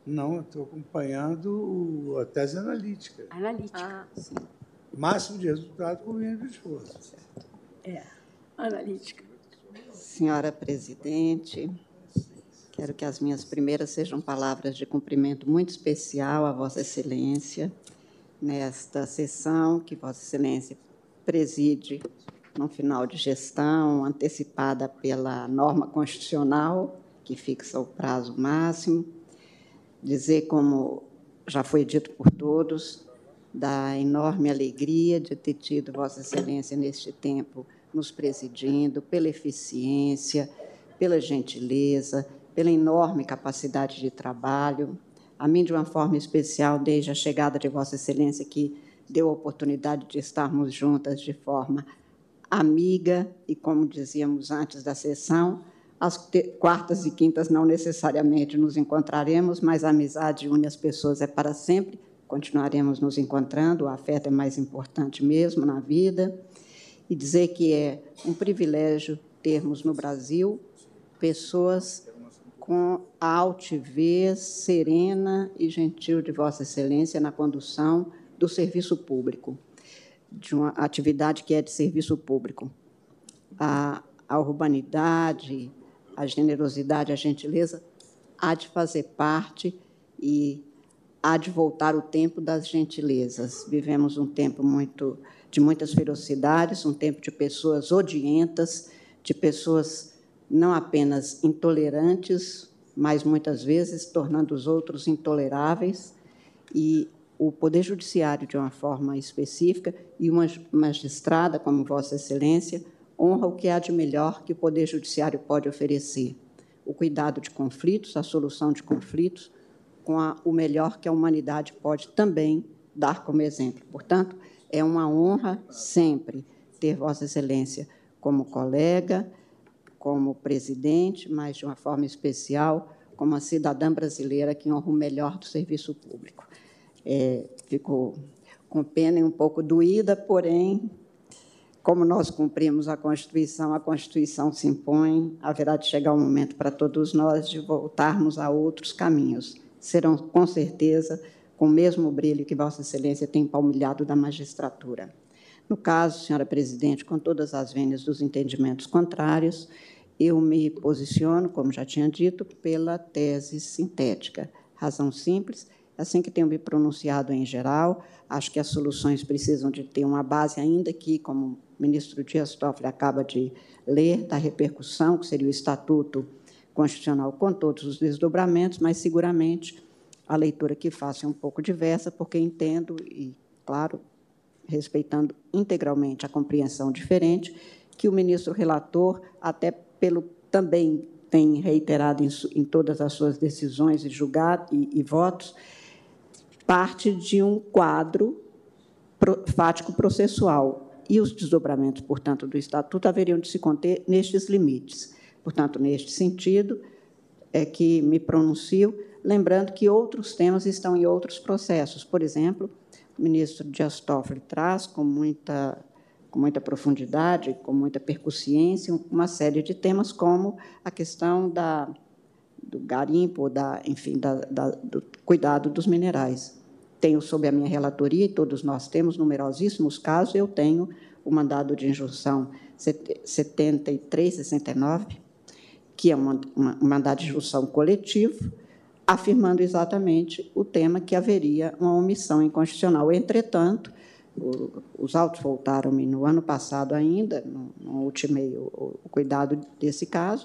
Não, estou acompanhando a tese analítica. Analítica. Ah, sim. Máximo de resultado com o mínimo de esforço. É, analítica. Senhora presidente, quero que as minhas primeiras sejam palavras de cumprimento muito especial a Vossa Excelência, nesta sessão que Vossa Excelência preside no final de gestão, antecipada pela norma constitucional, que fixa o prazo máximo. Dizer, como já foi dito por todos, da enorme alegria de ter tido Vossa Excelência neste tempo nos presidindo, pela eficiência, pela gentileza, pela enorme capacidade de trabalho. A mim, de uma forma especial, desde a chegada de Vossa Excelência, que deu a oportunidade de estarmos juntas de forma amiga e, como dizíamos antes da sessão, as quartas e quintas não necessariamente nos encontraremos, mas a amizade une as pessoas é para sempre, continuaremos nos encontrando, o afeto é mais importante mesmo na vida, e dizer que é um privilégio termos no Brasil pessoas com a altivez serena e gentil de Vossa Excelência na condução do serviço público, de uma atividade que é de serviço público. A, a urbanidade, a generosidade, a gentileza há de fazer parte e há de voltar o tempo das gentilezas. Vivemos um tempo muito, de muitas ferocidades, um tempo de pessoas odientas, de pessoas não apenas intolerantes, mas, muitas vezes, tornando os outros intoleráveis. E o Poder Judiciário, de uma forma específica, e uma magistrada como Vossa Excelência, honra o que há de melhor que o Poder Judiciário pode oferecer: o cuidado de conflitos, a solução de conflitos, com a, o melhor que a humanidade pode também dar como exemplo. Portanto, é uma honra sempre ter Vossa Excelência como colega, como presidente, mas, de uma forma especial, como uma cidadã brasileira que honra o melhor do serviço público. É, fico com pena e um pouco doída, porém, como nós cumprimos a Constituição, a Constituição se impõe, haverá de chegar um momento para todos nós de voltarmos a outros caminhos. Serão, com certeza, com o mesmo brilho que Vossa Excelência tem palmilhado da magistratura. No caso, senhora presidente, com todas as vênias dos entendimentos contrários, eu me posiciono, como já tinha dito, pela tese sintética. Razão simples, assim que tenho me pronunciado em geral, acho que as soluções precisam de ter uma base, ainda que, como o ministro Dias Toffoli acaba de ler, da repercussão, que seria o Estatuto Constitucional com todos os desdobramentos, mas, seguramente, a leitura que faço é um pouco diversa, porque entendo, e, claro, respeitando integralmente a compreensão diferente, que o ministro relator, até pelo também tem reiterado em, em todas as suas decisões e julgados e, e votos, parte de um quadro pro, fático processual, e os desdobramentos, portanto, do Estatuto haveriam de se conter nestes limites. Portanto, neste sentido, é que me pronuncio, lembrando que outros temas estão em outros processos. Por exemplo, o ministro Dias Toffoli traz com muita, com muita profundidade, com muita percussiência, uma série de temas, como a questão da, do garimpo, da, enfim, da, da, do cuidado dos minerais. Tenho sob a minha relatoria, e todos nós temos numerosíssimos casos, eu tenho o mandado de injunção setenta e três, sessenta e nove, que é uma, uma, um mandado de injunção coletivo, afirmando exatamente o tema que haveria uma omissão inconstitucional. Entretanto, o, os autos voltaram-me no ano passado ainda, no, no ultimei o, o cuidado desse caso,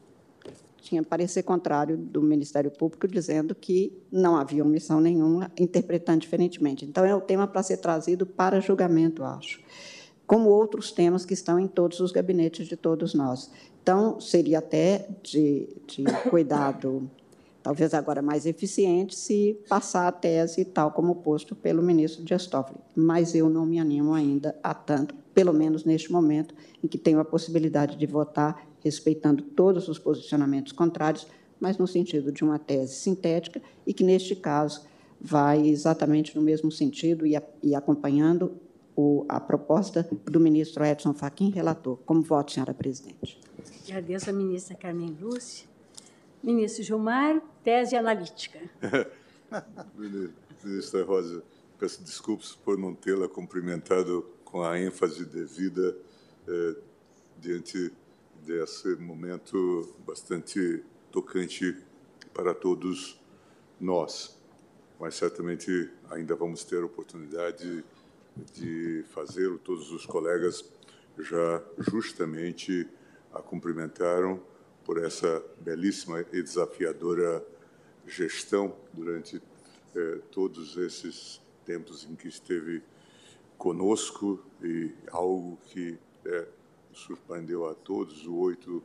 tinha parecer contrário do Ministério Público, dizendo que não havia omissão nenhuma, interpretando diferentemente. Então, é o tema para ser trazido para julgamento, acho, como outros temas que estão em todos os gabinetes de todos nós. Então, seria até de, de cuidado, talvez agora mais eficiente, se passar a tese tal como posto pelo ministro Dias Toffoli. Mas eu não me animo ainda a tanto, pelo menos neste momento, em que tenho a possibilidade de votar respeitando todos os posicionamentos contrários, mas no sentido de uma tese sintética e que, neste caso, vai exatamente no mesmo sentido e, a, e acompanhando o, a proposta do ministro Edson Fachin, relator. Como voto, senhora presidente? Agradeço à ministra Carmen Lúcia. Ministro Gilmar, tese analítica. Ministra Rosa, peço desculpas por não tê-la cumprimentado com a ênfase devida eh, diante desse momento bastante tocante para todos nós. Mas certamente ainda vamos ter a oportunidade de fazê-lo. Todos os colegas já justamente a cumprimentaram por essa belíssima e desafiadora gestão durante eh, todos esses tempos em que esteve conosco, e algo que eh, surpreendeu a todos, o oito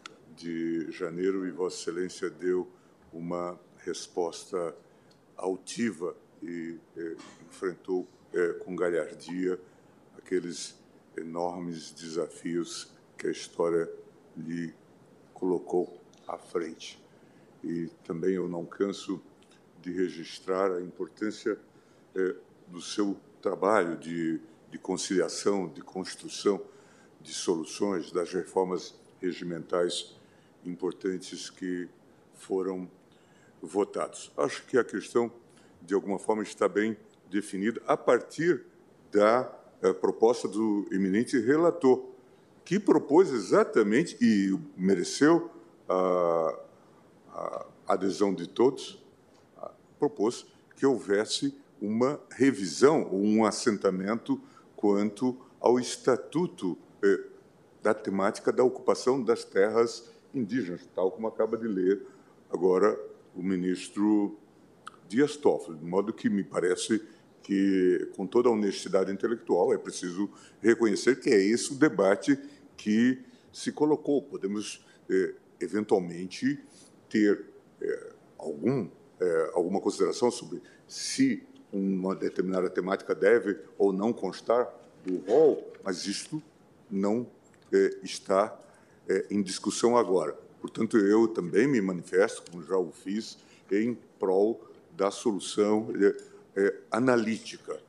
de janeiro, e Vossa Excelência deu uma resposta altiva e eh, enfrentou eh, com galhardia aqueles enormes desafios que a história lhe colocou à frente. E também eu não canso de registrar a importância eh, do seu trabalho de, de conciliação, de construção de soluções, das reformas regimentais importantes que foram votados. Acho que a questão, de alguma forma, está bem definida a partir da eh, proposta do eminente relator, que propôs exatamente, e mereceu a, a adesão de todos, a, propôs que houvesse uma revisão, um assentamento quanto ao estatuto eh, da temática da ocupação das terras indígenas, tal como acaba de ler agora o ministro Dias Toffoli, de modo que me parece que, com toda a honestidade intelectual, é preciso reconhecer que é esse o debate que se colocou. Podemos, eh, eventualmente, ter eh, algum, eh, alguma consideração sobre se uma determinada temática deve ou não constar do rol, mas isto não eh, está eh, em discussão agora. Portanto, eu também me manifesto, como já o fiz, em prol da solução eh, eh, analítica.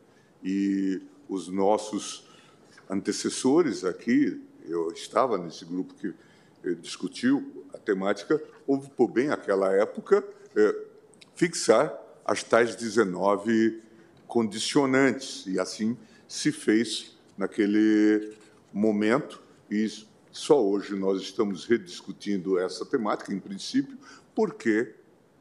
E os nossos antecessores aqui, eu estava nesse grupo que eh, discutiu a temática, houve, por bem aquela época, eh, fixar as tais dezenove condicionantes, e assim se fez naquele momento, e só hoje nós estamos rediscutindo essa temática, em princípio, porque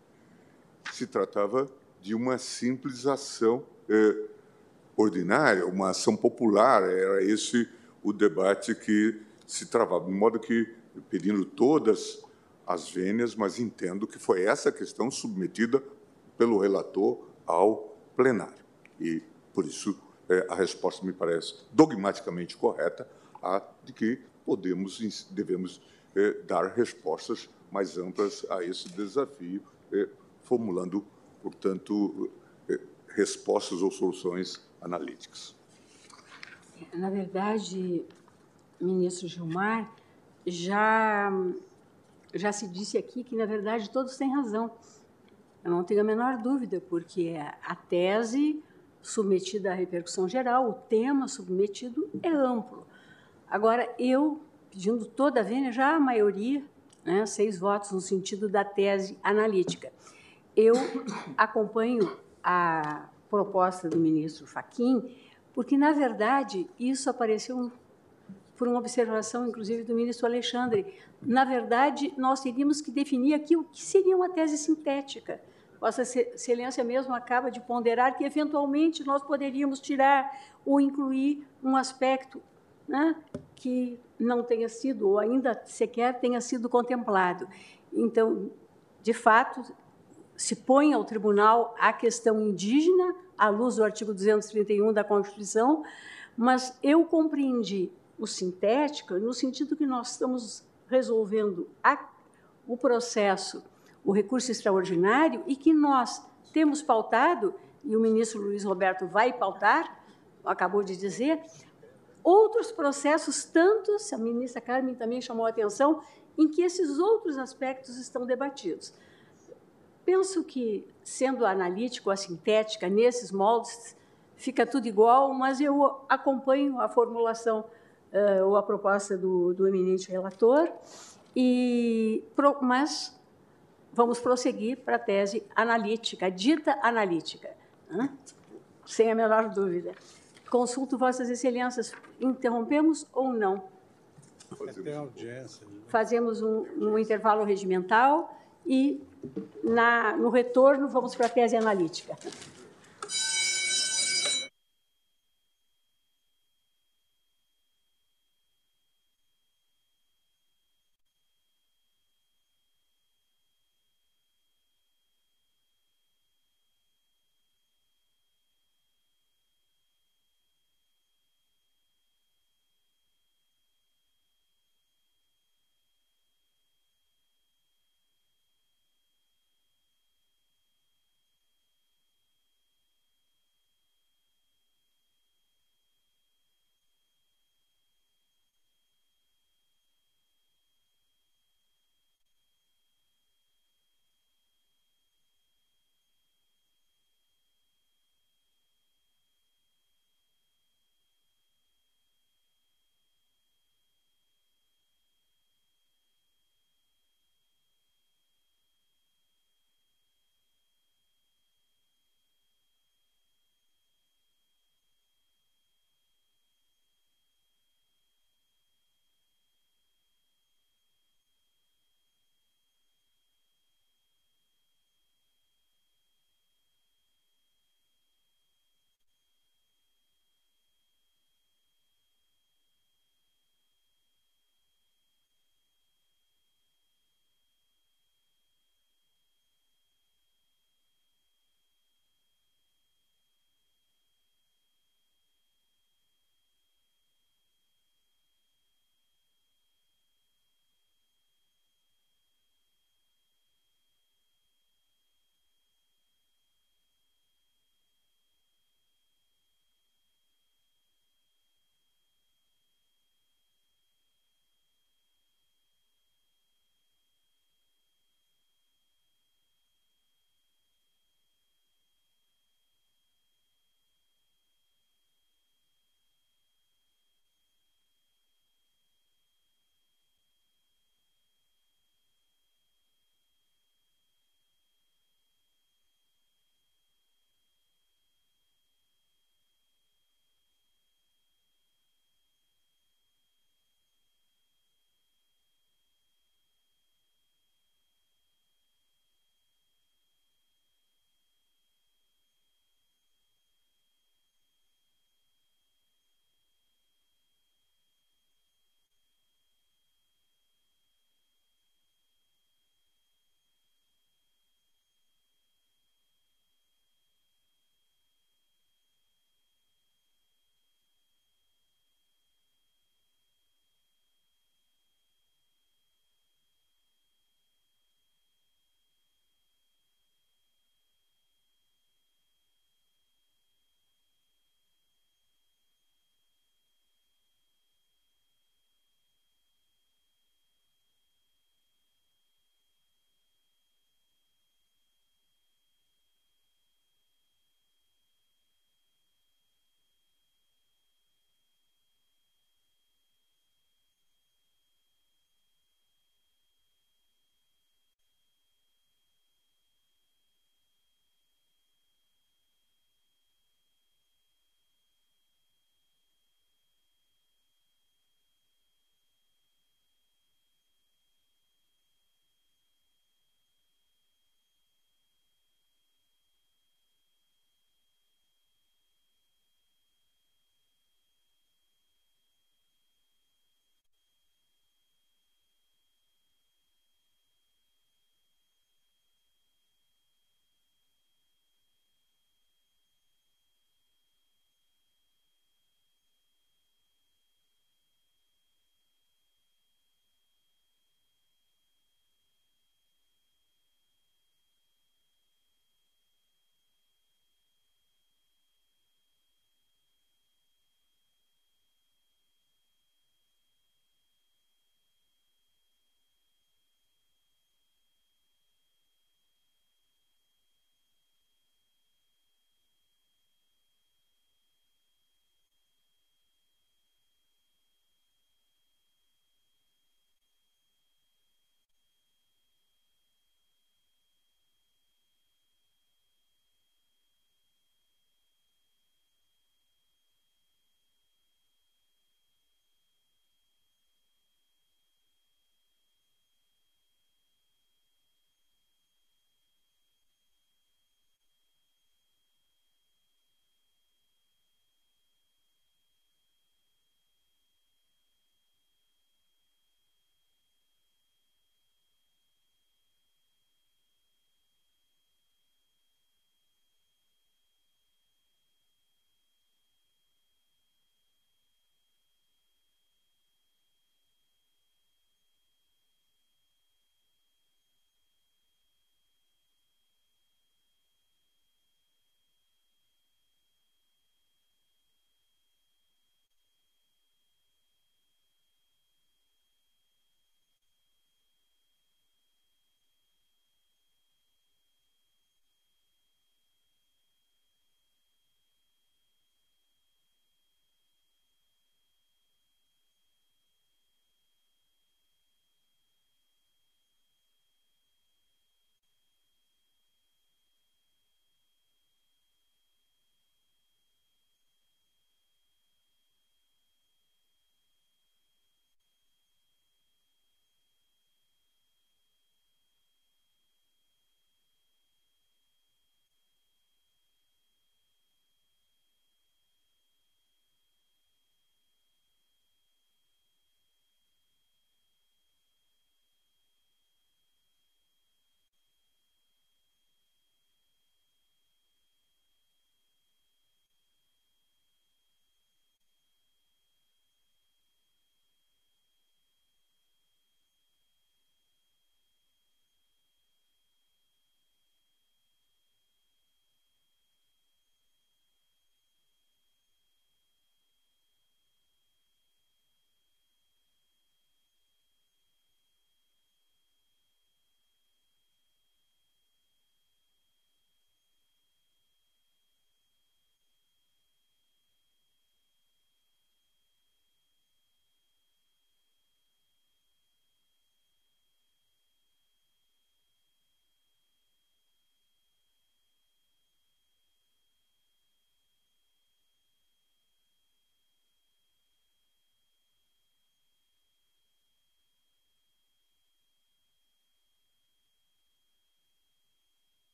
se tratava de uma simples ação eh, ordinária, uma ação popular, era esse o debate que se travava, de modo que, pedindo todas as vênias, mas entendo que foi essa questão submetida pelo relator ao plenário. E, por isso, eh, a resposta me parece dogmaticamente correta, a de que podemos, devemos eh, dar respostas mais amplas a esse desafio, eh, formulando, portanto, eh, respostas ou soluções analíticas. Na verdade, ministro Gilmar, já, já se disse aqui que, na verdade, todos têm razão. Eu não tenho a menor dúvida, porque a tese submetida à repercussão geral, o tema submetido é amplo. Agora, eu, pedindo toda a vênia, já a maioria, né, seis votos no sentido da tese analítica. Eu acompanho a proposta do ministro Fachin, porque, na verdade, isso apareceu por uma observação, inclusive, do ministro Alexandre. Na verdade, nós teríamos que definir aqui o que seria uma tese sintética. Vossa Excelência mesmo acaba de ponderar que, eventualmente, nós poderíamos tirar ou incluir um aspecto, né, que não tenha sido, ou ainda sequer tenha sido contemplado. Então, de fato, se põe ao tribunal a questão indígena, à luz do artigo duzentos e trinta e um da Constituição, mas eu compreendi o sintético no sentido que nós estamos resolvendo a, o processo, o recurso extraordinário, e que nós temos pautado, e o ministro Luiz Roberto vai pautar, acabou de dizer, outros processos, tantos, a ministra Carmen também chamou a atenção, em que esses outros aspectos estão debatidos. Penso que, sendo analítico, a sintética, nesses moldes, fica tudo igual, mas eu acompanho a formulação uh, ou a proposta do, do eminente relator, e, pro, mas vamos prosseguir para a tese analítica, dita analítica, né? Sem a menor dúvida. Consulto Vossas Excelências, interrompemos ou não? Até a audiência. Né? Fazemos um, um intervalo regimental e, na, no retorno, vamos para a tese analítica.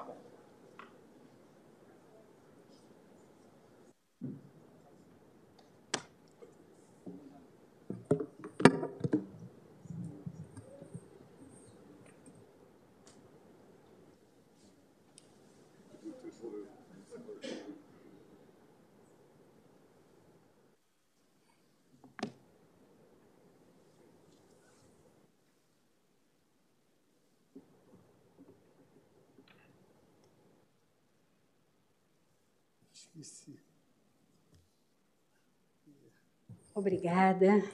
Obrigada.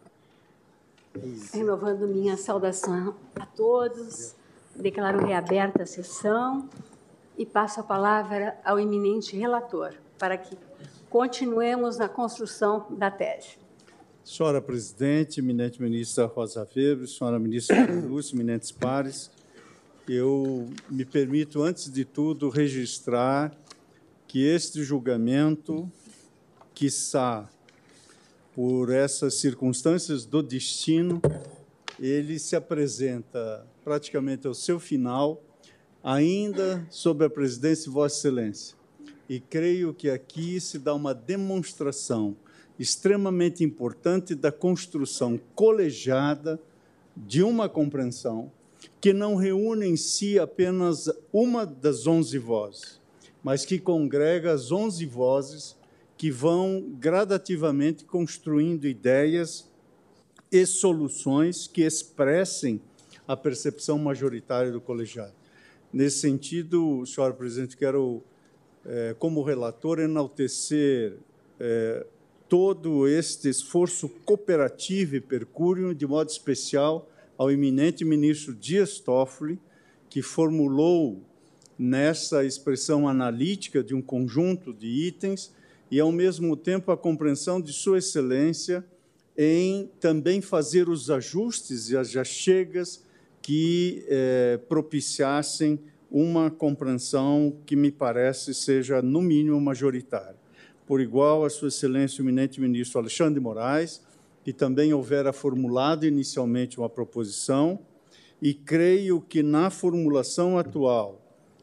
Renovando minha saudação a todos, declaro reaberta a sessão e passo a palavra ao eminente relator, para que continuemos na construção da tese. Senhora presidente, eminente ministra Rosa Weber, senhora ministra Lúcia, eminentes pares, eu me permito, antes de tudo, registrar que este julgamento, quiçá por essas circunstâncias do destino, ele se apresenta praticamente ao seu final, ainda sob a presidência de Vossa Excelência. E creio que aqui se dá uma demonstração extremamente importante da construção colegiada de uma compreensão que não reúne em si apenas uma das onze vozes, mas que congrega as onze vozes que vão gradativamente construindo ideias e soluções que expressem a percepção majoritária do colegiado. Nesse sentido, senhora presidente, quero, eh, como relator, enaltecer eh, todo este esforço cooperativo e percúrio, de modo especial ao eminente ministro Dias Toffoli, que formulou nessa expressão analítica de um conjunto de itens e, ao mesmo tempo, a compreensão de Sua Excelência em também fazer os ajustes e as achegas que eh, propiciassem uma compreensão que me parece seja, no mínimo, majoritária. Por igual, a Sua Excelência, o eminente ministro Alexandre de Moraes, que também houvera formulado inicialmente uma proposição, e creio que, na formulação atual,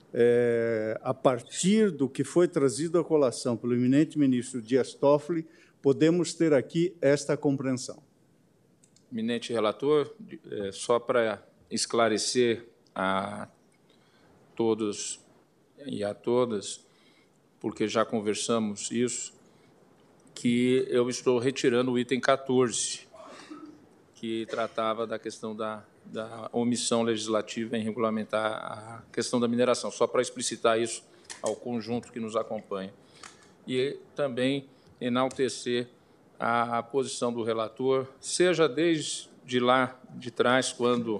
É, a partir do que foi trazido à colação pelo eminente ministro Dias Toffoli, podemos ter aqui esta compreensão. Eminente relator, é, só para esclarecer a todos e a todas, porque já conversamos isso, que eu estou retirando o item quatorze, que tratava da questão da da omissão legislativa em regulamentar a questão da mineração, só para explicitar isso ao conjunto que nos acompanha. E também enaltecer a posição do relator, seja desde lá de trás, quando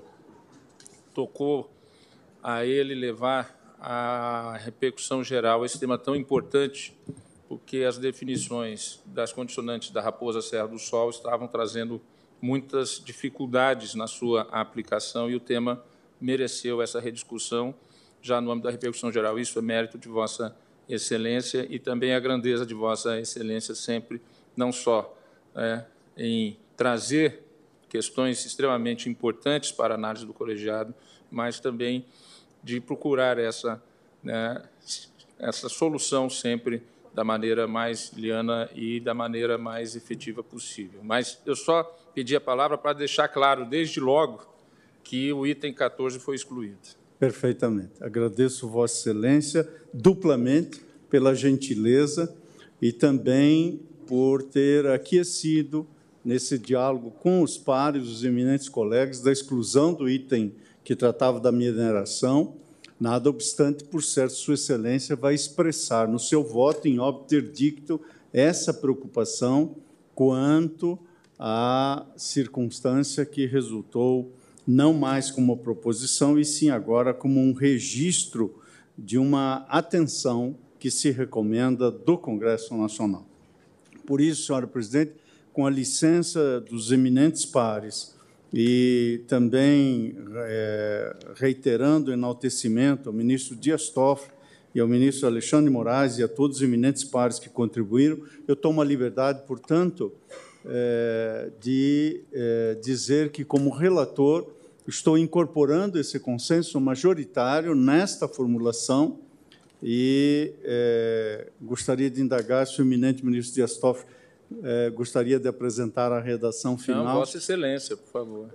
tocou a ele levar a repercussão geral esse tema tão importante, porque as definições das condicionantes da Raposa Serra do Sol estavam trazendo muitas dificuldades na sua aplicação e o tema mereceu essa rediscussão já no âmbito da repercussão geral. Isso é mérito de Vossa Excelência e também a grandeza de Vossa Excelência sempre, não só é, em trazer questões extremamente importantes para a análise do colegiado, mas também de procurar essa, né, essa solução sempre da maneira mais liana e da maneira mais efetiva possível. Mas eu só pedi a palavra para deixar claro, desde logo, que o item quatorze foi excluído. Perfeitamente. Agradeço Vossa Excelência duplamente pela gentileza e também por ter aquecido nesse diálogo com os pares, os eminentes colegas, da exclusão do item que tratava da mineração. Nada obstante, por certo, Sua Excelência vai expressar no seu voto em obter dicto essa preocupação quanto à circunstância que resultou não mais como uma proposição, e sim agora como um registro de uma atenção que se recomenda do Congresso Nacional. Por isso, senhora presidente, com a licença dos eminentes pares, e também é, reiterando o enaltecimento ao ministro Dias Toffoli e ao ministro Alexandre de Moraes e a todos os eminentes pares que contribuíram, eu tomo a liberdade, portanto, é, de é, dizer que, como relator, estou incorporando esse consenso majoritário nesta formulação e é, gostaria de indagar se o eminente ministro Dias Toffoli é, gostaria de apresentar a redação final. Não, Vossa Excelência, por favor.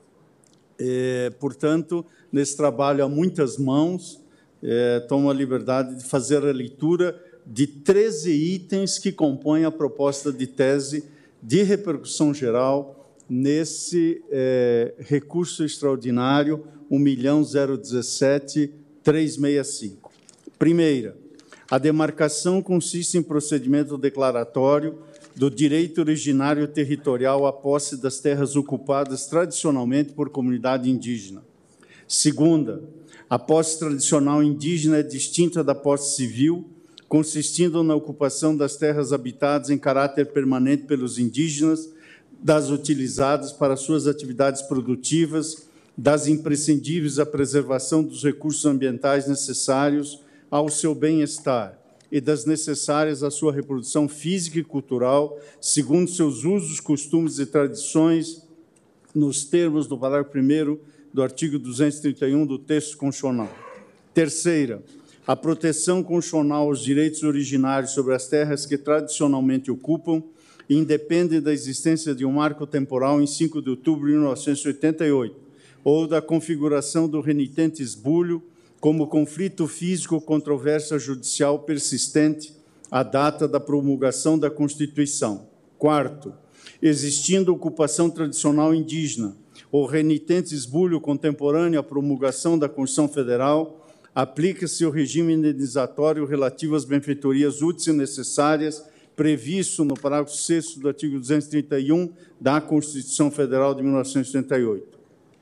É, portanto, nesse trabalho há muitas mãos, é, tomo a liberdade de fazer a leitura de treze itens que compõem a proposta de tese de repercussão geral nesse é, recurso extraordinário um milhão zero dezessete mil trezentos e sessenta e cinco. Primeira, a demarcação consiste em procedimento declaratório do direito originário territorial à posse das terras ocupadas tradicionalmente por comunidade indígena. Segunda, a posse tradicional indígena é distinta da posse civil, consistindo na ocupação das terras habitadas em caráter permanente pelos indígenas, das utilizadas para suas atividades produtivas, das imprescindíveis à preservação dos recursos ambientais necessários ao seu bem-estar e das necessárias à sua reprodução física e cultural, segundo seus usos, costumes e tradições, nos termos do parágrafo primeiro do artigo duzentos e trinta e um do texto constitucional. Terceira, a proteção constitucional aos direitos originários sobre as terras que tradicionalmente ocupam independe da existência de um marco temporal em cinco de outubro de mil novecentos e oitenta e oito, ou da configuração do renitente esbulho como conflito físico ou controvérsia judicial persistente à data da promulgação da Constituição. Quarto, existindo ocupação tradicional indígena ou renitente esbulho contemporâneo à promulgação da Constituição Federal, aplica-se o regime indenizatório relativo às benfeitorias úteis e necessárias previsto no parágrafo sexto do artigo duzentos e trinta e um da Constituição Federal de mil novecentos e oitenta e oito.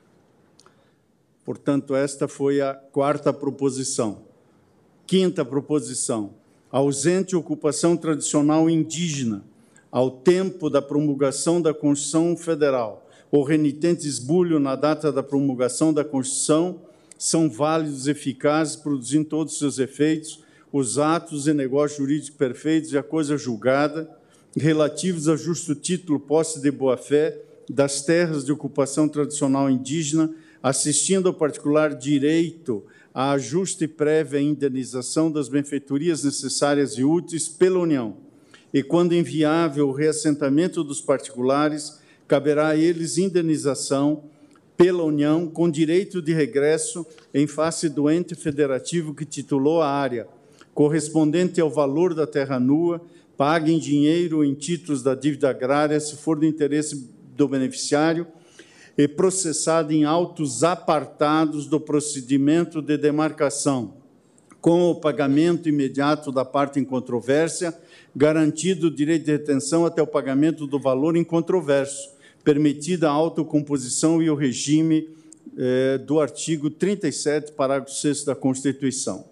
Portanto, esta foi a quarta proposição. Quinta proposição, ausente ocupação tradicional indígena ao tempo da promulgação da Constituição Federal ou renitente esbulho na data da promulgação da Constituição, são válidos e eficazes, produzindo todos os seus efeitos, os atos e negócios jurídicos perfeitos e a coisa julgada, relativos a justo título, posse de boa-fé, das terras de ocupação tradicional indígena, assistindo ao particular direito à justa e prévia indenização das benfeitorias necessárias e úteis pela União, e, quando inviável o reassentamento dos particulares, caberá a eles indenização pela União com direito de regresso em face do ente federativo que titulou a área, correspondente ao valor da terra nua, pague em dinheiro ou em títulos da dívida agrária, se for do interesse do beneficiário, e processada em autos apartados do procedimento de demarcação, com o pagamento imediato da parte em controvérsia, garantido o direito de retenção até o pagamento do valor em controvérsia, permitida a autocomposição e o regime eh, do artigo trinta e sete, parágrafo sexto da Constituição.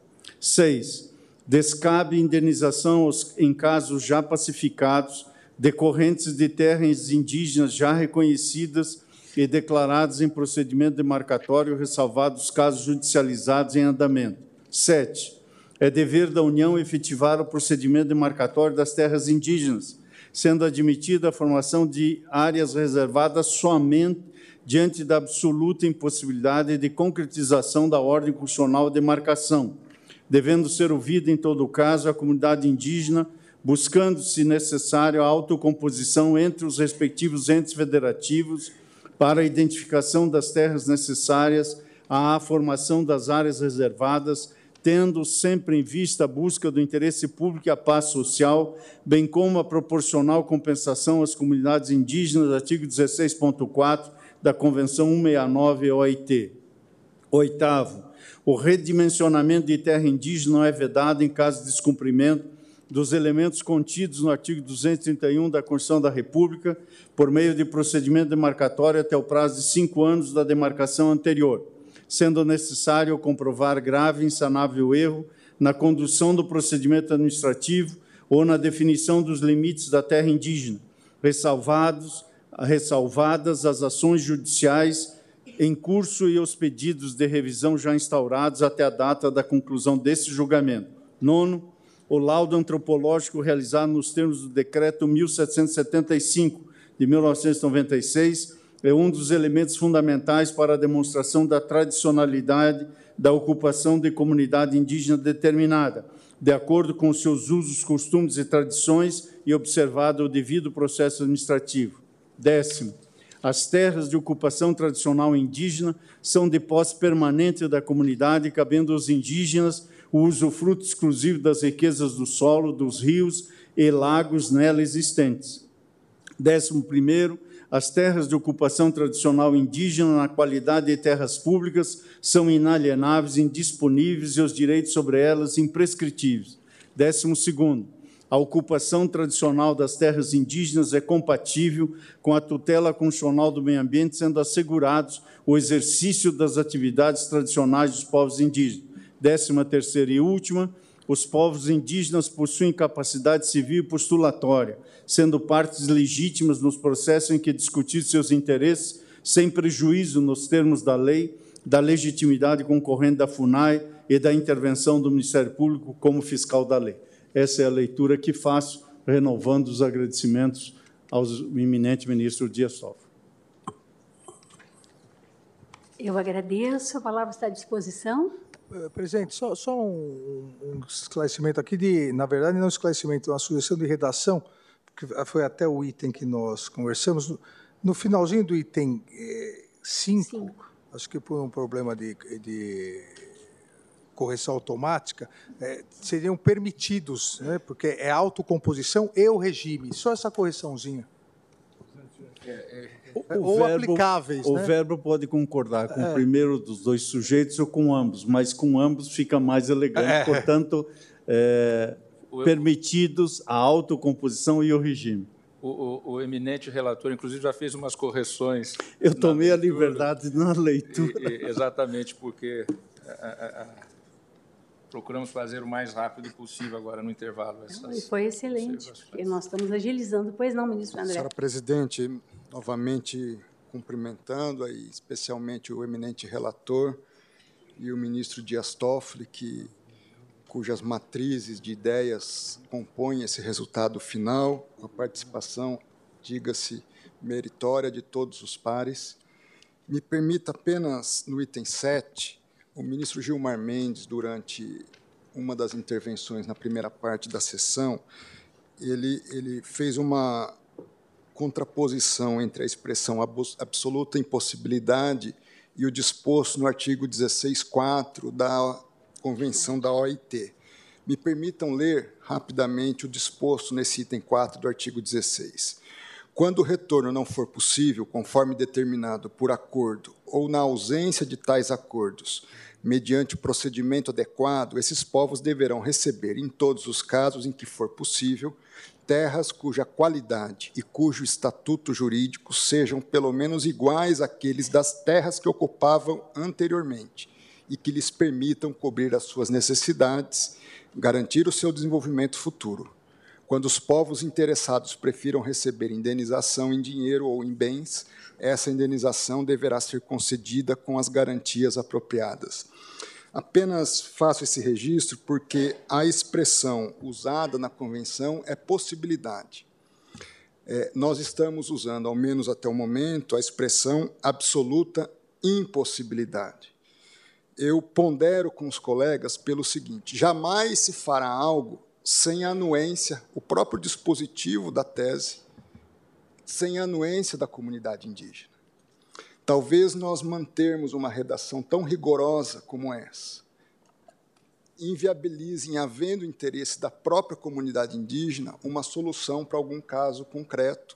Seis, descabe indenização aos, em casos já pacificados, decorrentes de terras indígenas já reconhecidas e declarados em procedimento demarcatório, ressalvados os casos judicializados em andamento. Sete, é dever da União efetivar o procedimento demarcatório das terras indígenas, sendo admitida a formação de áreas reservadas somente diante da absoluta impossibilidade de concretização da ordem constitucional de demarcação, devendo ser ouvida, em todo caso, a comunidade indígena, buscando, se necessário, a autocomposição entre os respectivos entes federativos para a identificação das terras necessárias à formação das áreas reservadas, tendo sempre em vista a busca do interesse público e a paz social, bem como a proporcional compensação às comunidades indígenas, artigo dezesseis ponto quatro da Convenção cento e sessenta e nove O I T. Oitavo, o redimensionamento de terra indígena não é vedado em caso de descumprimento dos elementos contidos no artigo duzentos e trinta e um da Constituição da República, por meio de procedimento demarcatório até o prazo de cinco anos da demarcação anterior, sendo necessário comprovar grave e insanável erro na condução do procedimento administrativo ou na definição dos limites da terra indígena, ressalvados, ressalvadas as ações judiciais em curso e os pedidos de revisão já instaurados até a data da conclusão desse julgamento. Nono, o laudo antropológico realizado nos termos do Decreto mil setecentos e setenta e cinco, de mil novecentos e noventa e seis, é um dos elementos fundamentais para a demonstração da tradicionalidade da ocupação de comunidade indígena determinada, de acordo com seus usos, costumes e tradições e observado o devido processo administrativo. Décimo, as terras de ocupação tradicional indígena são de posse permanente da comunidade, cabendo aos indígenas o usufruto exclusivo das riquezas do solo, dos rios e lagos nela existentes. Décimo primeiro, as terras de ocupação tradicional indígena, na qualidade de terras públicas, são inalienáveis, indisponíveis e os direitos sobre elas imprescritíveis. Décimo segundo, a ocupação tradicional das terras indígenas é compatível com a tutela constitucional do meio ambiente, sendo assegurados o exercício das atividades tradicionais dos povos indígenas. Décima terceira e última, os povos indígenas possuem capacidade civil e postulatória, sendo partes legítimas nos processos em que discutir seus interesses, sem prejuízo nos termos da lei, da legitimidade concorrente da FUNAI e da intervenção do Ministério Público como fiscal da lei. Essa é a leitura que faço, renovando os agradecimentos ao eminente ministro Dias Toffoli. Eu agradeço. A palavra está à disposição. Presidente, só, só um, um esclarecimento aqui, de, na verdade, não um esclarecimento, uma sugestão de redação, que foi até o item que nós conversamos. No, no finalzinho do item cinco, eh, acho que por um problema de, de correção automática, eh, seriam permitidos, né, porque é autocomposição e o regime. Só essa correçãozinha. É, é, ou o verbo, aplicáveis. O né? verbo pode concordar com é. o primeiro dos dois sujeitos ou com ambos, mas com ambos fica mais elegante. É. Portanto, é, o, permitidos a autocomposição e o regime. O, o, o eminente relator, inclusive, já fez umas correções. Eu tomei a liberdade na leitura. E, e, exatamente, porque a, a, a, procuramos fazer o mais rápido possível agora no intervalo. Essas, e foi excelente, porque nós estamos agilizando. Pois não, ministro André? Senhora Presidente, novamente cumprimentando aí, especialmente o eminente relator e o ministro Dias Toffoli, que, cujas matrizes de ideias compõem esse resultado final, a participação, diga-se, meritória de todos os pares. Me permita apenas, no item sete, o ministro Gilmar Mendes, durante uma das intervenções na primeira parte da sessão, ele, ele fez uma contraposição entre a expressão absoluta impossibilidade e o disposto no artigo dezesseis ponto quatro da Convenção da O I T. Me permitam ler rapidamente o disposto nesse item quatro do artigo dezesseis. Quando o retorno não for possível, conforme determinado por acordo ou na ausência de tais acordos, mediante procedimento adequado, esses povos deverão receber, em todos os casos em que for possível, terras cuja qualidade e cujo estatuto jurídico sejam pelo menos iguais àqueles das terras que ocupavam anteriormente e que lhes permitam cobrir as suas necessidades, garantir o seu desenvolvimento futuro. Quando os povos interessados prefiram receber indenização em dinheiro ou em bens, essa indenização deverá ser concedida com as garantias apropriadas. Apenas faço esse registro porque a expressão usada na Convenção é possibilidade. É, nós estamos usando, ao menos até o momento, a expressão absoluta impossibilidade. Eu pondero com os colegas pelo seguinte: jamais se fará algo sem a anuência, o próprio dispositivo da tese, sem a anuência da comunidade indígena. Talvez nós mantermos uma redação tão rigorosa como essa inviabilize, em havendo interesse da própria comunidade indígena, uma solução para algum caso concreto.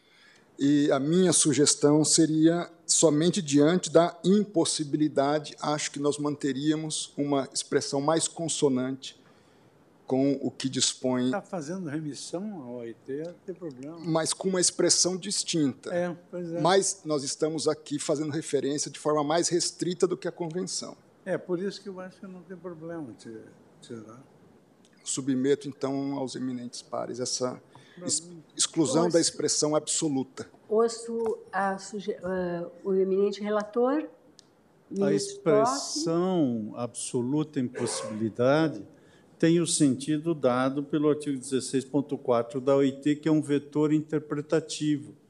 E a minha sugestão seria, somente diante da impossibilidade, acho que nós manteríamos uma expressão mais consonante com o que dispõe... Está fazendo remissão ao O I T, não tem problema. Mas com uma expressão distinta. É, pois é. Mas nós estamos aqui fazendo referência de forma mais restrita do que a Convenção. É, por isso que eu acho que não tem problema tirar. Submeto, então, aos eminentes pares essa ex exclusão Ouço. da expressão absoluta. Ouço a suge uh, o eminente relator. A expressão Toffoli. absoluta impossibilidade tem o sentido dado pelo artigo dezesseis ponto quatro da O I T, que é um vetor interpretativo.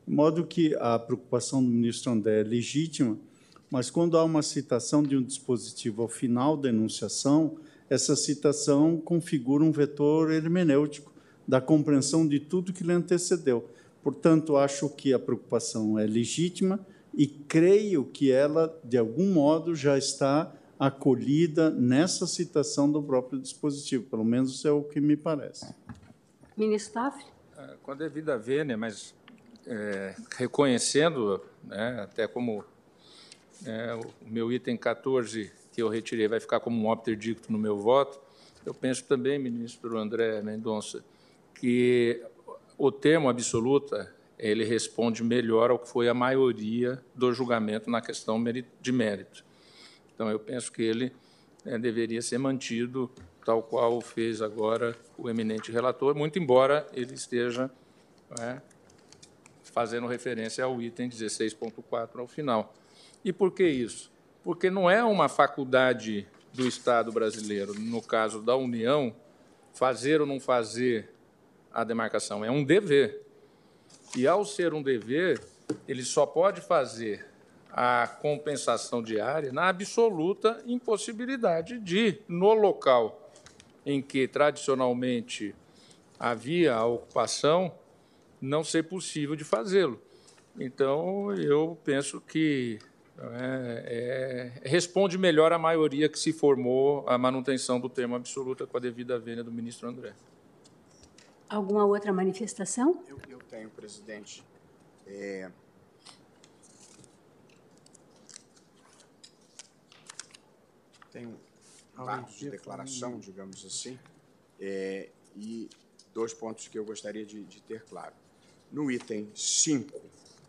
de modo que a preocupação do ministro André é legítima, mas quando há uma citação de um dispositivo ao final da enunciação, essa citação configura um vetor hermenêutico da compreensão de tudo que lhe antecedeu. Portanto, acho que a preocupação é legítima e creio que ela, de algum modo, já está acolhida nessa citação do próprio dispositivo. Pelo menos isso é o que me parece. Ministro Toffoli. Com a devida vênia, mas é, reconhecendo, né, até como é, o meu item catorze, que eu retirei, vai ficar como um obter-dicto no meu voto, eu penso também, ministro André Mendonça, que o termo absoluta, ele responde melhor ao que foi a maioria do julgamento na questão de mérito. Então, eu penso que ele é, deveria ser mantido tal qual fez agora o eminente relator, muito embora ele esteja é, fazendo referência ao item dezesseis ponto quatro ao final. E por que isso? Porque não é uma faculdade do Estado brasileiro, no caso da União, fazer ou não fazer a demarcação, é um dever. E, ao ser um dever, ele só pode fazer a compensação diária na absoluta impossibilidade de, no local em que, tradicionalmente, havia a ocupação, não ser possível de fazê-lo. Então, eu penso que é, é, responde melhor a maioria que se formou a manutenção do termo absoluta com a devida vênia do ministro André. Alguma outra manifestação? Eu, eu tenho, presidente. É... Tenho dados de declaração, digamos assim, é, e dois pontos que eu gostaria de, de ter claro. No item cinco,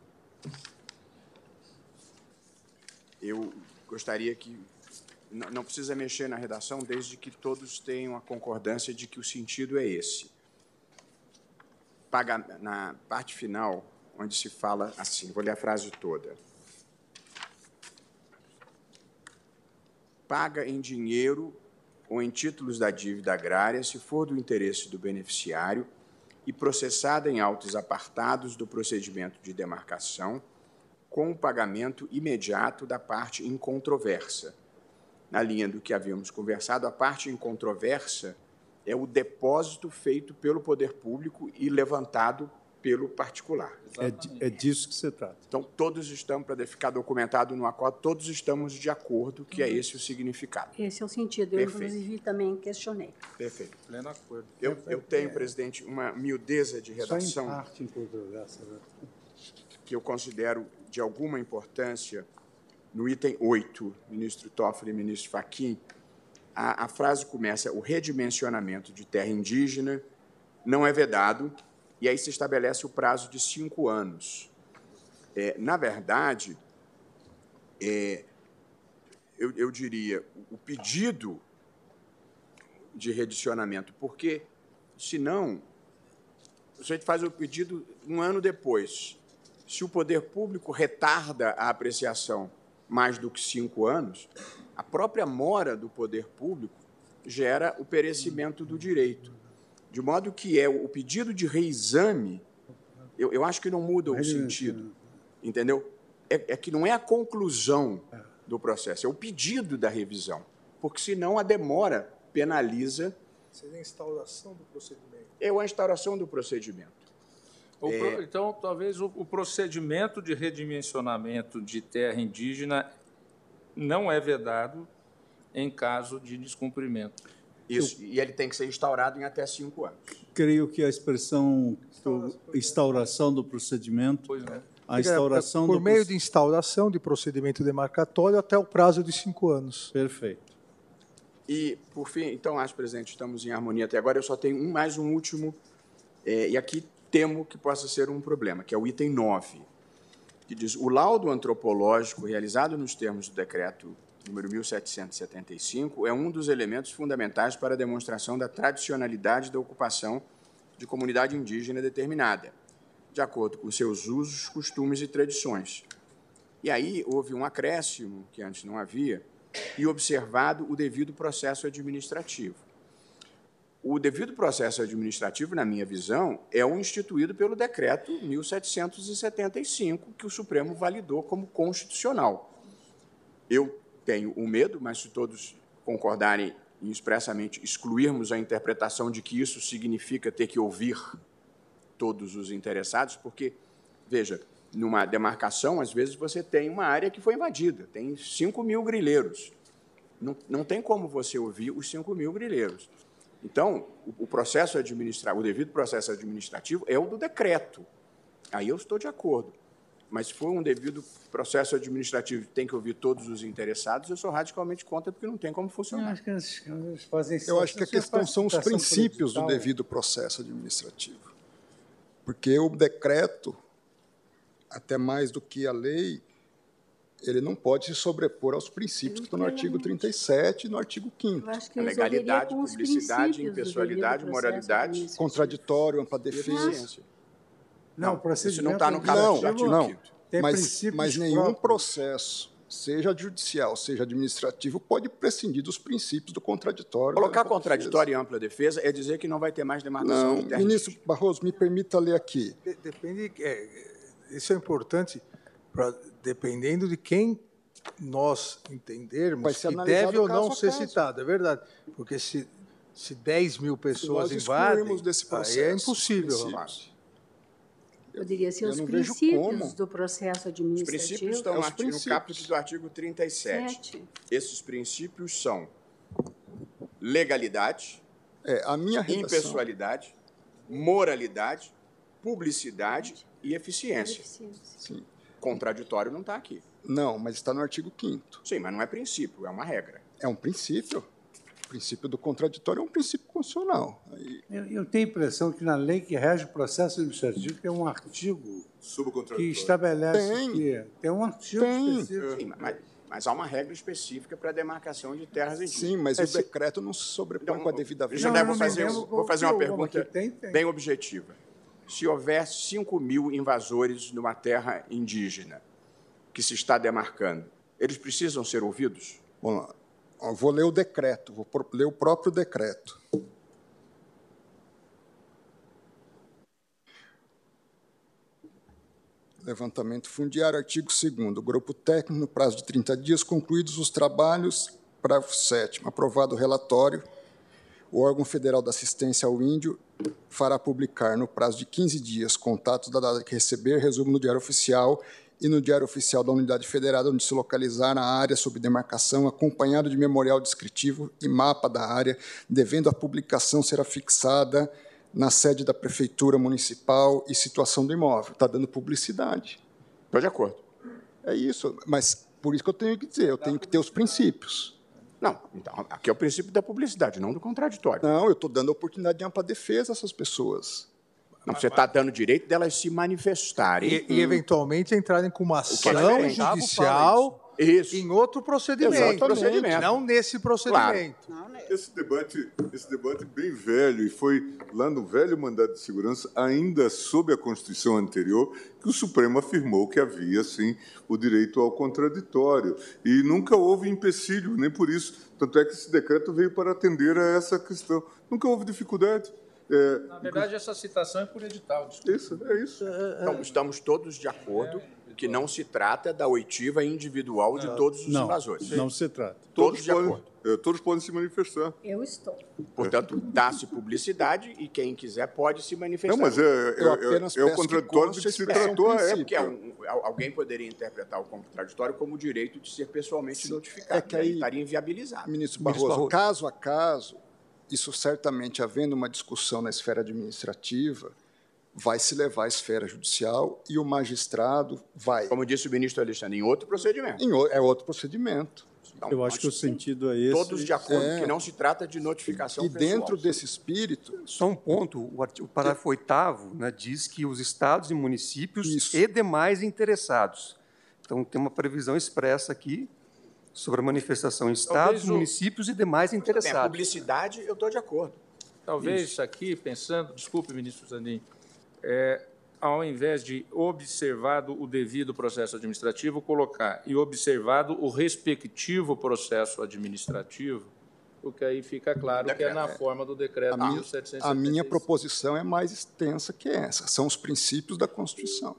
eu gostaria que... Não, não precisa mexer na redação, desde que todos tenham a concordância de que o sentido é esse. Paga, na parte final, onde se fala assim, vou ler a frase toda. Paga em dinheiro ou em títulos da dívida agrária, se for do interesse do beneficiário, e processada em autos apartados do procedimento de demarcação, com o pagamento imediato da parte incontroversa. Na linha do que havíamos conversado, a parte incontroversa é o depósito feito pelo poder público e levantado pelo particular. É, é disso que se trata. Então, todos estamos, para ficar documentado no acordo, todos estamos de acordo que é esse o significado. Esse é o sentido. Eu, Perfeito. inclusive, também questionei. Perfeito. Pleno acordo. Eu, eu tenho, presidente, uma miudeza de redação Só em parte incontroversa, né? que eu considero de alguma importância no item oito, ministro Toffoli e ministro Fachin. A, a frase começa: o redimensionamento de terra indígena não é vedado, e aí se estabelece o prazo de cinco anos. É, na verdade, é, eu, eu diria, o pedido de redicionamento, porque, senão, o sujeito faz o pedido um ano depois. Se o poder público retarda a apreciação mais do que cinco anos, a própria mora do poder público gera o perecimento do direito. De modo que é o pedido de reexame, eu, eu acho que não muda o sentido, entendeu? É, é que não é a conclusão do processo, é o pedido da revisão, porque senão a demora penaliza... Seria a instauração do procedimento. É a instauração do procedimento. O pro, então, talvez o, o procedimento de redimensionamento de terra indígena não é vedado em caso de descumprimento. Isso, Eu, e ele tem que ser instaurado em até cinco anos. Creio que a expressão instauração, instauração do procedimento... Pois é. A instauração Por do meio de instauração de procedimento demarcatório até o prazo de cinco anos. Perfeito. E, por fim, então, acho, presidente, estamos em harmonia até agora. Eu só tenho um, mais um último, é, e aqui temo que possa ser um problema, que é o item nove, que diz: o laudo antropológico realizado nos termos do decreto número mil setecentos e setenta e cinco é um dos elementos fundamentais para a demonstração da tradicionalidade da ocupação de comunidade indígena determinada, de acordo com seus usos, costumes e tradições. E aí houve um acréscimo, que antes não havia, e observado o devido processo administrativo. O devido processo administrativo, na minha visão, é o instituído pelo Decreto mil setecentos e setenta e cinco, que o Supremo validou como constitucional. Eu tenho um medo, mas se todos concordarem em expressamente excluirmos a interpretação de que isso significa ter que ouvir todos os interessados, porque, veja, numa demarcação, às vezes você tem uma área que foi invadida, tem cinco mil grileiros. Não, não tem como você ouvir os cinco mil grileiros. Então, o, o processo administrativo, o devido processo administrativo é o do decreto. Aí eu estou de acordo. Mas se for um devido processo administrativo que tem que ouvir todos os interessados, eu sou radicalmente contra, porque não tem como funcionar. Eu acho que, eles fazem eu acho que a questão são os princípios do devido processo administrativo. Porque o decreto, até mais do que a lei, ele não pode se sobrepor aos princípios que estão no artigo trinta e sete e no artigo quinto. A legalidade, publicidade, impessoalidade, moralidade, contraditório, ampla defesa. Não, o procedimento isso não está no caput do artigo não, quinto. Mas, mas nenhum processo, seja judicial, seja administrativo, pode prescindir dos princípios do contraditório. Colocar contraditório e ampla defesa é dizer que não vai ter mais demarcação não, de terras. Ministro Barroso, me permita ler aqui. Depende, é, isso é importante, pra, dependendo de quem nós entendermos que deve ou não ser citado, é verdade. Porque se, se dez mil pessoas invadem, desse processo, aí é impossível, Romário. Poderia ser os princípios do processo administrativo. Os princípios estão no, artigo, no caput do artigo trinta e sete. Sete. Esses princípios são legalidade, é, a minha redação. impessoalidade, moralidade, publicidade e eficiência. Sim. Contraditório não está aqui. Não, mas está no artigo quinto. Sim, mas não é princípio, é uma regra. É um princípio. O princípio do contraditório é um princípio constitucional. Aí... Eu, eu tenho a impressão que na lei que rege o processo administrativo tem um artigo que estabelece tem. que tem um artigo tem. específico. Sim, mas, mas há uma regra específica para a demarcação de terras indígenas. Sim, mas é, o se... decreto não se sobrepõe então, com a devida vez. Não, eu vou fazer, vou fazer uma pergunta tem, tem. bem objetiva. Se houver cinco mil invasores numa terra indígena que se está demarcando, eles precisam ser ouvidos? Vamos lá. Eu vou ler o decreto, vou ler o próprio decreto. Levantamento fundiário, artigo segundo. Grupo técnico, no prazo de trinta dias, concluídos os trabalhos, parágrafo sétimo, aprovado o relatório, o órgão federal da assistência ao índio fará publicar, no prazo de quinze dias, contatos da data que receber, resumo no Diário Oficial e no Diário Oficial da Unidade Federada, onde se localizar a área sob demarcação, acompanhado de memorial descritivo e mapa da área, devendo a publicação ser afixada na sede da Prefeitura Municipal e situação do imóvel. Está dando publicidade. Estou de acordo. É isso, mas por isso que eu tenho que dizer, eu tenho que ter os princípios. Não, então, aqui é o princípio da publicidade, não do contraditório. Não, eu estou dando a oportunidade de ampla defesa a essas pessoas. Não, você está dando direito delas se manifestarem. E, e eventualmente, entrarem com uma ação é judicial isso. em outro procedimento, procedimento. não nesse procedimento. Claro. Esse debate, esse debate bem velho, e foi lá no velho mandato de segurança, ainda sob a Constituição anterior, que o Supremo afirmou que havia, sim, o direito ao contraditório. E nunca houve empecilho, nem por isso. Tanto é que esse decreto veio para atender a essa questão. Nunca houve dificuldade. É, Na verdade, essa citação é por edital. Desculpa. Isso, é isso. Então, estamos todos de acordo é, que não se trata da oitiva individual não, de todos os não, invasores. Não se trata. Todos, todos de podem, acordo. É, todos podem se manifestar. Eu estou. Portanto, dá-se publicidade e quem quiser pode se manifestar. Não, mas é, é, é, é o contraditório de que se tratou a época. É um, alguém poderia interpretar o contraditório como o direito de ser pessoalmente Sim, notificado. É que aí estaria inviabilizado. Ministro Barroso, Ministro Barroso, caso a caso, isso certamente, havendo uma discussão na esfera administrativa, vai se levar à esfera judicial e o magistrado vai... Como disse o ministro Alexandre, em outro procedimento. Em, é outro procedimento. Então, eu acho que o sentido é esse. Todos de acordo é, que não se trata de notificação e pessoal. E dentro desse espírito... Só um ponto, o, artigo, o parágrafo oitavo, né, diz que os estados e municípios Isso. e demais interessados. Então, tem uma previsão expressa aqui sobre a manifestação em estados, o... municípios e demais interessados. Bem, a publicidade, eu estou de acordo. Talvez isso. aqui, pensando... Desculpe, ministro Zandim. É, ao invés de observado o devido processo administrativo, colocar e observado o respectivo processo administrativo, porque aí fica claro que é na forma do decreto A minha, mil setecentos e setenta e seis. a minha proposição é mais extensa que essa, são os princípios da Constituição.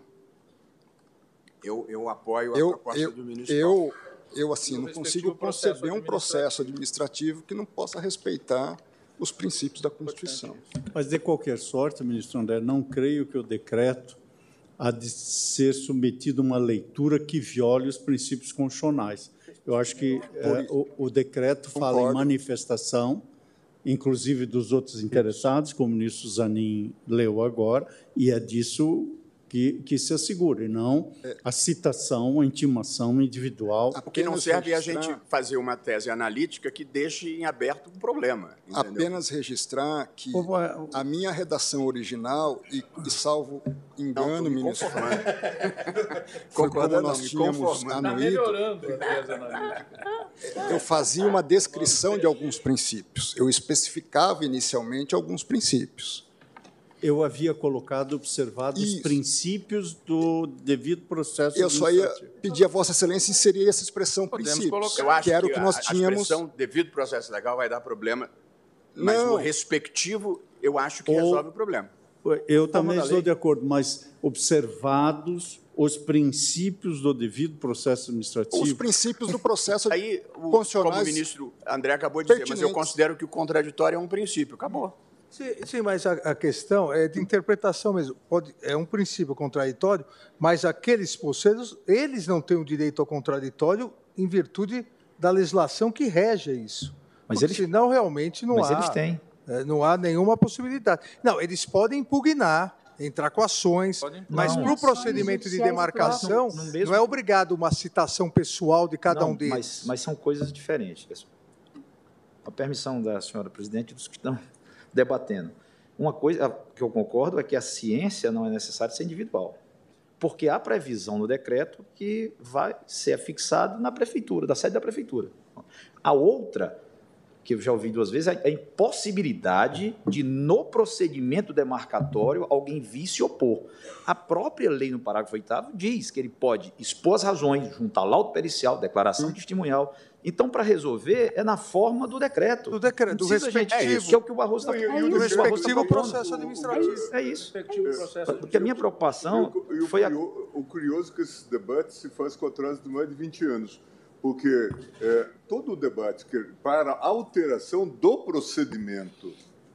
Eu, eu apoio a Eu, proposta eu, do ministro. eu, eu assim, não respectivo consigo processo conceber um processo administrativo que não possa respeitar os princípios da Constituição. Mas, de qualquer sorte, ministro André, não creio que o decreto há de ser submetido a uma leitura que viole os princípios constitucionais. Eu acho que eh, o, o decreto fala Concordo. em manifestação, inclusive dos outros interessados, como o ministro Zanin leu agora, e é disso que, que se assegura, e não a citação, a intimação individual. Porque não serve a registrar- gente fazer uma tese analítica que deixe em aberto um problema. Entendeu? Apenas registrar que a minha redação original, e, e salvo engano, Não, tô me ministro, conformando. foi como Concordando, nós não, me tínhamos conformando. Está anuído, melhorando a tese analítica. eu fazia uma descrição de alguns princípios. Eu especificava inicialmente alguns princípios. Eu havia colocado, observado os Isso. princípios do devido processo Eu só ia administrativo. pedir a Vossa Excelência inserir essa expressão Podemos princípios, colocar. Eu acho que era que o que nós a, tínhamos. a expressão devido processo legal vai dar problema, mas Não. no respectivo, eu acho que Ou- resolve o problema. Eu também da estou lei. de acordo, mas observados os princípios do devido processo administrativo. Os princípios do processo Aí, o, como constitucionais o ministro André acabou de dizer, mas eu pertinentes. considero que o contraditório é um princípio. Acabou. Sim, sim, mas a, a questão é de interpretação mesmo. Pode, é um princípio contraditório, mas aqueles poceiros, eles não têm o direito ao contraditório em virtude da legislação que rege isso. Mas Porque eles- senão, realmente, não Mas há... eles têm. é, não há nenhuma possibilidade. Não, eles podem impugnar, entrar com ações, Podem- mas Não. para o procedimento de Judiciais demarcação, próprios. No- no mesmo- não é obrigado uma citação pessoal de cada Não, um deles. Mas, mas são coisas diferentes. Com a permissão da senhora presidente, dos que estão debatendo. Uma coisa que eu concordo é que a ciência não é necessária ser individual, porque há previsão no decreto que vai ser fixado na prefeitura, da sede da prefeitura. A outra, que eu já ouvi duas vezes, é a impossibilidade de, no procedimento demarcatório, alguém vir se opor. A própria lei, no parágrafo oitavo, diz que ele pode expor as razões, juntar laudo pericial, declaração testemunhal. Então, para resolver, é na forma do decreto. Do decreto, do Não precisa, gente, respectivo. que é o que o Barroso está E- e falando. o que o Barroso tá respectivo propondo. processo administrativo. É isso. Respectivo processo Porque a minha preocupação E o, foi a... curio- o curioso é que esse debate se faz com atraso de mais de vinte anos, porque é, todo o debate que, para a alteração do procedimento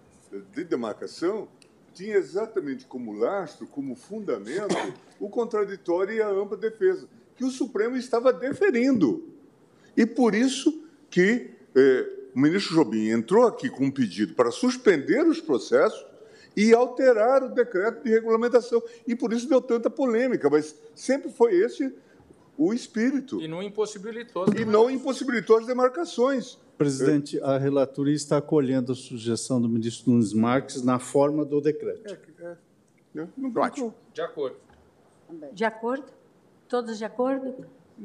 de demarcação tinha exatamente como lastro, como fundamento, o contraditório e a ampla defesa, que o Supremo estava deferindo. E por isso que eh, o ministro Jobim entrou aqui com um pedido para suspender os processos e alterar o decreto de regulamentação. E por isso deu tanta polêmica, mas sempre foi esse o espírito. E não impossibilitou. E não impossibilitou as demarcações. Presidente, a relatoria está acolhendo a sugestão do ministro Nunes Marques na forma do decreto. Né? Não Ótimo. De acordo. De acordo? Todos de acordo?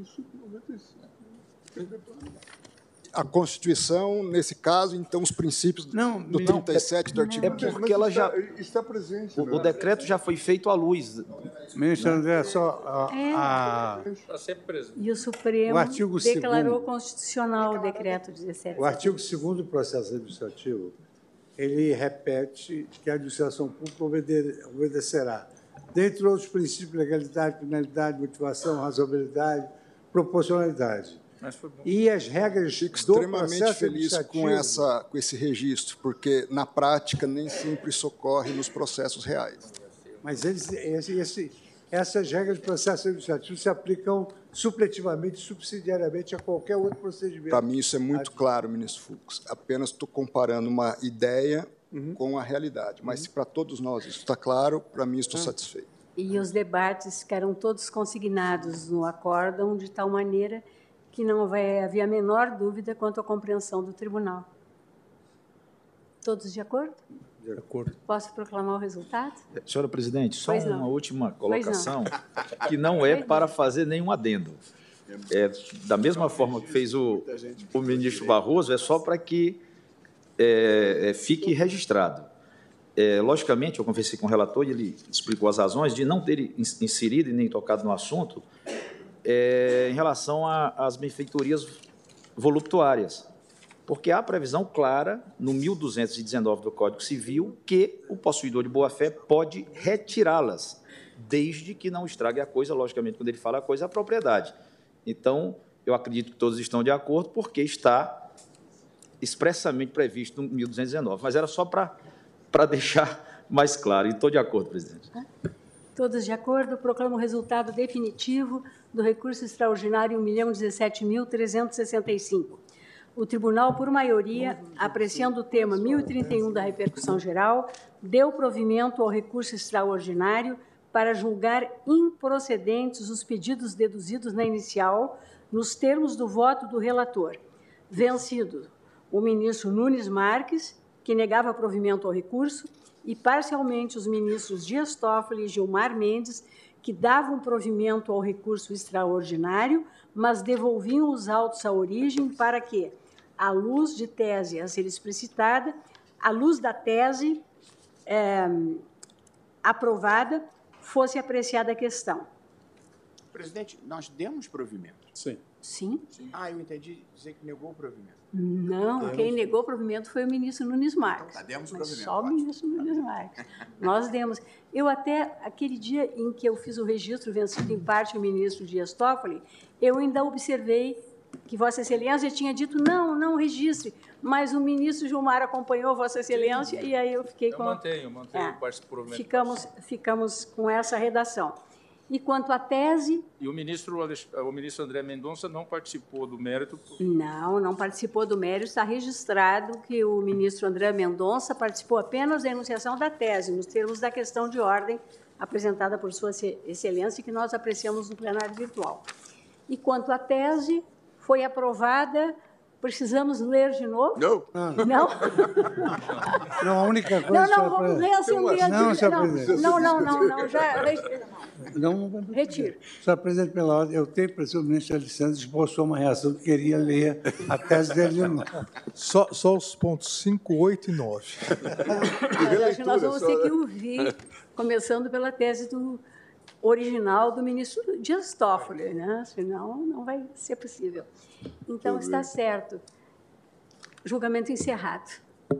A Constituição, nesse caso, então, os princípios Não, do não, trinta e sete do artigo É quinze. porque ela já... Está, está presente. O, né? o decreto já foi feito à luz. Ministro André, só a, É. a- Está sempre presente. E o Supremo O artigo declarou segundo. constitucional o decreto dezessete. o artigo segundo do processo administrativo, ele repete que a administração pública obede- obedecerá, dentre outros princípios, legalidade, penalidade, motivação, razoabilidade, proporcionalidade. Mas foi bom. E as regras Fico do extremamente processo feliz com, administrativo- essa, com esse registro, porque, na prática, nem sempre isso ocorre nos processos reais. Mas eles, esse, esse, essas regras do processo administrativo se aplicam supletivamente, subsidiariamente a qualquer outro procedimento. Para mim, isso é muito claro, ministro Fux. Apenas estou comparando uma ideia Uhum. com a realidade. Mas, se para todos nós isso está claro, para mim, Ah. estou satisfeito. E os debates ficaram todos consignados no acórdão, de tal maneira que não vai haver a menor dúvida quanto à compreensão do tribunal. Todos de acordo? De acordo. Posso proclamar o resultado? Senhora presidente, só Pois não. uma última Pois não. colocação, que não é para fazer nenhum adendo. É, da mesma forma que fez o, o ministro Barroso, é só para que é, é, fique registrado. É, logicamente, eu conversei com o relator e ele explicou as razões de não ter ins- inserido e nem tocado no assunto é, em relação a- às benfeitorias voluptuárias. porque há previsão clara no mil duzentos e dezenove do Código Civil que o possuidor de boa-fé pode retirá-las, desde que não estrague a coisa, logicamente, quando ele fala a coisa, a propriedade. Então, eu acredito que todos estão de acordo, porque está expressamente previsto no mil duzentos e dezenove. Mas era só para, para deixar mais claro. E estou de acordo, presidente. Todos de acordo. Proclamo o resultado definitivo do recurso extraordinário um milhão dezessete mil trezentos e sessenta e cinco. O tribunal, por maioria, apreciando o tema mil e trinta e um da repercussão geral, deu provimento ao recurso extraordinário para julgar improcedentes os pedidos deduzidos na inicial, nos termos do voto do relator. Vencido o ministro Nunes Marques, que negava provimento ao recurso, e parcialmente os ministros Dias Toffoli e Gilmar Mendes, que davam provimento ao recurso extraordinário, mas devolviam os autos à origem para que, à luz de tese a ser explicitada, à luz da tese é, aprovada, fosse apreciada a questão. Presidente, nós demos provimento. Sim. Sim. Sim. Ah, eu entendi dizer que negou o provimento. Não, demos. Quem negou o provimento foi o ministro Nunes Marques. Então, tá, demos mas provimento. Só o ministro Nunes Marques. Nós demos. Eu até, aquele dia em que eu fiz o registro vencido em parte o ministro Dias Toffoli, eu ainda observei que Vossa Excelência tinha dito, não, não registre, mas o ministro Gilmar acompanhou Vossa Excelência, e aí eu fiquei eu com... Mantenho, eu mantenho é, o provimento. Ficamos, ficamos com essa redação. E quanto à tese... E o ministro, o ministro André Mendonça não participou do mérito? Não, não participou do mérito. Está registrado que o ministro André Mendonça participou apenas da enunciação da tese, nos termos da questão de ordem apresentada por Sua Excelência, que nós apreciamos no plenário virtual. E quanto à tese, foi aprovada... Precisamos ler de novo? Não. Não? Não, a única coisa... Não, não, vamos ler assim. Não, senhor presidente. Não, não, não, não, já... Não, não. Retiro. Senhor presidente, pela ordem, eu tenho a impressão que o ministro Alexandre esboçou uma reação que queria ler a tese dele de novo. Só, só os pontos cinco, oito e nove. Mas acho que nós vamos ter que ouvir, começando pela tese do original do ministro Dias Toffoli, né? Senão não vai ser possível. Então, está certo. Julgamento encerrado.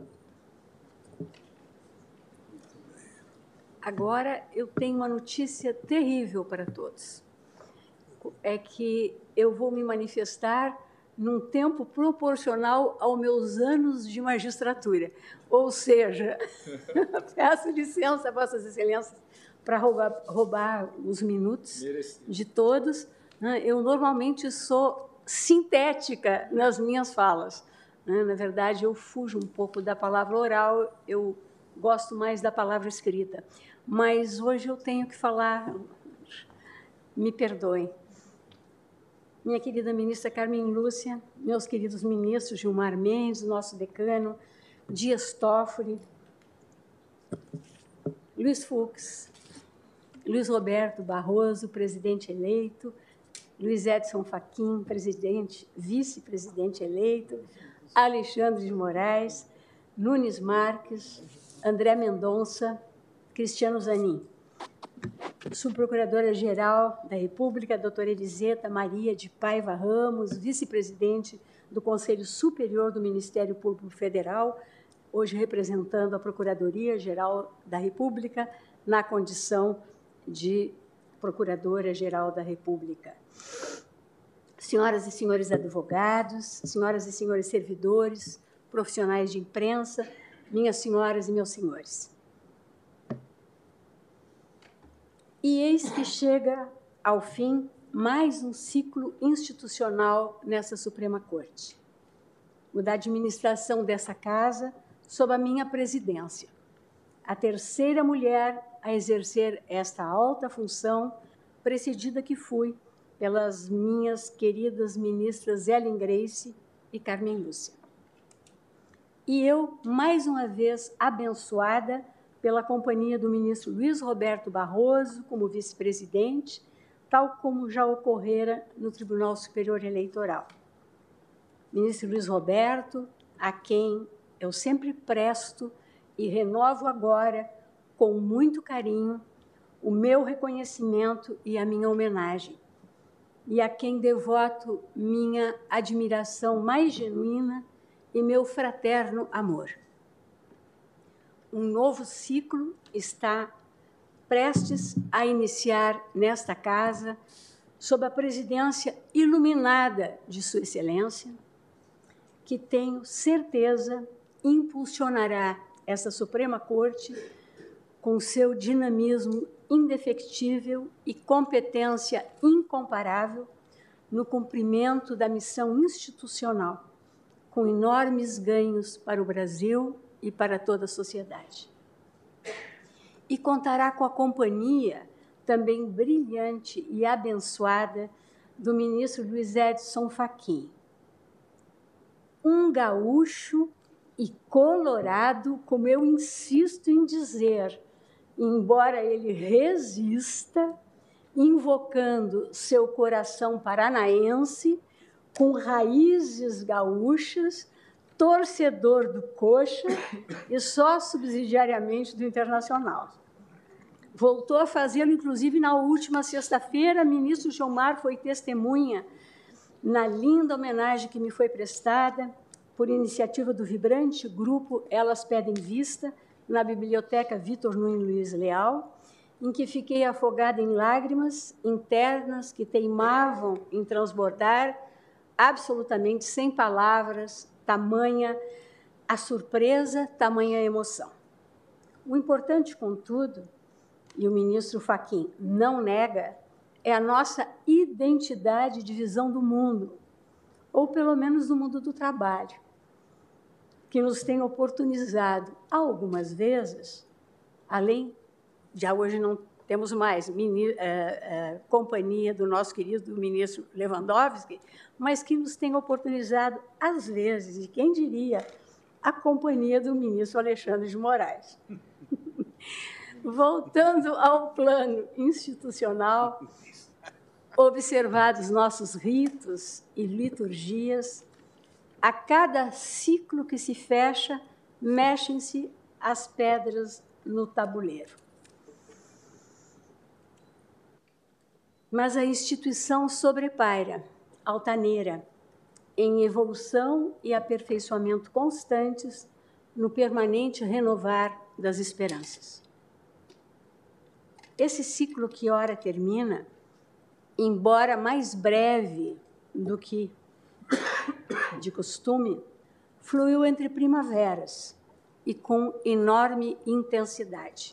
Agora, eu tenho uma notícia terrível para todos. É que eu vou me manifestar num tempo proporcional aos meus anos de magistratura. Ou seja, peço licença a Vossas Excelências para roubar, roubar os minutos de todos. Eu normalmente sou sintética nas minhas falas. Na verdade, eu fujo um pouco da palavra oral, eu gosto mais da palavra escrita. Mas hoje eu tenho que falar, me perdoem. Minha querida ministra Carmen Lúcia, meus queridos ministros Gilmar Mendes, nosso decano, Dias Toffoli, Luiz Fux, Luiz Roberto Barroso, presidente eleito, Luiz Edson Fachin, presidente, vice-presidente eleito, Alexandre de Moraes, Nunes Marques, André Mendonça, Cristiano Zanin. Subprocuradora-Geral da República, doutora Eliseta Maria de Paiva Ramos, vice-presidente do Conselho Superior do Ministério Público Federal, hoje representando a Procuradoria-Geral da República na condição de Procuradora-Geral da República. Senhoras e senhores advogados, senhoras e senhores servidores, profissionais de imprensa, minhas senhoras e meus senhores. E eis que chega ao fim mais um ciclo institucional nessa Suprema Corte. O da administração dessa casa sob a minha presidência. A terceira mulher a exercer esta alta função, precedida que fui pelas minhas queridas ministras Ellen Grace e Carmen Lúcia. E eu, mais uma vez, abençoada pela companhia do ministro Luiz Roberto Barroso como vice-presidente, tal como já ocorrera no Tribunal Superior Eleitoral. Ministro Luiz Roberto, a quem eu sempre presto e renovo agora, com muito carinho, o meu reconhecimento e a minha homenagem, e a quem devoto minha admiração mais genuína e meu fraterno amor. Um novo ciclo está prestes a iniciar nesta casa, sob a presidência iluminada de Sua Excelência, que tenho certeza impulsionará essa Suprema Corte com seu dinamismo indefectível e competência incomparável no cumprimento da missão institucional, com enormes ganhos para o Brasil e para toda a sociedade. E contará com a companhia também brilhante e abençoada do ministro Luiz Edson Fachin, um gaúcho e colorado, como eu insisto em dizer, embora ele resista, invocando seu coração paranaense, com raízes gaúchas, torcedor do Coxa e só subsidiariamente do Internacional. Voltou a fazê-lo, inclusive, na última sexta-feira. Ministro Gilmar foi testemunha na linda homenagem que me foi prestada por iniciativa do vibrante grupo Elas Pedem Vista, na Biblioteca Vitor Nunes Luiz Leal, em que fiquei afogada em lágrimas internas que teimavam em transbordar, absolutamente sem palavras, tamanha a surpresa, tamanha a emoção. O importante, contudo, e o ministro Fachin não nega, é a nossa identidade de visão do mundo, ou pelo menos do mundo do trabalho, que nos tem oportunizado algumas vezes, além, já hoje não temos mais mini, eh, eh, companhia do nosso querido ministro Lewandowski, mas que nos tem oportunizado, às vezes, e quem diria, a companhia do ministro Alexandre de Moraes. Voltando ao plano institucional, observados nossos ritos e liturgias, a cada ciclo que se fecha, mexem-se as pedras no tabuleiro. Mas a instituição sobrepaira, altaneira, em evolução e aperfeiçoamento constantes no permanente renovar das esperanças. Esse ciclo que ora termina, embora mais breve do que de costume, fluiu entre primaveras e com enorme intensidade.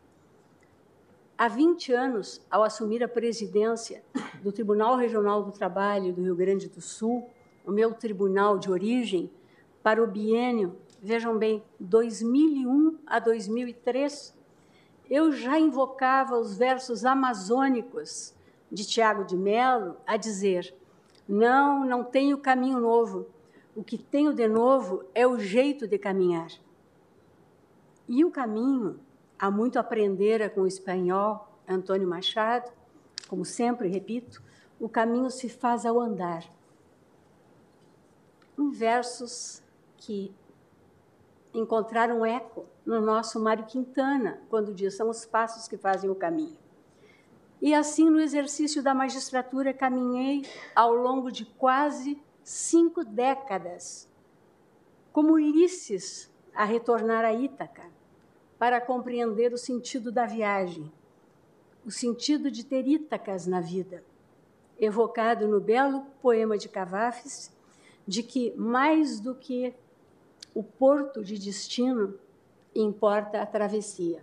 Há vinte anos, ao assumir a presidência do Tribunal Regional do Trabalho do Rio Grande do Sul, o meu tribunal de origem, para o biênio, vejam bem, dois mil e um a dois mil e três, eu já invocava os versos amazônicos de Tiago de Mello a dizer: não, não tenho caminho novo, o que tenho de novo é o jeito de caminhar. E o caminho, há muito aprendera com o espanhol Antônio Machado, como sempre repito, o caminho se faz ao andar. Em versos que encontraram eco no nosso Mário Quintana, quando diz: são os passos que fazem o caminho. E assim, no exercício da magistratura, caminhei ao longo de quase cinco décadas, como Ulisses a retornar a Ítaca, para compreender o sentido da viagem, o sentido de ter Ítacas na vida, evocado no belo poema de Cavafis, de que, mais do que o porto de destino, importa a travessia.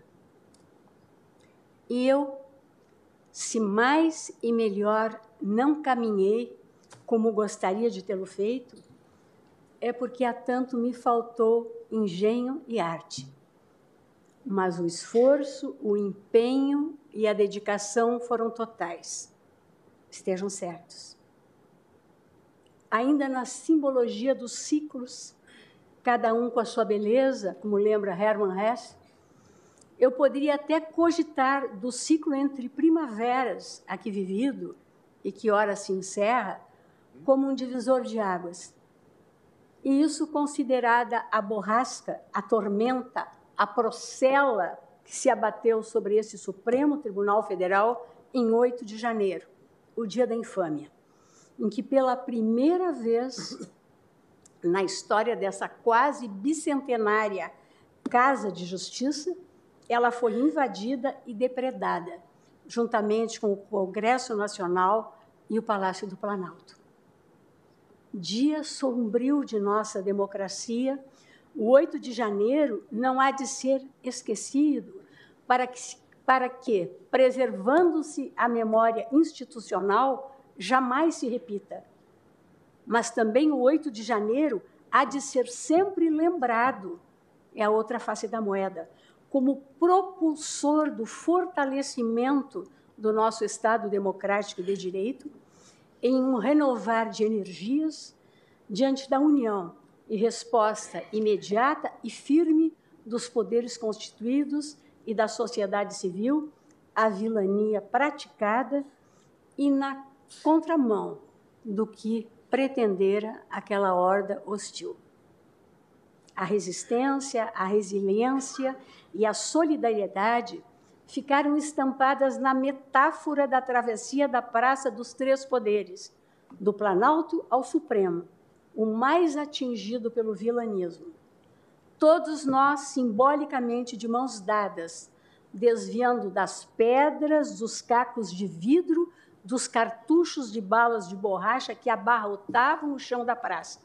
E eu, se mais e melhor não caminhei como gostaria de tê-lo feito, é porque há tanto me faltou engenho e arte. Mas o esforço, o empenho e a dedicação foram totais. Estejam certos. Ainda na simbologia dos ciclos, cada um com a sua beleza, como lembra Hermann Hesse, eu poderia até cogitar do ciclo entre primaveras aqui vivido e que ora se encerra como um divisor de águas. E isso considerada a borrasca, a tormenta, a procela que se abateu sobre esse Supremo Tribunal Federal em oito de janeiro, o dia da infâmia, em que pela primeira vez na história dessa quase bicentenária Casa de Justiça, ela foi invadida e depredada, juntamente com o Congresso Nacional e o Palácio do Planalto. Dia sombrio de nossa democracia, o oito de janeiro não há de ser esquecido para que, para que preservando-se a memória institucional, jamais se repita. Mas também o oito de janeiro há de ser sempre lembrado, é a outra face da moeda, como propulsor do fortalecimento do nosso Estado democrático de direito, em um renovar de energias diante da união e resposta imediata e firme dos poderes constituídos e da sociedade civil à vilania praticada e na contramão do que pretendera aquela horda hostil. A resistência, a resiliência e a solidariedade ficaram estampadas na metáfora da travessia da Praça dos Três Poderes, do Planalto ao Supremo, o mais atingido pelo vilanismo. Todos nós, simbolicamente de mãos dadas, desviando das pedras, dos cacos de vidro, dos cartuchos de balas de borracha que abarrotavam o chão da praça.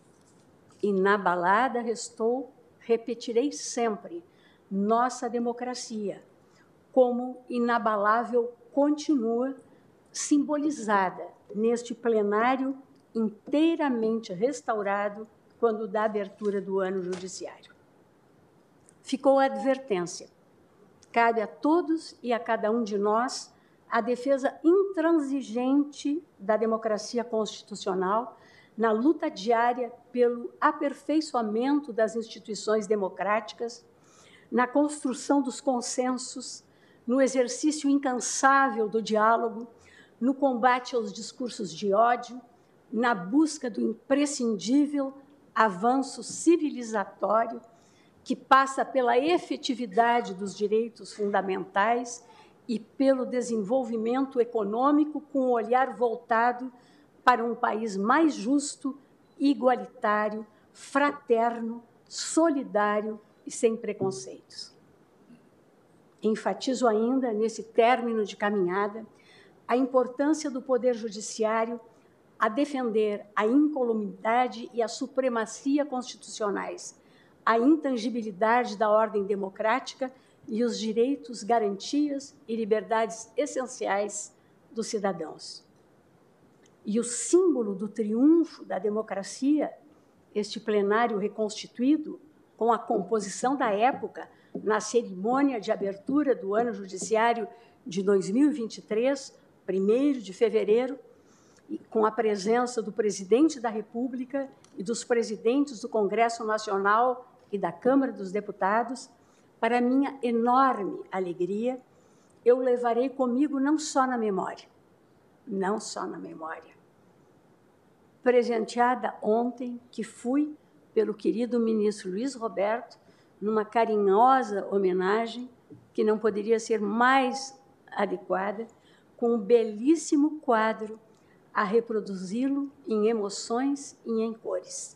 Inabalada restou, repetirei sempre, nossa democracia, como inabalável continua, simbolizada neste plenário inteiramente restaurado quando da abertura do ano judiciário. Ficou a advertência. Cabe a todos e a cada um de nós a defesa intransigente da democracia constitucional na luta diária pelo aperfeiçoamento das instituições democráticas, na construção dos consensos, no exercício incansável do diálogo, no combate aos discursos de ódio, na busca do imprescindível avanço civilizatório que passa pela efetividade dos direitos fundamentais e pelo desenvolvimento econômico com o olhar voltado para um país mais justo, igualitário, fraterno, solidário e sem preconceitos. Enfatizo ainda, nesse término de caminhada, a importância do Poder Judiciário a defender a incolumidade e a supremacia constitucionais, a intangibilidade da ordem democrática e os direitos, garantias e liberdades essenciais dos cidadãos. E o símbolo do triunfo da democracia, este plenário reconstituído, com a composição da época, na cerimônia de abertura do ano judiciário de dois mil e vinte e três, primeiro de fevereiro, com a presença do presidente da República e dos presidentes do Congresso Nacional e da Câmara dos Deputados, para minha enorme alegria, eu levarei comigo não só na memória, não só na memória, presenteada ontem, que fui pelo querido ministro Luiz Roberto, numa carinhosa homenagem, que não poderia ser mais adequada, com um belíssimo quadro a reproduzi-lo em emoções e em cores.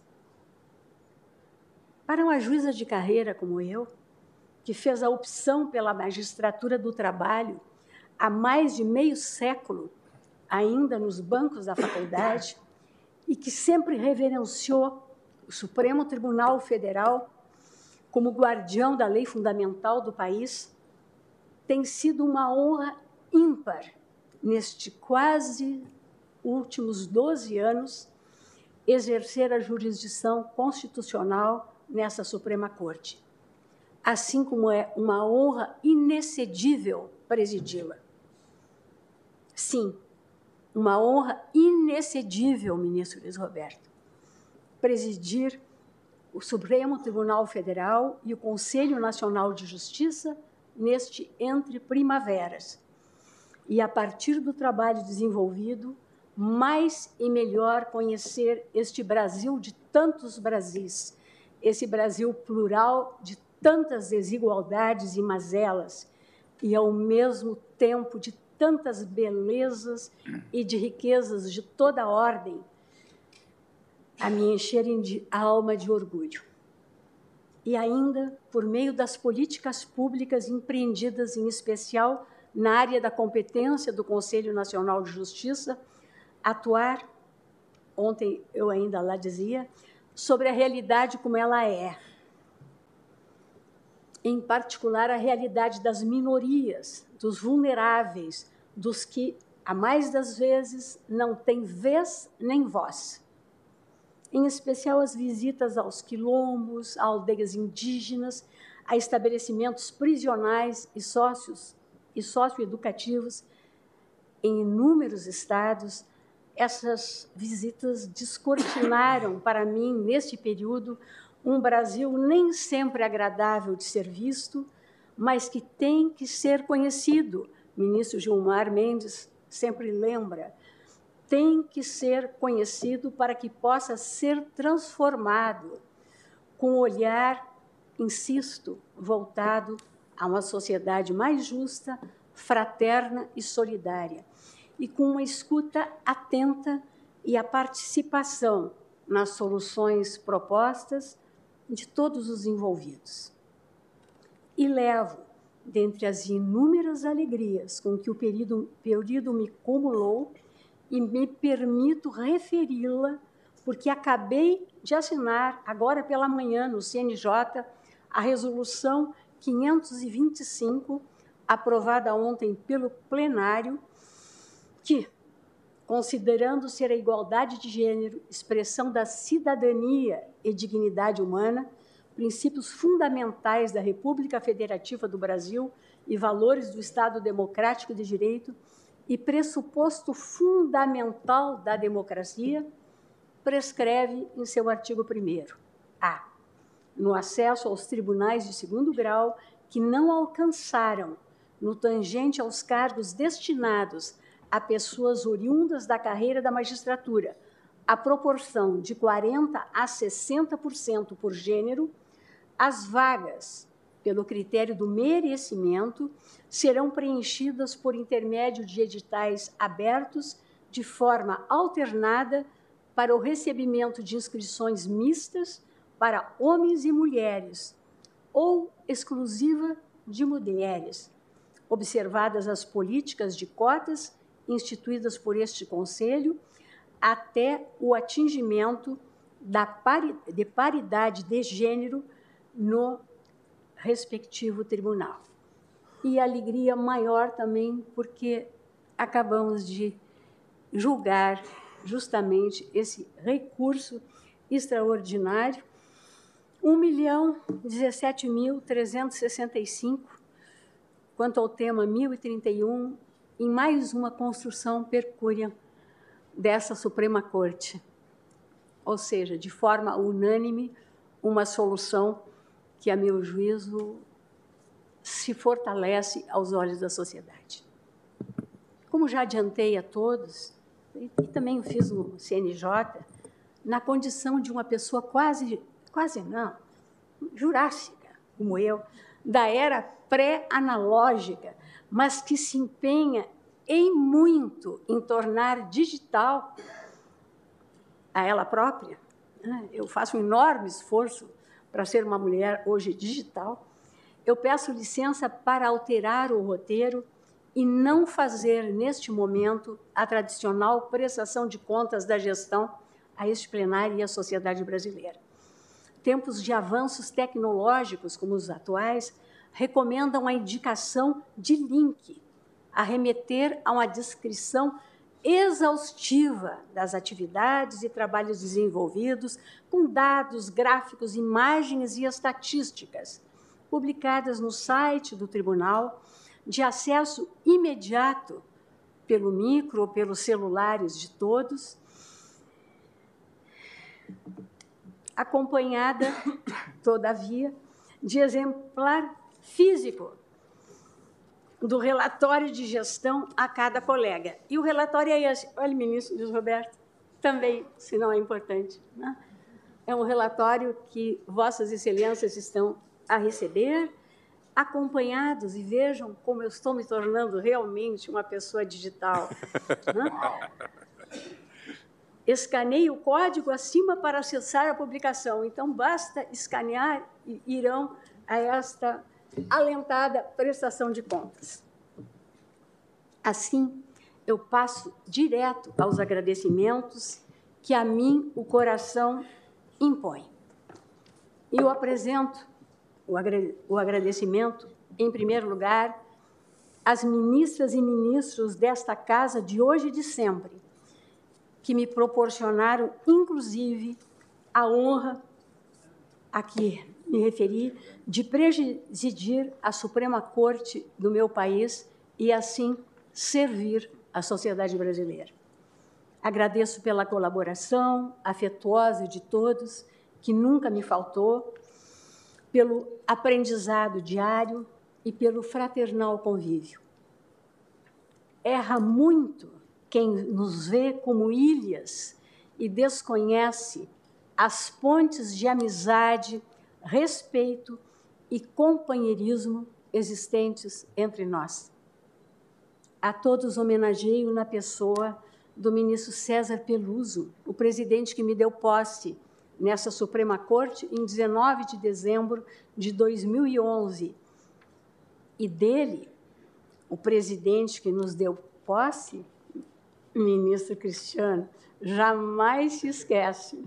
Para uma juíza de carreira como eu, que fez a opção pela magistratura do trabalho há mais de meio século, ainda nos bancos da faculdade, e que sempre reverenciou o Supremo Tribunal Federal como guardião da lei fundamental do país, tem sido uma honra ímpar neste quase últimos doze anos exercer a jurisdição constitucional nessa Suprema Corte, assim como é uma honra inexcedível presidi-la. Sim, uma honra inexcedível, ministro Luiz Roberto, presidir o Supremo Tribunal Federal e o Conselho Nacional de Justiça neste entre primaveras. E, a partir do trabalho desenvolvido, mais e melhor conhecer este Brasil de tantos Brasis, esse Brasil plural de tantas desigualdades e mazelas, e, ao mesmo tempo, de tantas belezas e de riquezas de toda ordem, a me encherem de a alma de orgulho. E ainda, por meio das políticas públicas empreendidas, em especial na área da competência do Conselho Nacional de Justiça, atuar, ontem eu ainda lá dizia, sobre a realidade como ela é, em particular a realidade das minorias, dos vulneráveis, dos que, a mais das vezes, não têm vez nem voz. Em especial as visitas aos quilombos, a aldeias indígenas, a estabelecimentos prisionais e sócios e socioeducativos em inúmeros estados. Essas visitas descortinaram para mim, neste período, um Brasil nem sempre agradável de ser visto, mas que tem que ser conhecido. O ministro Gilmar Mendes sempre lembra, tem que ser conhecido para que possa ser transformado, com um olhar, insisto, voltado a uma sociedade mais justa, fraterna e solidária, e com uma escuta atenta e a participação nas soluções propostas de todos os envolvidos. E levo, dentre as inúmeras alegrias com que o período, período me cumulou, e me permito referi-la, porque acabei de assinar, agora pela manhã, no C N J, a Resolução quinhentos e vinte e cinco, aprovada ontem pelo plenário, que, considerando ser a igualdade de gênero, expressão da cidadania e dignidade humana, princípios fundamentais da República Federativa do Brasil e valores do Estado Democrático de Direito, e pressuposto fundamental da democracia, prescreve em seu artigo primeiro A. No acesso aos tribunais de segundo grau que não alcançaram, no tangente aos cargos destinados a pessoas oriundas da carreira da magistratura, a proporção de quarenta por cento a sessenta por cento por gênero, as vagas, pelo critério do merecimento, serão preenchidas por intermédio de editais abertos de forma alternada para o recebimento de inscrições mistas para homens e mulheres, ou exclusiva de mulheres, observadas as políticas de cotas instituídas por este Conselho, até o atingimento da pari- de paridade de gênero no respectivo tribunal. E alegria maior também porque acabamos de julgar justamente esse recurso extraordinário, um milhão dezessete mil trezentos e sessenta e cinco, quanto ao tema mil e trinta e um, em mais uma construção percúria dessa Suprema Corte. Ou seja, de forma unânime, uma solução que, a meu juízo, se fortalece aos olhos da sociedade. Como já adiantei a todos, e também o fiz no C N J, na condição de uma pessoa quase, quase não, jurássica, como eu, da era pré-analógica, mas que se empenha em muito em tornar digital a ela própria. Eu faço um enorme esforço para ser uma mulher hoje digital. Eu peço licença para alterar o roteiro e não fazer, neste momento, a tradicional prestação de contas da gestão a este plenário e à sociedade brasileira. Tempos de avanços tecnológicos, como os atuais, recomendam a indicação de link, a remeter a uma descrição exaustiva das atividades e trabalhos desenvolvidos, com dados, gráficos, imagens e estatísticas, publicadas no site do Tribunal, de acesso imediato pelo micro ou pelos celulares de todos, acompanhada, todavia, de exemplar físico do relatório de gestão a cada colega. E o relatório é esse. Olha, ministro Luiz Roberto, também, se não é importante, né? É um relatório que Vossas Excelências estão a receber, acompanhados, e vejam como eu estou me tornando realmente uma pessoa digital. Né? Escaneie o código acima para acessar a publicação. Então, basta escanear e irão a esta alentada prestação de contas. Assim, eu passo direto aos agradecimentos que a mim o coração impõe. E eu apresento o agradecimento, em primeiro lugar, às ministras e ministros desta casa de hoje e de sempre, que me proporcionaram, inclusive, a honra a que me referi de presidir a Suprema Corte do meu país e, assim, servir a sociedade brasileira. Agradeço pela colaboração afetuosa de todos, que nunca me faltou, pelo aprendizado diário e pelo fraternal convívio. Erra muito quem nos vê como ilhas e desconhece as pontes de amizade, respeito e companheirismo existentes entre nós. A todos homenageio na pessoa do ministro César Peluso, o presidente que me deu posse nessa Suprema Corte em dezenove de dezembro de dois mil e onze. E dele, o presidente que nos deu posse, ministro Cristiano, jamais se esquece.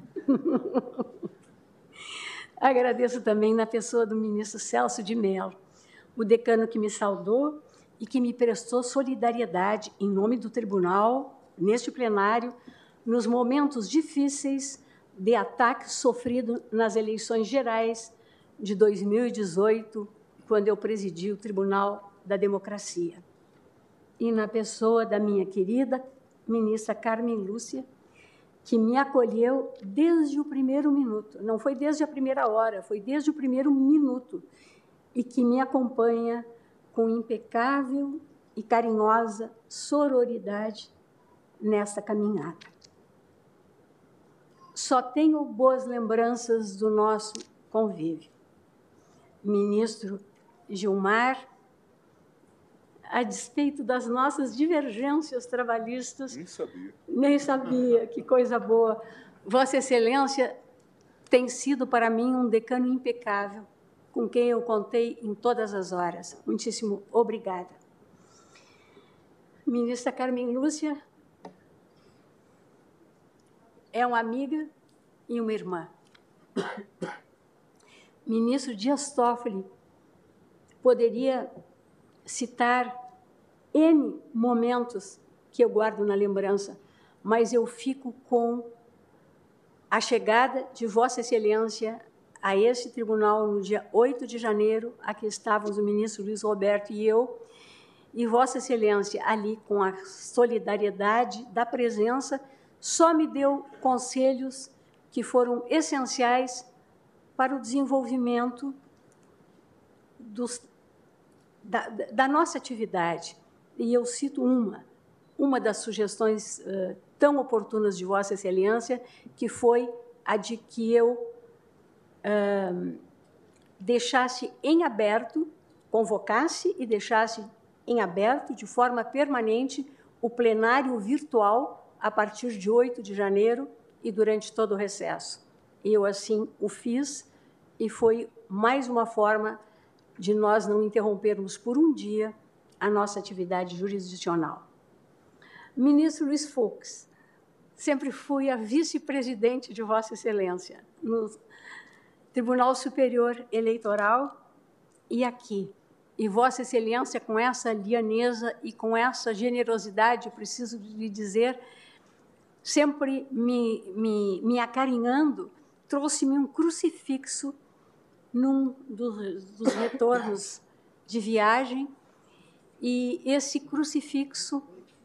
Agradeço também na pessoa do ministro Celso de Mello, o decano que me saudou e que me prestou solidariedade em nome do tribunal, neste plenário, nos momentos difíceis de ataque sofrido nas eleições gerais de dois mil e dezoito, quando eu presidi o Tribunal da Democracia. E na pessoa da minha querida ministra Carmen Lúcia, que me acolheu desde o primeiro minuto. Não foi desde a primeira hora, foi desde o primeiro minuto, e que me acompanha com impecável e carinhosa sororidade nesta caminhada. Só tenho boas lembranças do nosso convívio. Ministro Gilmar, a despeito das nossas divergências trabalhistas... Nem sabia. Nem sabia, que coisa boa. Vossa Excelência tem sido para mim um decano impecável, com quem eu contei em todas as horas. Muitíssimo obrigada. Ministra Carmen Lúcia é uma amiga e uma irmã. Ministro Dias Toffoli poderia citar N momentos que eu guardo na lembrança, mas eu fico com a chegada de Vossa Excelência a este tribunal no dia oito de janeiro, aqui estávamos o ministro Luiz Roberto e eu, e Vossa Excelência ali com a solidariedade da presença, só me deu conselhos que foram essenciais para o desenvolvimento dos, da, da nossa atividade. E eu cito uma, uma das sugestões uh, tão oportunas de Vossa Excelência, que foi a de que eu uh, deixasse em aberto, convocasse e deixasse em aberto, de forma permanente, o plenário virtual a partir de oito de janeiro e durante todo o recesso. Eu, assim, o fiz e foi mais uma forma de nós não interrompermos por um dia a nossa atividade jurisdicional. Ministro Luiz Fux, sempre fui a vice-presidente de Vossa Excelência no Tribunal Superior Eleitoral e aqui. E Vossa Excelência, com essa lianeza e com essa generosidade, preciso lhe dizer, sempre me, me, me acarinhando, trouxe-me um crucifixo num dos, dos retornos de viagem, e esse crucifixo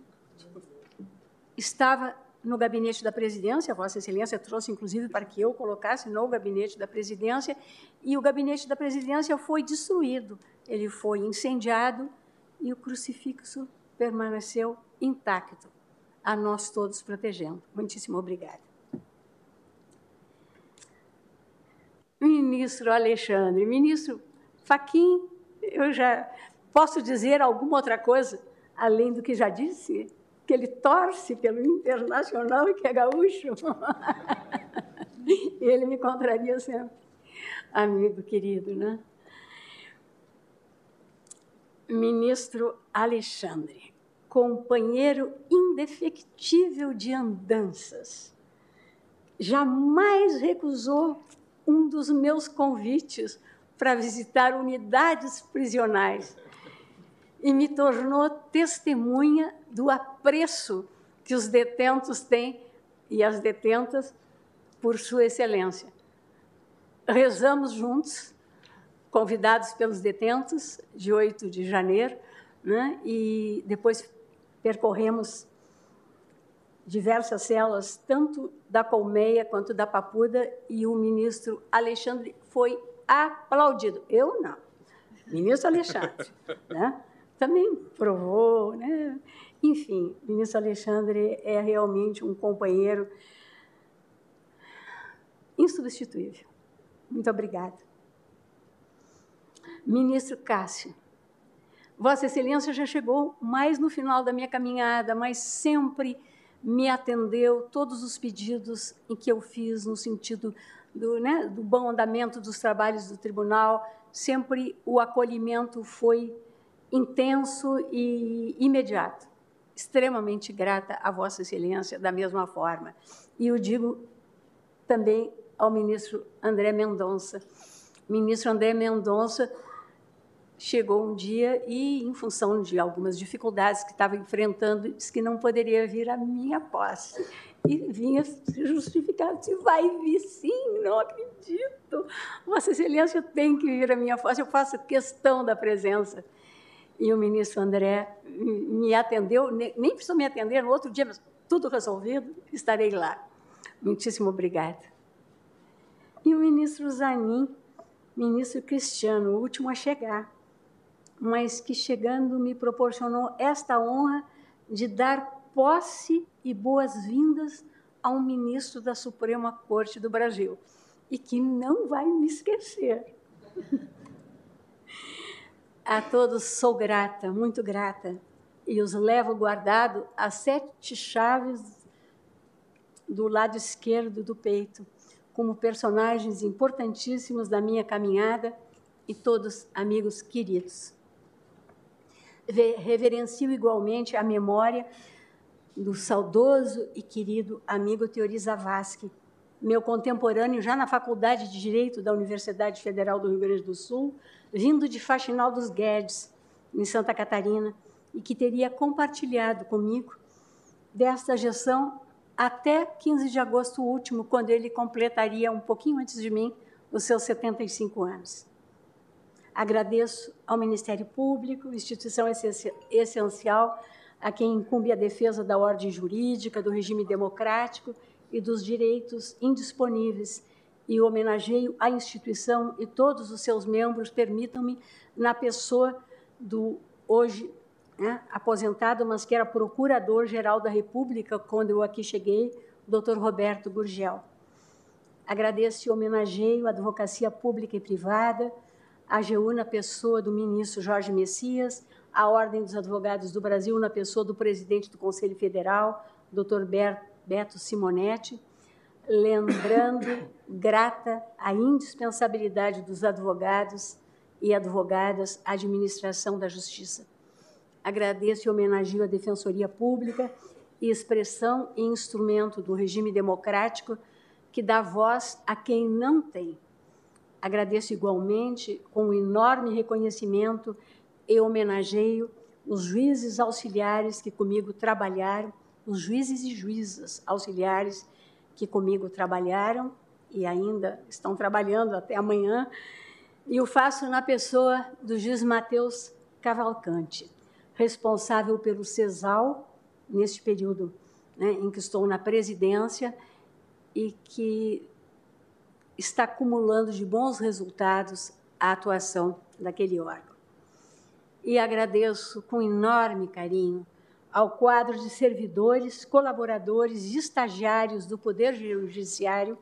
estava no gabinete da presidência, Vossa Excelência trouxe, inclusive, para que eu colocasse no gabinete da presidência, e o gabinete da presidência foi destruído, ele foi incendiado e o crucifixo permaneceu intacto, a nós todos protegendo. Muitíssimo obrigada. Ministro Alexandre, ministro Fachin, eu já posso dizer alguma outra coisa, além do que já disse? que ele torce pelo Internacional e que é gaúcho. Ele me contraria sempre. Amigo querido, né? Ministro Alexandre, companheiro indefectível de andanças, jamais recusou um dos meus convites para visitar unidades prisionais e me tornou testemunha do apreço que os detentos têm e as detentas por Sua Excelência. Rezamos juntos, convidados pelos detentos, de oito de janeiro, né? E depois percorremos diversas celas, tanto da Colmeia quanto da Papuda, e o ministro Alexandre foi aplaudido. Eu não. Ministro Alexandre, né? Também provou, né? Enfim, o ministro Alexandre é realmente um companheiro insubstituível. Muito obrigada. Ministro Cássio, Vossa Excelência já chegou mais no final da minha caminhada, mas sempre me atendeu todos os pedidos em que eu fiz no sentido do, né, do bom andamento dos trabalhos do tribunal. Sempre o acolhimento foi intenso e imediato. Extremamente grata a Vossa Excelência, da mesma forma. E eu digo também ao ministro André Mendonça. O ministro André Mendonça chegou um dia e, em função de algumas dificuldades que estava enfrentando, disse que não poderia vir à minha posse. E vinha justificar, disse, vai vir sim, não acredito. Vossa Excelência tem que vir à minha posse, eu faço questão da presença. E o ministro André me atendeu, nem precisou me atender, no outro dia, mas tudo resolvido, estarei lá. Muitíssimo obrigada. E o ministro Zanin, ministro Cristiano, o último a chegar, mas que, chegando, me proporcionou esta honra de dar posse e boas-vindas a um ministro da Suprema Corte do Brasil, e que não vai me esquecer. A todos sou grata, muito grata, e os levo guardado as sete chaves do lado esquerdo do peito, como personagens importantíssimos da minha caminhada e todos amigos queridos. Reverencio igualmente a memória do saudoso e querido amigo Teori Zavascki, meu contemporâneo já na Faculdade de Direito da Universidade Federal do Rio Grande do Sul, vindo de Faxinal dos Guedes, em Santa Catarina, e que teria compartilhado comigo desta gestão até quinze de agosto último, quando ele completaria, um pouquinho antes de mim, os seus setenta e cinco anos. Agradeço ao Ministério Público, instituição essencial a quem incumbe a defesa da ordem jurídica, do regime democrático e dos direitos indisponíveis, e homenageio a instituição e todos os seus membros, permitam-me, na pessoa do hoje né, aposentado, mas que era Procurador-Geral da República, quando eu aqui cheguei, doutor Roberto Gurgel. Agradeço e homenageio a Advocacia Pública e Privada, a AGU na pessoa do ministro Jorge Messias, a Ordem dos Advogados do Brasil na pessoa do presidente do Conselho Federal, doutor Beto Simonetti, lembrando, grata, a indispensabilidade dos advogados e advogadas à administração da Justiça. Agradeço e homenageio a Defensoria Pública, expressão e instrumento do regime democrático que dá voz a quem não tem. Agradeço igualmente, com um enorme reconhecimento, e homenageio os juízes auxiliares que comigo trabalharam, os juízes e juízas auxiliares que comigo trabalharam e ainda estão trabalhando até amanhã, e o faço na pessoa do juiz Matheus Cavalcante, responsável pelo CESAL, neste período né, em que estou na presidência, e que está acumulando de bons resultados a atuação daquele órgão. E agradeço com enorme carinho ao quadro de servidores, colaboradores e estagiários do Poder Judiciário,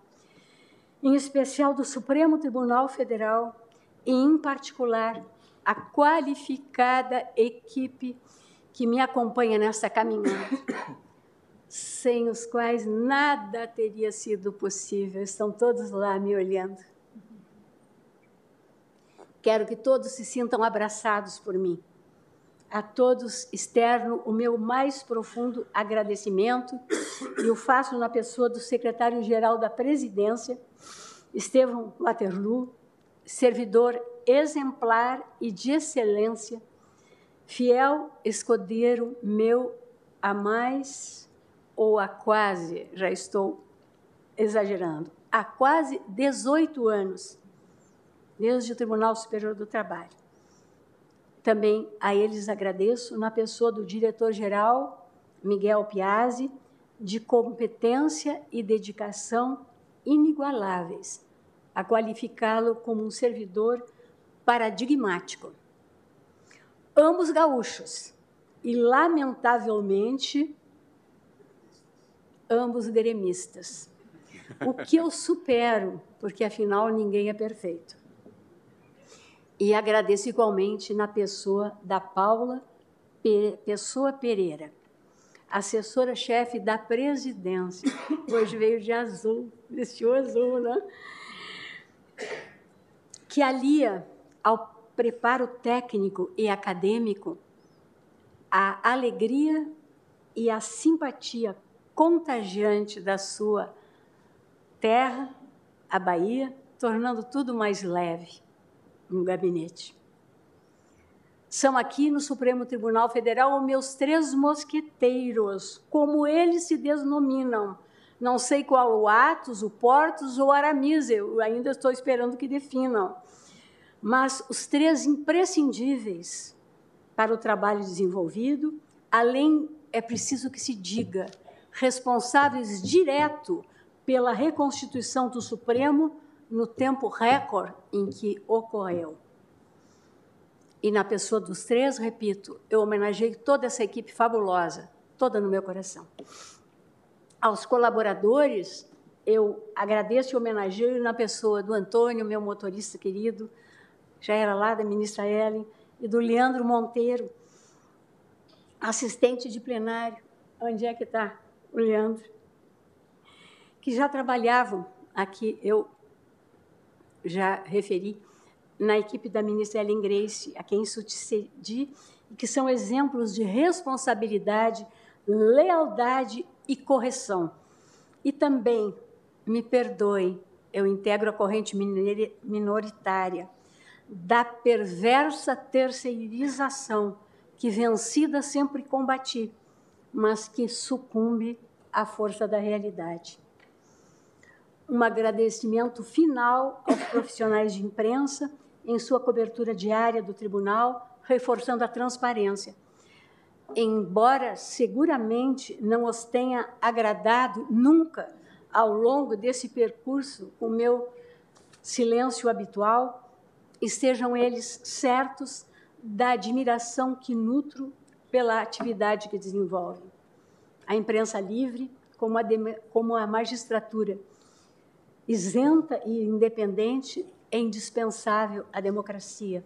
em especial do Supremo Tribunal Federal, e, em particular, a qualificada equipe que me acompanha nessa caminhada, sem os quais nada teria sido possível. Estão todos lá me olhando. Quero que todos se sintam abraçados por mim. A todos externo o meu mais profundo agradecimento e o faço na pessoa do secretário-geral da Presidência, Estevão Waterloo, servidor exemplar e de excelência, fiel escudeiro meu há mais ou há quase, já estou exagerando, há quase dezoito anos, desde o Tribunal Superior do Trabalho. Também a eles agradeço na pessoa do diretor-geral, Miguel Piazzi, de competência e dedicação inigualáveis, a qualificá-lo como um servidor paradigmático. Ambos gaúchos e, lamentavelmente, ambos gremistas. O que eu supero, porque, afinal, ninguém é perfeito. E agradeço igualmente na pessoa da Paula Pessoa Pereira, assessora-chefe da presidência. Hoje veio de azul, vestiu azul, né? Que alia ao preparo técnico e acadêmico a alegria e a simpatia contagiante da sua terra, a Bahia, tornando tudo mais leve no gabinete. São aqui no Supremo Tribunal Federal os meus três mosqueteiros, como eles se denominam. Não sei qual o Atos, o Portos ou o Aramis, eu ainda estou esperando que definam. Mas os três imprescindíveis para o trabalho desenvolvido, além, é preciso que se diga, responsáveis direto pela reconstituição do Supremo no tempo recorde em que ocorreu. E na pessoa dos três, repito, eu homenageei toda essa equipe fabulosa, toda no meu coração. Aos colaboradores, eu agradeço e homenageio na pessoa do Antônio, meu motorista querido, já era lá da ministra Ellen, e do Leandro Monteiro, assistente de plenário. Onde é que está o Leandro? Que já trabalhavam aqui, eu já referi, na equipe da ministra Ellen Grace, a quem sucedi, e que são exemplos de responsabilidade, lealdade e correção. E também, me perdoem, eu integro a corrente minoritária da perversa terceirização que, vencida, sempre combati, mas que sucumbe à força da realidade. Um agradecimento final aos profissionais de imprensa em sua cobertura diária do tribunal, reforçando a transparência. Embora seguramente não os tenha agradado nunca ao longo desse percurso o meu silêncio habitual, estejam eles certos da admiração que nutro pela atividade que desenvolvem. A imprensa livre, como a, como a magistratura, isenta e independente, é indispensável à democracia.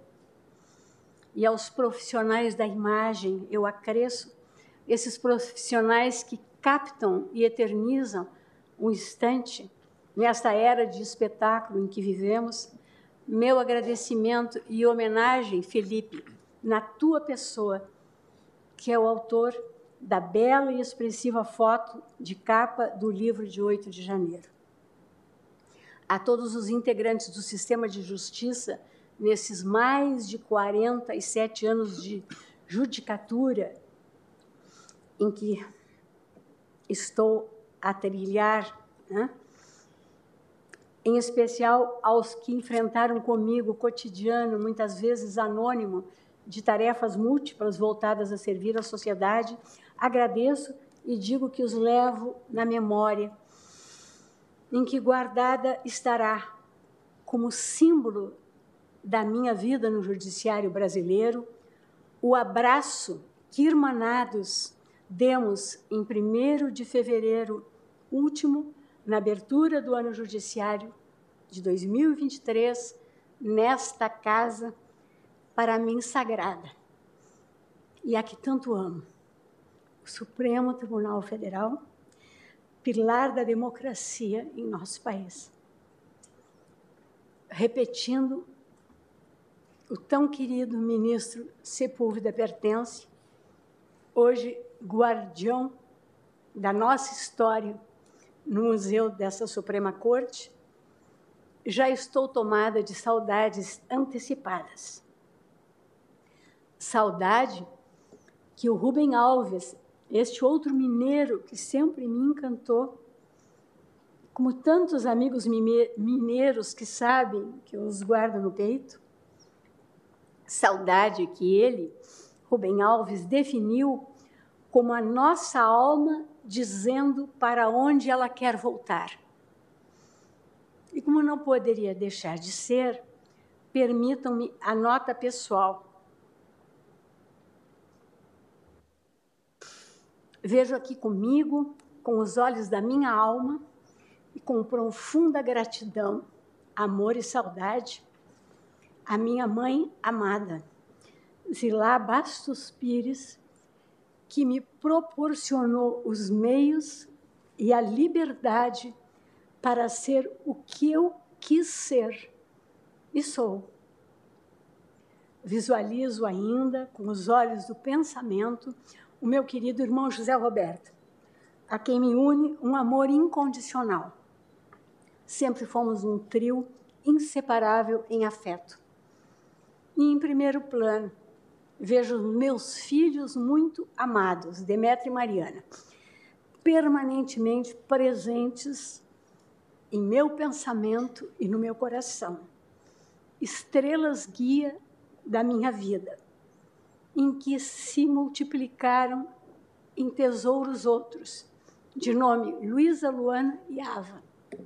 E aos profissionais da imagem, eu acresço, esses profissionais que captam e eternizam um instante, nesta era de espetáculo em que vivemos, meu agradecimento e homenagem, Felipe, na tua pessoa, que é o autor da bela e expressiva foto de capa do livro de oito de janeiro. A todos os integrantes do sistema de justiça, nesses mais de quarenta e sete anos de judicatura em que estou a trilhar, né? Em especial aos que enfrentaram comigo o cotidiano, muitas vezes anônimo, de tarefas múltiplas voltadas a servir a sociedade, agradeço e digo que os levo na memória, em que guardada estará, como símbolo da minha vida no judiciário brasileiro, o abraço que, irmanados, demos em primeiro de fevereiro último, na abertura do ano judiciário de dois mil e vinte e três, nesta casa, para mim sagrada. e a que tanto amo, o Supremo Tribunal Federal, pilar da democracia em nosso país. Repetindo o tão querido ministro Sepúlveda Pertence, hoje guardião da nossa história no museu dessa Suprema Corte, já estou tomada de saudades antecipadas. Saudade que o Rubem Alves, este outro mineiro que sempre me encantou, como tantos amigos mineiros que sabem que eu os guardo no peito, saudade que ele, Rubem Alves, definiu como a nossa alma dizendo para onde ela quer voltar. E como não poderia deixar de ser, permitam-me a nota pessoal. Vejo aqui comigo, com os olhos da minha alma, e com profunda gratidão, amor e saudade, a minha mãe amada, Zilá Bastos Pires, que me proporcionou os meios e a liberdade para ser o que eu quis ser e sou. Visualizo ainda, com os olhos do pensamento, o meu querido irmão José Roberto, a quem me une um amor incondicional. Sempre fomos um trio inseparável em afeto. E, em primeiro plano, vejo meus filhos muito amados, Demétrio e Mariana, permanentemente presentes em meu pensamento e no meu coração. Estrelas guia da minha vida, em que se multiplicaram em tesouros outros, de nome Luísa, Luana e Ava.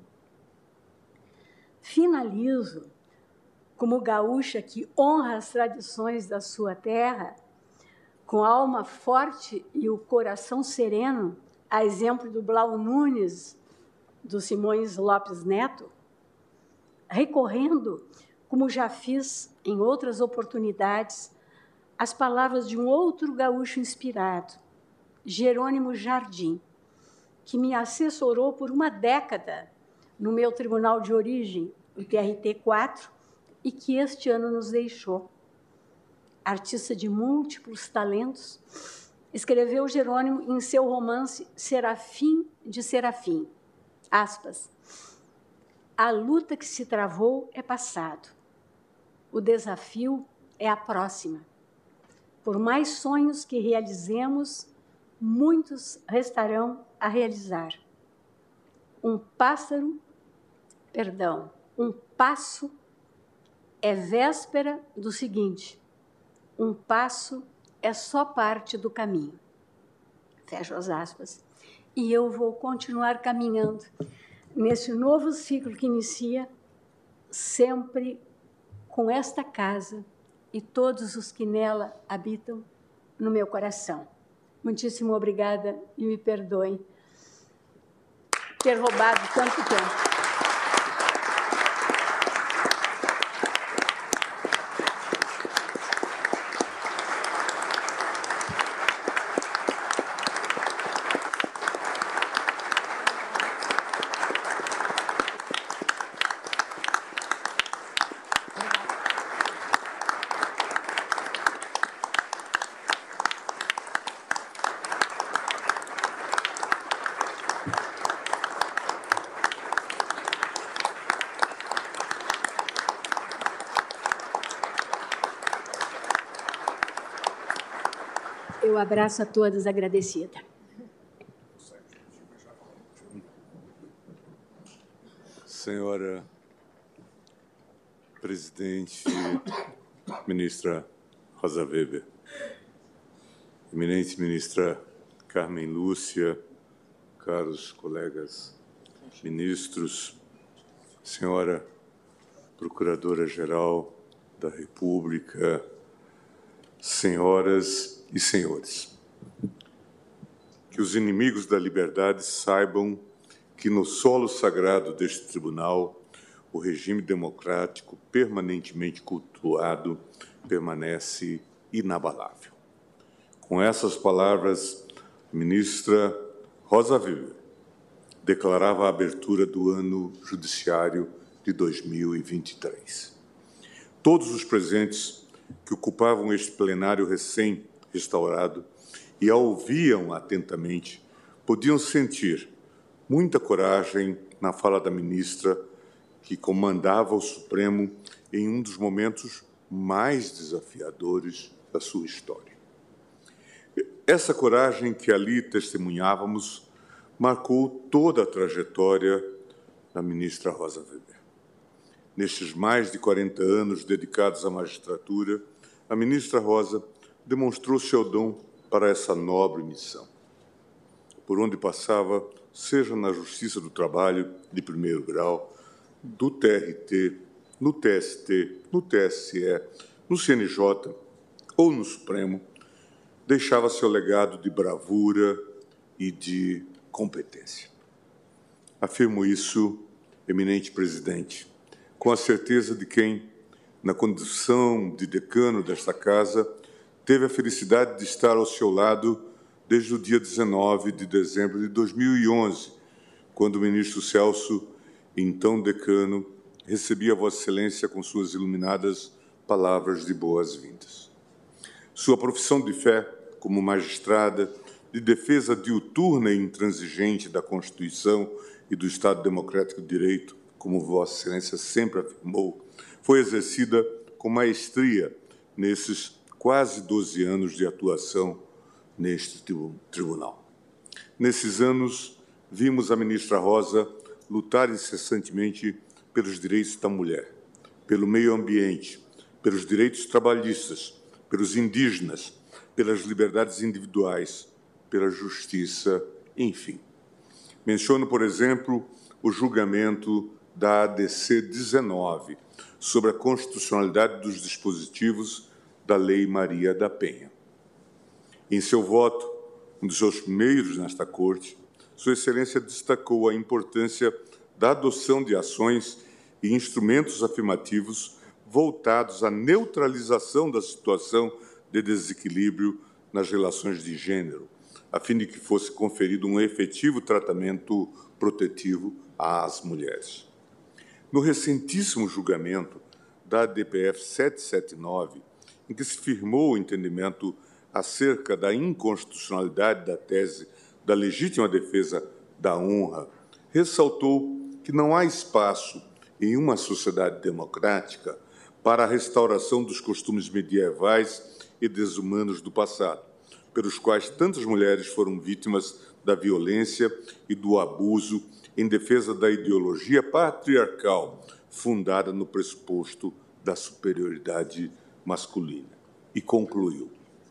Finalizo, como gaúcha que honra as tradições da sua terra, com a alma forte e o coração sereno, a exemplo do Blau Nunes, do Simões Lopes Neto, recorrendo, como já fiz em outras oportunidades, as palavras de um outro gaúcho inspirado, Jerônimo Jardim, que me assessorou por uma década no meu tribunal de origem, o T R T quatro, e que este ano nos deixou. Artista de múltiplos talentos, escreveu Jerônimo em seu romance Serafim de Serafim. Aspas. A luta que se travou é passado. O desafio é a próxima. Por mais sonhos que realizemos, muitos restarão a realizar. Um pássaro, perdão, um passo é véspera do seguinte. Um passo é só parte do caminho. Fecho as aspas. E eu vou continuar caminhando nesse novo ciclo que inicia, sempre com esta casa e todos os que nela habitam no meu coração. Muitíssimo obrigada e me perdoem ter roubado tanto tempo. Eu abraço a todos, agradecida. Senhora Presidente, Ministra Rosa Weber, eminente Ministra Carmen Lúcia, caros colegas ministros, Senhora Procuradora-Geral da República, senhoras e senhores, que os inimigos da liberdade saibam que no solo sagrado deste tribunal o regime democrático permanentemente cultuado permanece inabalável. Com essas palavras, a ministra Rosa Weber declarava a abertura do ano judiciário de dois mil e vinte e três. Todos os presentes que ocupavam este plenário recém-restaurado e a ouviam atentamente podiam sentir muita coragem na fala da ministra, que comandava o Supremo em um dos momentos mais desafiadores da sua história. Essa coragem que ali testemunhávamos marcou toda a trajetória da ministra Rosa Weber. Nestes mais de quarenta anos dedicados à magistratura, a ministra Rosa demonstrou seu dom para essa nobre missão. Por onde passava, seja na Justiça do Trabalho de primeiro grau, do T R T, no T S T, no T S E, no C N J ou no Supremo, deixava seu legado de bravura e de competência. Afirmo isso, eminente presidente, com a certeza de quem, na condição de decano desta casa, teve a felicidade de estar ao seu lado desde o dia dezenove de dezembro de dois mil e onze, quando o ministro Celso, então decano, recebia Vossa Excelência com suas iluminadas palavras de boas-vindas. Sua profissão de fé como magistrada, de defesa diuturna e intransigente da Constituição e do Estado Democrático de Direito, como Vossa Excelência sempre afirmou, foi exercida com maestria nesses quase doze anos de atuação neste tribunal. Nesses anos, vimos a ministra Rosa lutar incessantemente pelos direitos da mulher, pelo meio ambiente, pelos direitos trabalhistas, pelos indígenas, pelas liberdades individuais, pela justiça, enfim. Menciono, por exemplo, o julgamento da A D C dezenove sobre a constitucionalidade dos dispositivos da Lei Maria da Penha. Em seu voto, um dos seus primeiros nesta Corte, Sua Excelência destacou a importância da adoção de ações e instrumentos afirmativos voltados à neutralização da situação de desequilíbrio nas relações de gênero, a fim de que fosse conferido um efetivo tratamento protetivo às mulheres. No recentíssimo julgamento da D P F setecentos e setenta e nove, em que se firmou o entendimento acerca da inconstitucionalidade da tese da legítima defesa da honra, ressaltou que não há espaço em uma sociedade democrática para a restauração dos costumes medievais e desumanos do passado, pelos quais tantas mulheres foram vítimas da violência e do abuso em defesa da ideologia patriarcal fundada no pressuposto da superioridade masculina. E concluiu: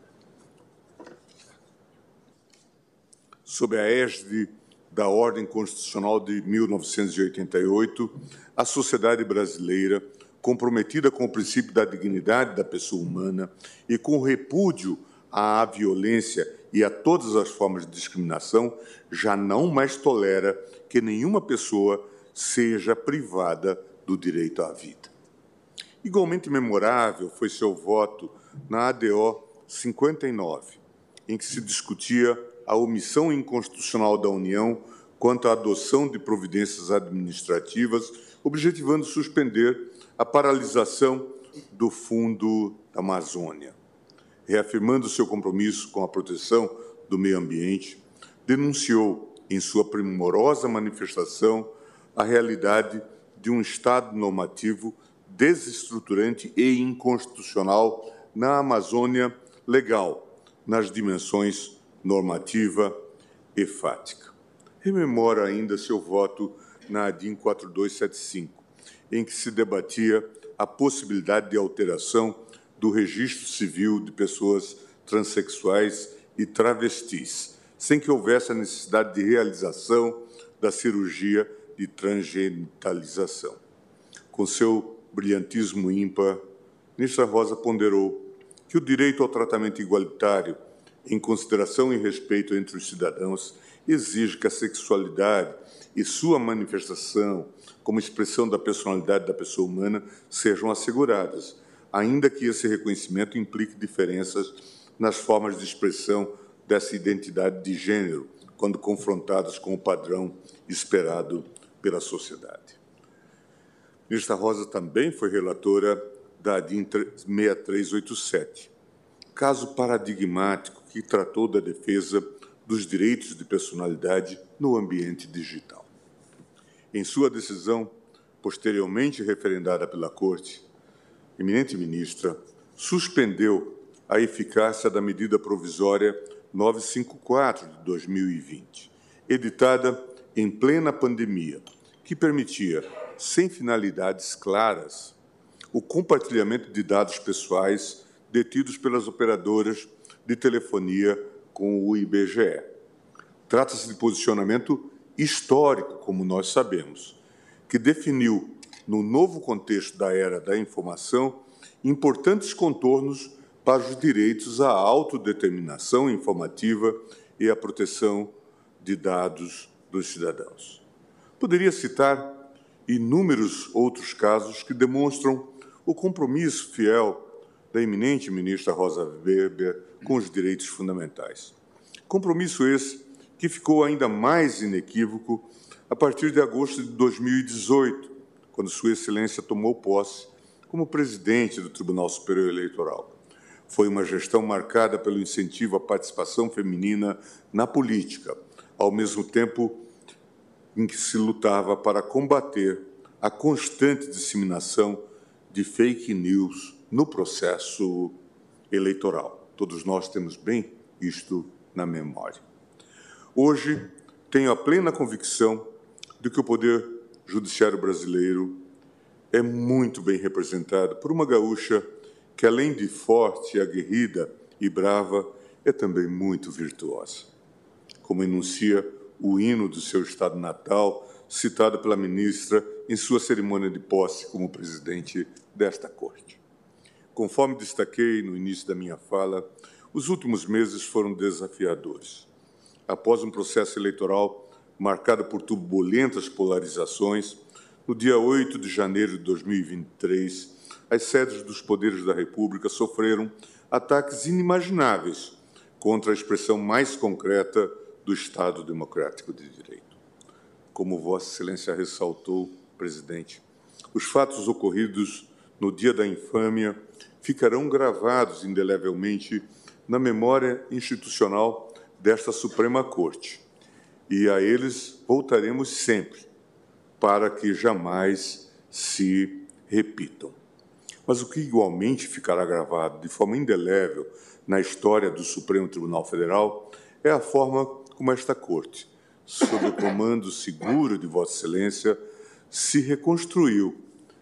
sob a égide da Ordem Constitucional de mil novecentos e oitenta e oito, a sociedade brasileira, comprometida com o princípio da dignidade da pessoa humana e com o repúdio à violência e a todas as formas de discriminação, já não mais tolera que nenhuma pessoa seja privada do direito à vida. Igualmente memorável foi seu voto na A D O cinquenta e nove, em que se discutia a omissão inconstitucional da União quanto à adoção de providências administrativas, objetivando suspender a paralisação do Fundo da Amazônia. Reafirmando seu compromisso com a proteção do meio ambiente, denunciou, em sua primorosa manifestação, a realidade de um Estado normativo desestruturante e inconstitucional na Amazônia legal, nas dimensões normativa e fática. Rememora ainda seu voto na A D I M quatro dois sete cinco, em que se debatia a possibilidade de alteração do registro civil de pessoas transexuais e travestis, sem que houvesse a necessidade de realização da cirurgia de transgenitalização. Com seu brilhantismo ímpar, ministra Rosa ponderou que o direito ao tratamento igualitário, em consideração e respeito entre os cidadãos, exige que a sexualidade e sua manifestação como expressão da personalidade da pessoa humana sejam asseguradas, ainda que esse reconhecimento implique diferenças nas formas de expressão dessa identidade de gênero, quando confrontadas com o padrão esperado pela sociedade. A ministra Rosa também foi relatora da A D I M seis mil trezentos e oitenta e sete, caso paradigmático que tratou da defesa dos direitos de personalidade no ambiente digital. Em sua decisão, posteriormente referendada pela Corte, a eminente ministra suspendeu a eficácia da medida provisória novecentos e cinquenta e quatro de dois mil e vinte, editada em plena pandemia, que permitia, sem finalidades claras, o compartilhamento de dados pessoais detidos pelas operadoras de telefonia com o I B G E. Trata-se de posicionamento histórico, como nós sabemos, que definiu, no novo contexto da era da informação, importantes contornos para os direitos à autodeterminação informativa e à proteção de dados dos cidadãos. Poderia citar inúmeros outros casos que demonstram o compromisso fiel da eminente ministra Rosa Weber com os direitos fundamentais. Compromisso esse que ficou ainda mais inequívoco a partir de agosto de dois mil e dezoito, quando Sua Excelência tomou posse como presidente do Tribunal Superior Eleitoral. Foi uma gestão marcada pelo incentivo à participação feminina na política, ao mesmo tempo em que se lutava para combater a constante disseminação de fake news no processo eleitoral. Todos nós temos bem isto na memória. Hoje, tenho a plena convicção de que o Poder Judiciário brasileiro é muito bem representado por uma gaúcha que, além de forte, aguerrida e brava, é também muito virtuosa. Como enuncia o hino do seu estado natal, citado pela ministra em sua cerimônia de posse como presidente desta Corte. Conforme destaquei no início da minha fala, os últimos meses foram desafiadores. Após um processo eleitoral marcado por turbulentas polarizações, no dia oito de janeiro de dois mil e vinte e três, as sedes dos poderes da República sofreram ataques inimagináveis contra a expressão mais concreta do Estado Democrático de Direito. Como Vossa Excelência ressaltou, presidente, os fatos ocorridos no dia da infâmia ficarão gravados indelevelmente na memória institucional desta Suprema Corte, e a eles voltaremos sempre, para que jamais se repitam. Mas o que igualmente ficará gravado de forma indelével na história do Supremo Tribunal Federal é a forma como esta Corte, sob o comando seguro de Vossa Excelência, se reconstruiu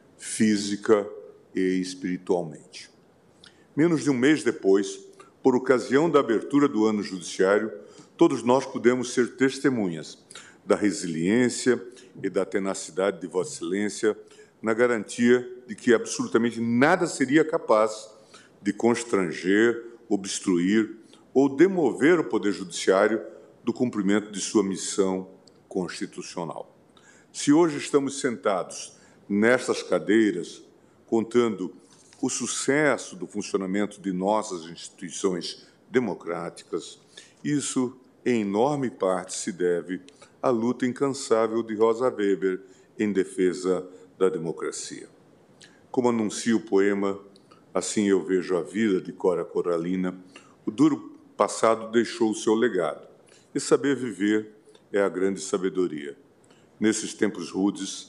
física e espiritualmente. Menos de um mês depois, por ocasião da abertura do ano judiciário, todos nós pudemos ser testemunhas da resiliência e da tenacidade de Vossa Excelência na garantia de que absolutamente nada seria capaz de constranger, obstruir ou demover o Poder Judiciário do cumprimento de sua missão constitucional. Se hoje estamos sentados nestas cadeiras, contando o sucesso do funcionamento de nossas instituições democráticas, isso, em enorme parte, se deve à luta incansável de Rosa Weber em defesa da democracia. Como anuncia o poema Assim Eu Vejo a Vida, de Cora Coralina, o duro passado deixou o seu legado, e saber viver é a grande sabedoria. Nesses tempos rudes,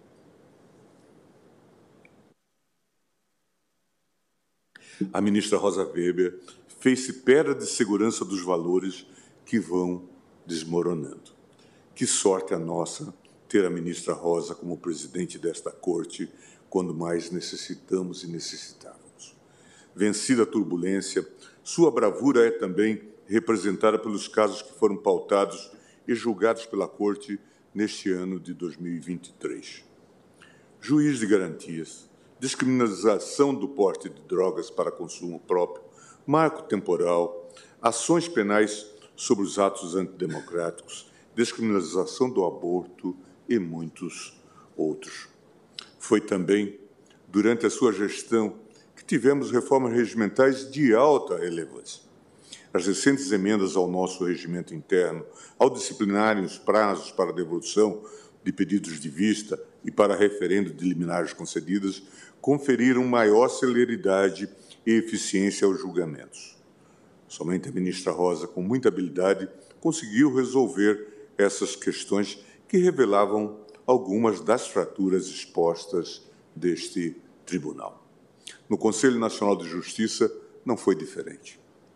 a ministra Rosa Weber fez-se pedra de segurança dos valores que vão desmoronando. Que sorte a nossa ter a ministra Rosa como presidente desta Corte quando mais necessitamos e necessitávamos. Vencida a turbulência, sua bravura é também representada pelos casos que foram pautados e julgados pela Corte neste ano de dois mil e vinte e três. Juiz de garantias, descriminalização do porte de drogas para consumo próprio, marco temporal, ações penais sobre os atos antidemocráticos, descriminalização do aborto e muitos outros. Foi também, durante a sua gestão, que tivemos reformas regimentais de alta relevância. As recentes emendas ao nosso regimento interno, ao disciplinarem os prazos para devolução de pedidos de vista e para referendo de liminares concedidas, conferiram maior celeridade e eficiência aos julgamentos. Somente a ministra Rosa, com muita habilidade, conseguiu resolver essas questões que revelavam algumas das fraturas expostas deste tribunal. No Conselho Nacional de Justiça não foi diferente.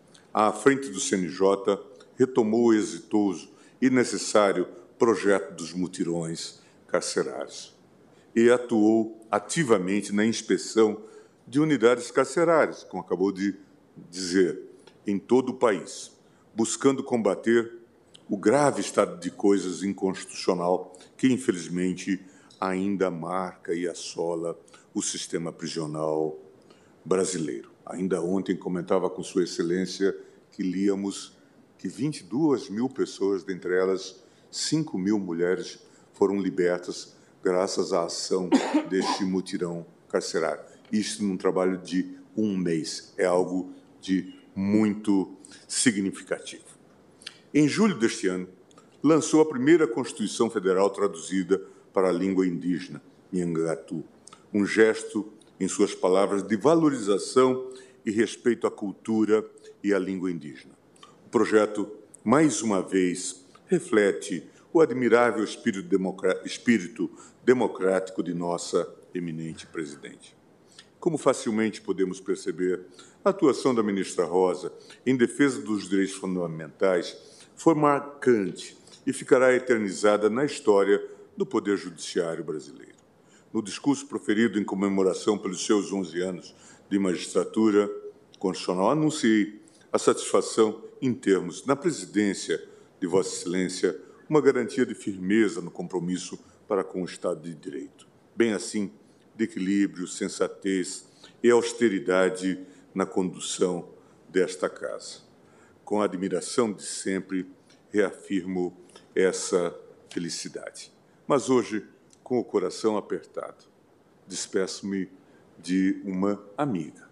À frente do C N J, retomou o exitoso e necessário projeto dos mutirões carcerários e atuou ativamente na inspeção de unidades carcerárias, como acabou de dizer, em todo o país, buscando combater o grave estado de coisas inconstitucional que, infelizmente, ainda marca e assola o sistema prisional brasileiro. Ainda ontem comentava com Sua Excelência que líamos que vinte e duas mil pessoas, dentre elas cinco mil mulheres, foram libertas graças à ação deste mutirão carcerário. Isto num trabalho de um mês. É algo de muito significativo. Em julho deste ano, lançou a primeira Constituição Federal traduzida para a língua indígena, Nhangatu, um gesto, em suas palavras, de valorização e respeito à cultura e à língua indígena. O projeto, mais uma vez, reflete o admirável espírito, democr- espírito democrático de nossa eminente presidente. Como facilmente podemos perceber, a atuação da ministra Rosa em defesa dos direitos fundamentais foi marcante e ficará eternizada na história do Poder Judiciário brasileiro. No discurso proferido em comemoração pelos seus onze anos de magistratura constitucional, anunciei a satisfação em termos, na presidência de Vossa Excelência, uma garantia de firmeza no compromisso para com o Estado de Direito, bem assim de equilíbrio, sensatez e austeridade na condução desta casa. Com a admiração de sempre, reafirmo essa felicidade. Mas hoje, com o coração apertado, despeço-me de uma amiga.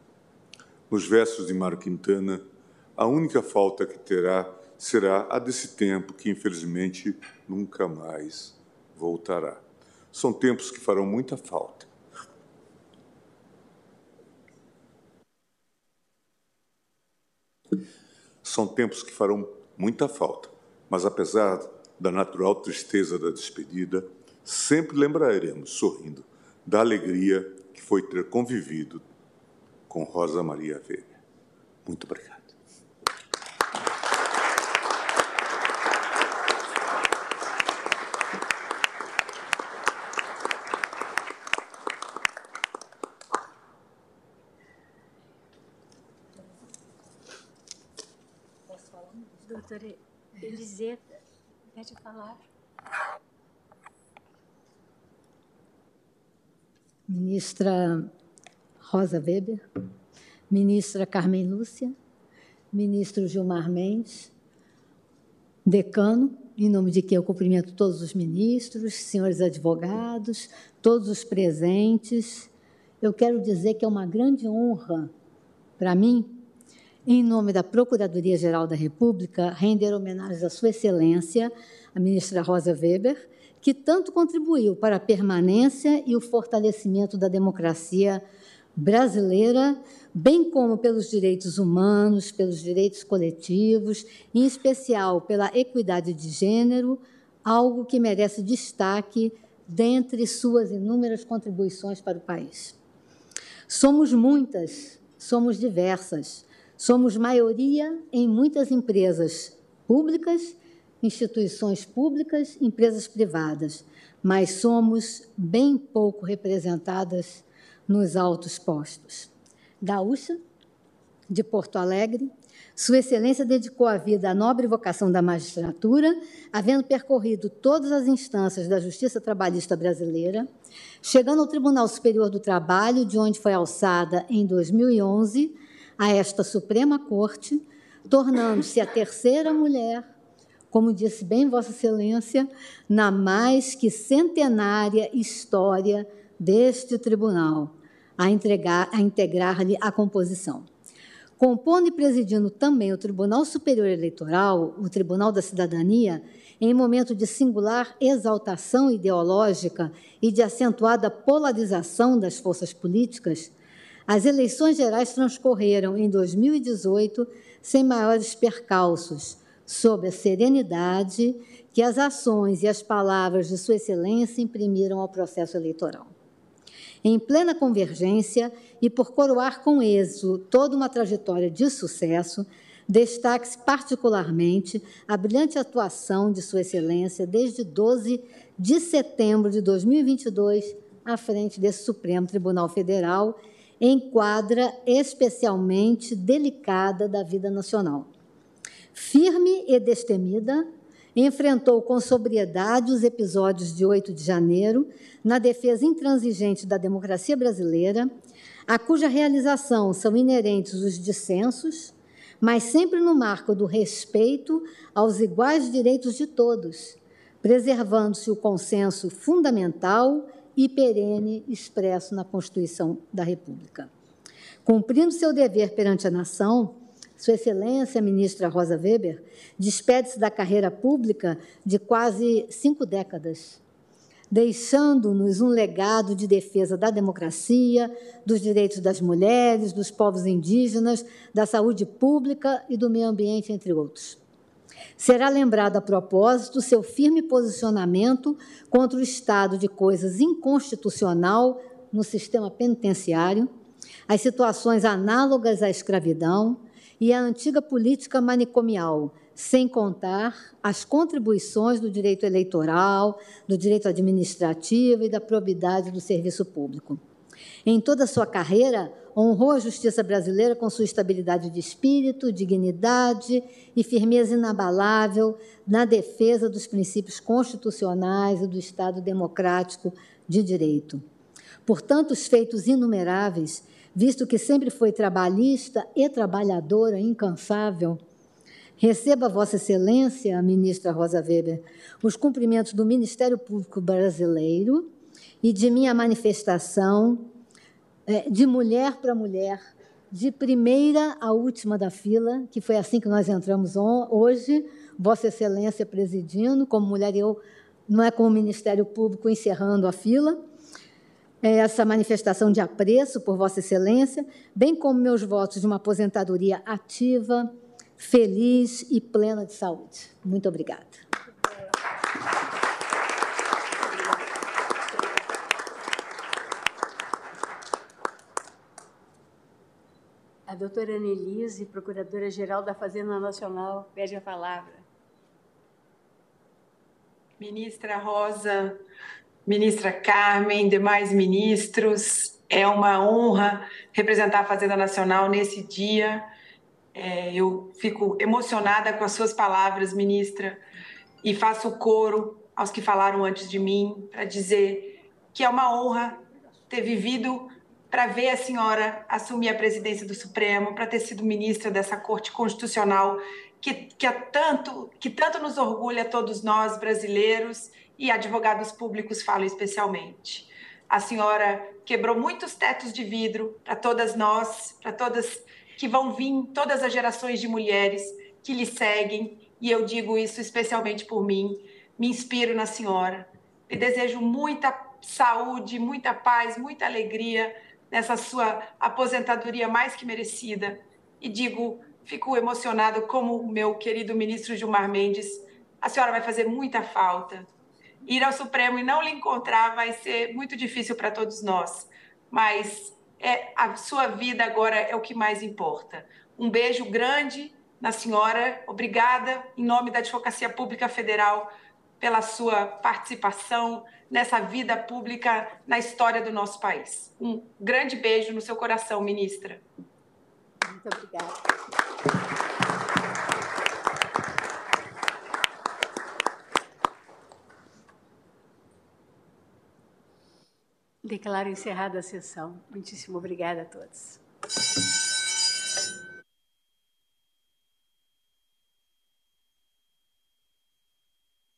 Nos versos de Mário Quintana, a única falta que terá será a desse tempo que, infelizmente, nunca mais voltará. São tempos que farão muita falta. São tempos que farão muita falta, mas, apesar da natural tristeza da despedida, sempre lembraremos, sorrindo, da alegria que foi ter convivido com Rosa Maria Weber. Muito obrigado. Doutora Eliseta, pede a palavra. Ministra Rosa Weber, ministra Carmen Lúcia, ministro Gilmar Mendes, decano, em nome de quem eu cumprimento todos os ministros, senhores advogados, todos os presentes. Eu quero dizer que é uma grande honra para mim, em nome da Procuradoria-Geral da República, render homenagem à Sua Excelência, a ministra Rosa Weber, que tanto contribuiu para a permanência e o fortalecimento da democracia brasileira, bem como pelos direitos humanos, pelos direitos coletivos, em especial pela equidade de gênero, algo que merece destaque dentre suas inúmeras contribuições para o país. Somos muitas, somos diversas, somos maioria em muitas empresas públicas, instituições públicas, empresas privadas, mas somos bem pouco representadas nos altos postos. Gaúcha, de Porto Alegre, Sua Excelência dedicou a vida à nobre vocação da magistratura, havendo percorrido todas as instâncias da Justiça Trabalhista brasileira, chegando ao Tribunal Superior do Trabalho, de onde foi alçada em dois mil e onze a esta Suprema Corte, tornando-se a terceira mulher, como disse bem Vossa Excelência, na mais que centenária história deste tribunal, a, entregar, a integrar-lhe a composição. compondo e presidindo também o Tribunal Superior Eleitoral, o Tribunal da Cidadania, em momento de singular exaltação ideológica e de acentuada polarização das forças políticas, as eleições gerais transcorreram em dois mil e dezoito sem maiores percalços, sob a serenidade que as ações e as palavras de Sua Excelência imprimiram ao processo eleitoral. Em plena convergência e por coroar com êxito toda uma trajetória de sucesso, destaque-se particularmente a brilhante atuação de Sua Excelência desde doze de setembro de dois mil e vinte e dois, à frente desse Supremo Tribunal Federal, em quadra especialmente delicada da vida nacional. Firme e destemida, enfrentou com sobriedade os episódios de oito de janeiro, na defesa intransigente da democracia brasileira, a cuja realização são inerentes os dissensos, mas sempre no marco do respeito aos iguais direitos de todos, preservando-se o consenso fundamental e perene expresso na Constituição da República. Cumprindo seu dever perante a nação, Sua Excelência, a ministra Rosa Weber, despede-se da carreira pública de quase cinco décadas, deixando-nos um legado de defesa da democracia, dos direitos das mulheres, dos povos indígenas, da saúde pública e do meio ambiente, entre outros. Será lembrado, a propósito, seu firme posicionamento contra o estado de coisas inconstitucional no sistema penitenciário, as situações análogas à escravidão e a antiga política manicomial, sem contar as contribuições do direito eleitoral, do direito administrativo e da probidade do serviço público. Em toda a sua carreira, honrou a justiça brasileira com sua estabilidade de espírito, dignidade e firmeza inabalável na defesa dos princípios constitucionais e do Estado democrático de direito. Por tantos feitos inumeráveis, visto que sempre foi trabalhista e trabalhadora incansável, receba Vossa Excelência, a ministra Rosa Weber, os cumprimentos do Ministério Público Brasileiro e de minha manifestação de mulher para mulher, de primeira à última da fila, que foi assim que nós entramos hoje, Vossa Excelência presidindo, como mulher, eu não é como o Ministério Público encerrando a fila, essa manifestação de apreço por Vossa Excelência, bem como meus votos de uma aposentadoria ativa, feliz e plena de saúde. Muito obrigada. A doutora Annelise, Procuradora-Geral da Fazenda Nacional, pede a palavra. Ministra Rosa, ministra Carmen, demais ministros, é uma honra representar a Fazenda Nacional nesse dia. É, eu fico emocionada com as suas palavras, ministra, e faço coro aos que falaram antes de mim para dizer que é uma honra ter vivido para ver a senhora assumir a presidência do Supremo, para ter sido ministra dessa Corte Constitucional que, que, é tanto, que tanto nos orgulha a todos nós brasileiros e advogados públicos falam especialmente. A senhora quebrou muitos tetos de vidro para todas nós, para todas que vão vir, todas as gerações de mulheres que lhe seguem, e eu digo isso especialmente por mim, me inspiro na senhora. E desejo muita saúde, muita paz, muita alegria nessa sua aposentadoria mais que merecida. E digo, fico emocionado como o meu querido ministro Gilmar Mendes, a senhora vai fazer muita falta. Ir ao Supremo e não lhe encontrar vai ser muito difícil para todos nós, mas é, a sua vida agora é o que mais importa. Um beijo grande na senhora, obrigada em nome da Advocacia Pública Federal pela sua participação nessa vida pública na história do nosso país. Um grande beijo no seu coração, ministra. Muito obrigada. Declaro encerrada a sessão. Muitíssimo obrigada a todos.